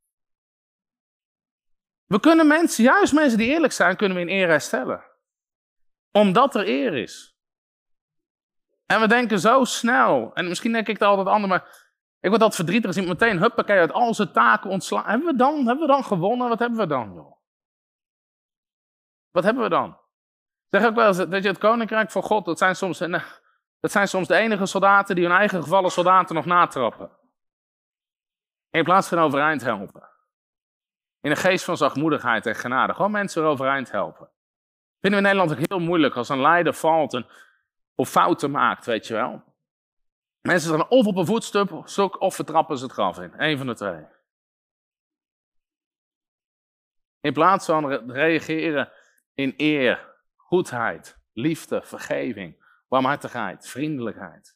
We kunnen mensen, juist mensen die eerlijk zijn, kunnen we in eer herstellen. Omdat er eer is. En we denken zo snel, en misschien denk ik het altijd anders, maar... Ik word altijd verdrietig als iemand meteen, huppakee, uit al zijn taken ontslaan. Hebben we dan, hebben we dan gewonnen? Wat hebben we dan, joh? Wat hebben we dan? Ik zeg ook wel eens, dat je het koninkrijk van God, dat zijn, soms, dat zijn soms de enige soldaten die hun eigen gevallen soldaten nog natrappen. In plaats van overeind helpen. In een geest van zachtmoedigheid en genade. Gewoon mensen weer overeind helpen. Vinden we in Nederland ook heel moeilijk als een leider valt en, of fouten maakt, weet je wel. Mensen staan of op een voetstuk of vertrappen ze het graf in. Eén van de twee. In plaats van re- reageren in eer, goedheid, liefde, vergeving, warmhartigheid, vriendelijkheid.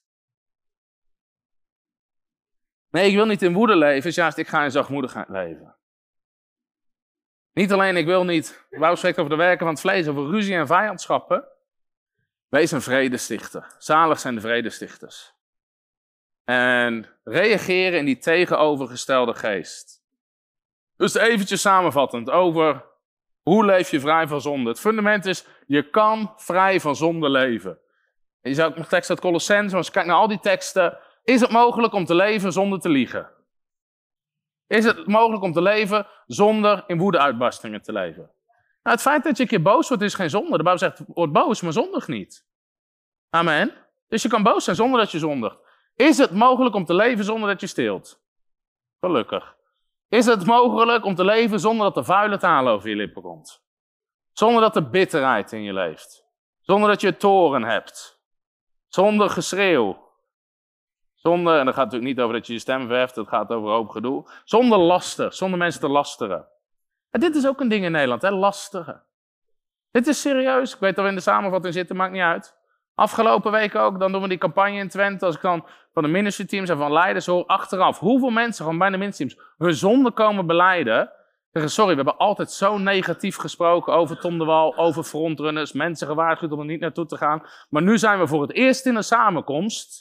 Nee, ik wil niet in woede leven, is juist ik ga in zachtmoedigheid leven. Niet alleen, ik wil niet, wou spreken over de werken van het vlees, over ruzie en vijandschappen. Wees een vredestichter. Zalig zijn de vredestichters. En reageren in die tegenovergestelde geest. Dus eventjes samenvattend over hoe leef je vrij van zonde. Het fundament is, je kan vrij van zonde leven. En je zou ook nog tekst uit Colossenzen, maar als je kijkt naar al die teksten, is het mogelijk om te leven zonder te liegen? Is het mogelijk om te leven zonder in woede-uitbarstingen te leven? Nou, het feit dat je een keer boos wordt is geen zonde. De Bijbel zegt, word boos, maar zondig niet. Amen. Dus je kan boos zijn zonder dat je zondigt. Is het mogelijk om te leven zonder dat je steelt? Gelukkig. Is het mogelijk om te leven zonder dat er vuile taal over je lippen komt? Zonder dat er bitterheid in je leeft? Zonder dat je toorn hebt? Zonder geschreeuw? Zonder, en dat gaat natuurlijk niet over dat je je stem verheft, het gaat over hoop gedoe. Zonder laster, zonder mensen te lasteren. En dit is ook een ding in Nederland, hè, lasteren. Dit is serieus, ik weet dat we in de samenvatting zitten, maakt niet uit. Afgelopen week ook, dan doen we die campagne in Twente, als ik dan van de ministry teams en van leiders hoor achteraf hoeveel mensen gewoon bij de ministry teams hun zonde komen belijden. Zeggen, sorry, we hebben altijd zo negatief gesproken over Tom de Wal, over frontrunners, mensen gewaarschuwd om er niet naartoe te gaan. Maar nu zijn we voor het eerst in een samenkomst.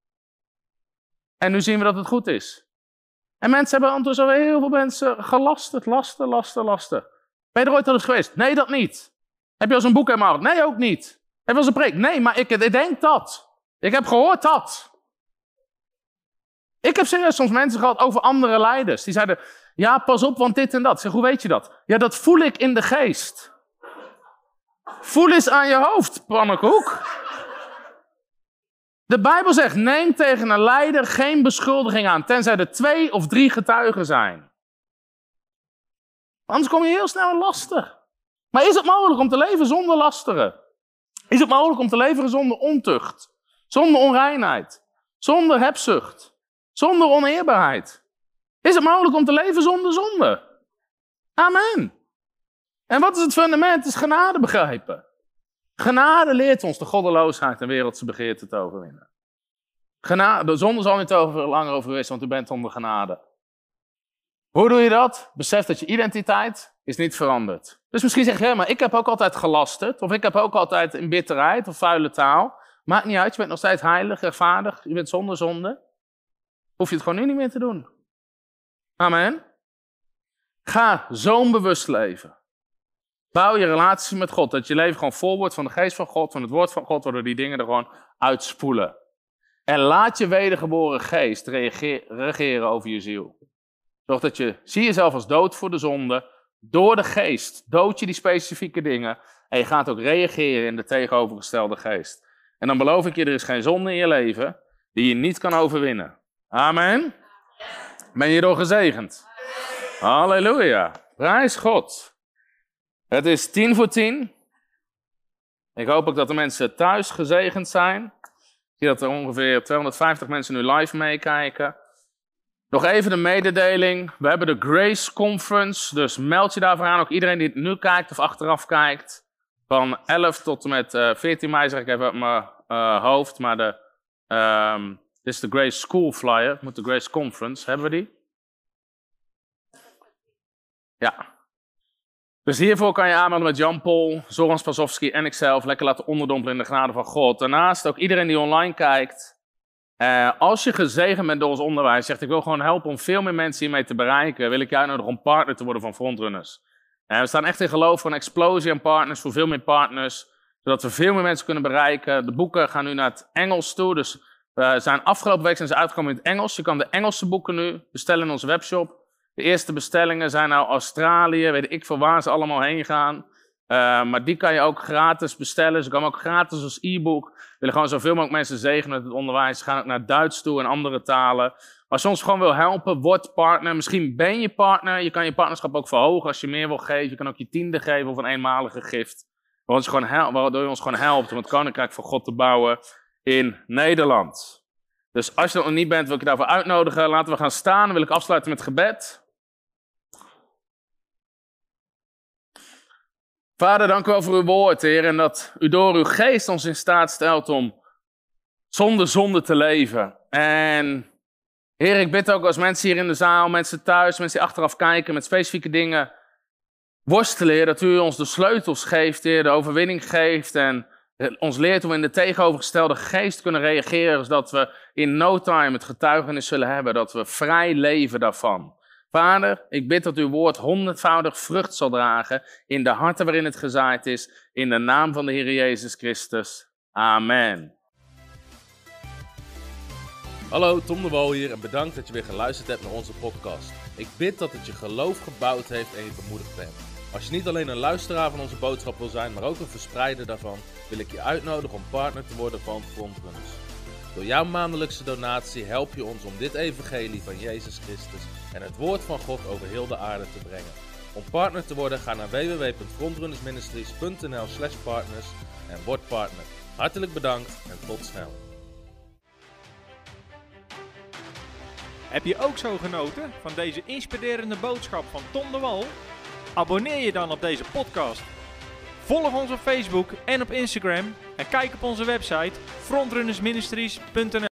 En nu zien we dat het goed is. En mensen hebben ondertussen al heel veel mensen gelasterd, lasten, lasten, lasten. Ben je er ooit al eens geweest? Nee, dat niet. Heb je al eens een boek helemaal? Nee, ook niet. Heb je al eens een preek? Nee, maar ik, ik denk dat. Ik heb gehoord dat. Ik heb serieus soms mensen gehad over andere leiders. Die zeiden, ja, pas op, want dit en dat. Ik zeg, hoe weet je dat? Ja, dat voel ik in de geest. Voel eens aan je hoofd, pannenkoek. De Bijbel zegt, neem tegen een leider geen beschuldiging aan, tenzij er twee of drie getuigen zijn. Anders kom je heel snel in laster. Maar is het mogelijk om te leven zonder lasteren? Is het mogelijk om te leven zonder ontucht? Zonder onreinheid? Zonder hebzucht? Zonder oneerbaarheid? Is het mogelijk om te leven zonder zonde? Amen. En wat is het fundament? Het is genade begrijpen. Genade leert ons de goddeloosheid en wereldse begeerte te overwinnen. Genade, de zonde zal niet over, langer overwissen, want u bent onder genade. Hoe doe je dat? Besef dat je identiteit is niet veranderd. Dus misschien zeg je, ja, maar ik heb ook altijd gelasterd, of ik heb ook altijd in bitterheid of vuile taal. Maakt niet uit, je bent nog steeds heilig, rechtvaardig, je bent zonder zonde. Hoef je het gewoon nu niet meer te doen. Amen. Ga zoonbewust leven. Bouw je relatie met God, dat je leven gewoon vol wordt van de geest van God, van het woord van God, waardoor die dingen er gewoon uitspoelen. En laat je wedergeboren geest regeren over je ziel. Zorg dat je, zie jezelf als dood voor de zonde, door de geest dood je die specifieke dingen en je gaat ook reageren in de tegenovergestelde geest. En dan beloof ik je, er is geen zonde in je leven die je niet kan overwinnen. Amen. Ben je door gezegend? Halleluja. Prijs God. Het is tien voor tien. Ik hoop ook dat de mensen thuis gezegend zijn. Ik zie dat er ongeveer tweehonderdvijftig mensen nu live meekijken. Nog even de mededeling. We hebben de Grace Conference, dus meld je daarvoor aan. Ook iedereen die het nu kijkt of achteraf kijkt. Van elf tot en met uh, veertien mei, zeg ik even uit mijn uh, hoofd. Maar de, um, dit is de Grace School flyer. Moet de Grace Conference, hebben we die? Ja. Dus hiervoor kan je aanmelden met Jan-Paul, Zoran Spasowski en ikzelf. Lekker laten onderdompelen in de genade van God. Daarnaast ook iedereen die online kijkt. Uh, als je gezegend bent door ons onderwijs, zegt ik wil gewoon helpen om veel meer mensen hiermee te bereiken. Wil ik je uitnodigen om partner te worden van Frontrunners. Uh, we staan echt in geloof voor een explosie aan partners, voor veel meer partners. Zodat we veel meer mensen kunnen bereiken. De boeken gaan nu naar het Engels toe. Dus we zijn afgelopen week zijn ze uitgekomen in het Engels. Je kan de Engelse boeken nu bestellen in onze webshop. De eerste bestellingen zijn nou Australië, weet ik veel waar ze allemaal heen gaan. Uh, maar die kan je ook gratis bestellen. Ze komen ook gratis als e-book. We willen gewoon zoveel mogelijk mensen zegenen met het onderwijs. Ze gaan ook naar Duits toe en andere talen. Als je ons gewoon wil helpen, word partner. Misschien ben je partner. Je kan je partnerschap ook verhogen als je meer wil geven. Je kan ook je tiende geven of een eenmalige gift. Waardoor je, gewoon waardoor je ons gewoon helpt om het Koninkrijk van God te bouwen in Nederland. Dus als je dat nog niet bent, wil ik je daarvoor uitnodigen. Laten we gaan staan. Dan wil ik afsluiten met gebed. Vader, dank u wel voor uw woord, Heer. En dat u door uw geest ons in staat stelt om zonder zonde te leven. En Heer, ik bid ook als mensen hier in de zaal, mensen thuis, mensen die achteraf kijken met specifieke dingen worstelen, Heer, dat u ons de sleutels geeft, Heer, de overwinning geeft en ons leert om in de tegenovergestelde geest te kunnen reageren, zodat we in no time het getuigenis zullen hebben, dat we vrij leven daarvan. Vader, ik bid dat uw woord honderdvoudig vrucht zal dragen in de harten waarin het gezaaid is, in de naam van de Heer Jezus Christus. Amen. Hallo, Tom de Wal hier en bedankt dat je weer geluisterd hebt naar onze podcast. Ik bid dat het je geloof gebouwd heeft en je bemoedigd bent. Als je niet alleen een luisteraar van onze boodschap wil zijn, maar ook een verspreider daarvan, wil ik je uitnodigen om partner te worden van Frontrunners. Door jouw maandelijkse donatie help je ons om dit evangelie van Jezus Christus en het woord van God over heel de aarde te brengen. Om partner te worden, ga naar w w w punt frontrunnersministries punt n l slash partners en word partner. Hartelijk bedankt en tot snel. Heb je ook zo genoten van deze inspirerende boodschap van Tom de Wal? Abonneer je dan op deze podcast. Volg ons op Facebook en op Instagram en kijk op onze website frontrunnersministries punt n l.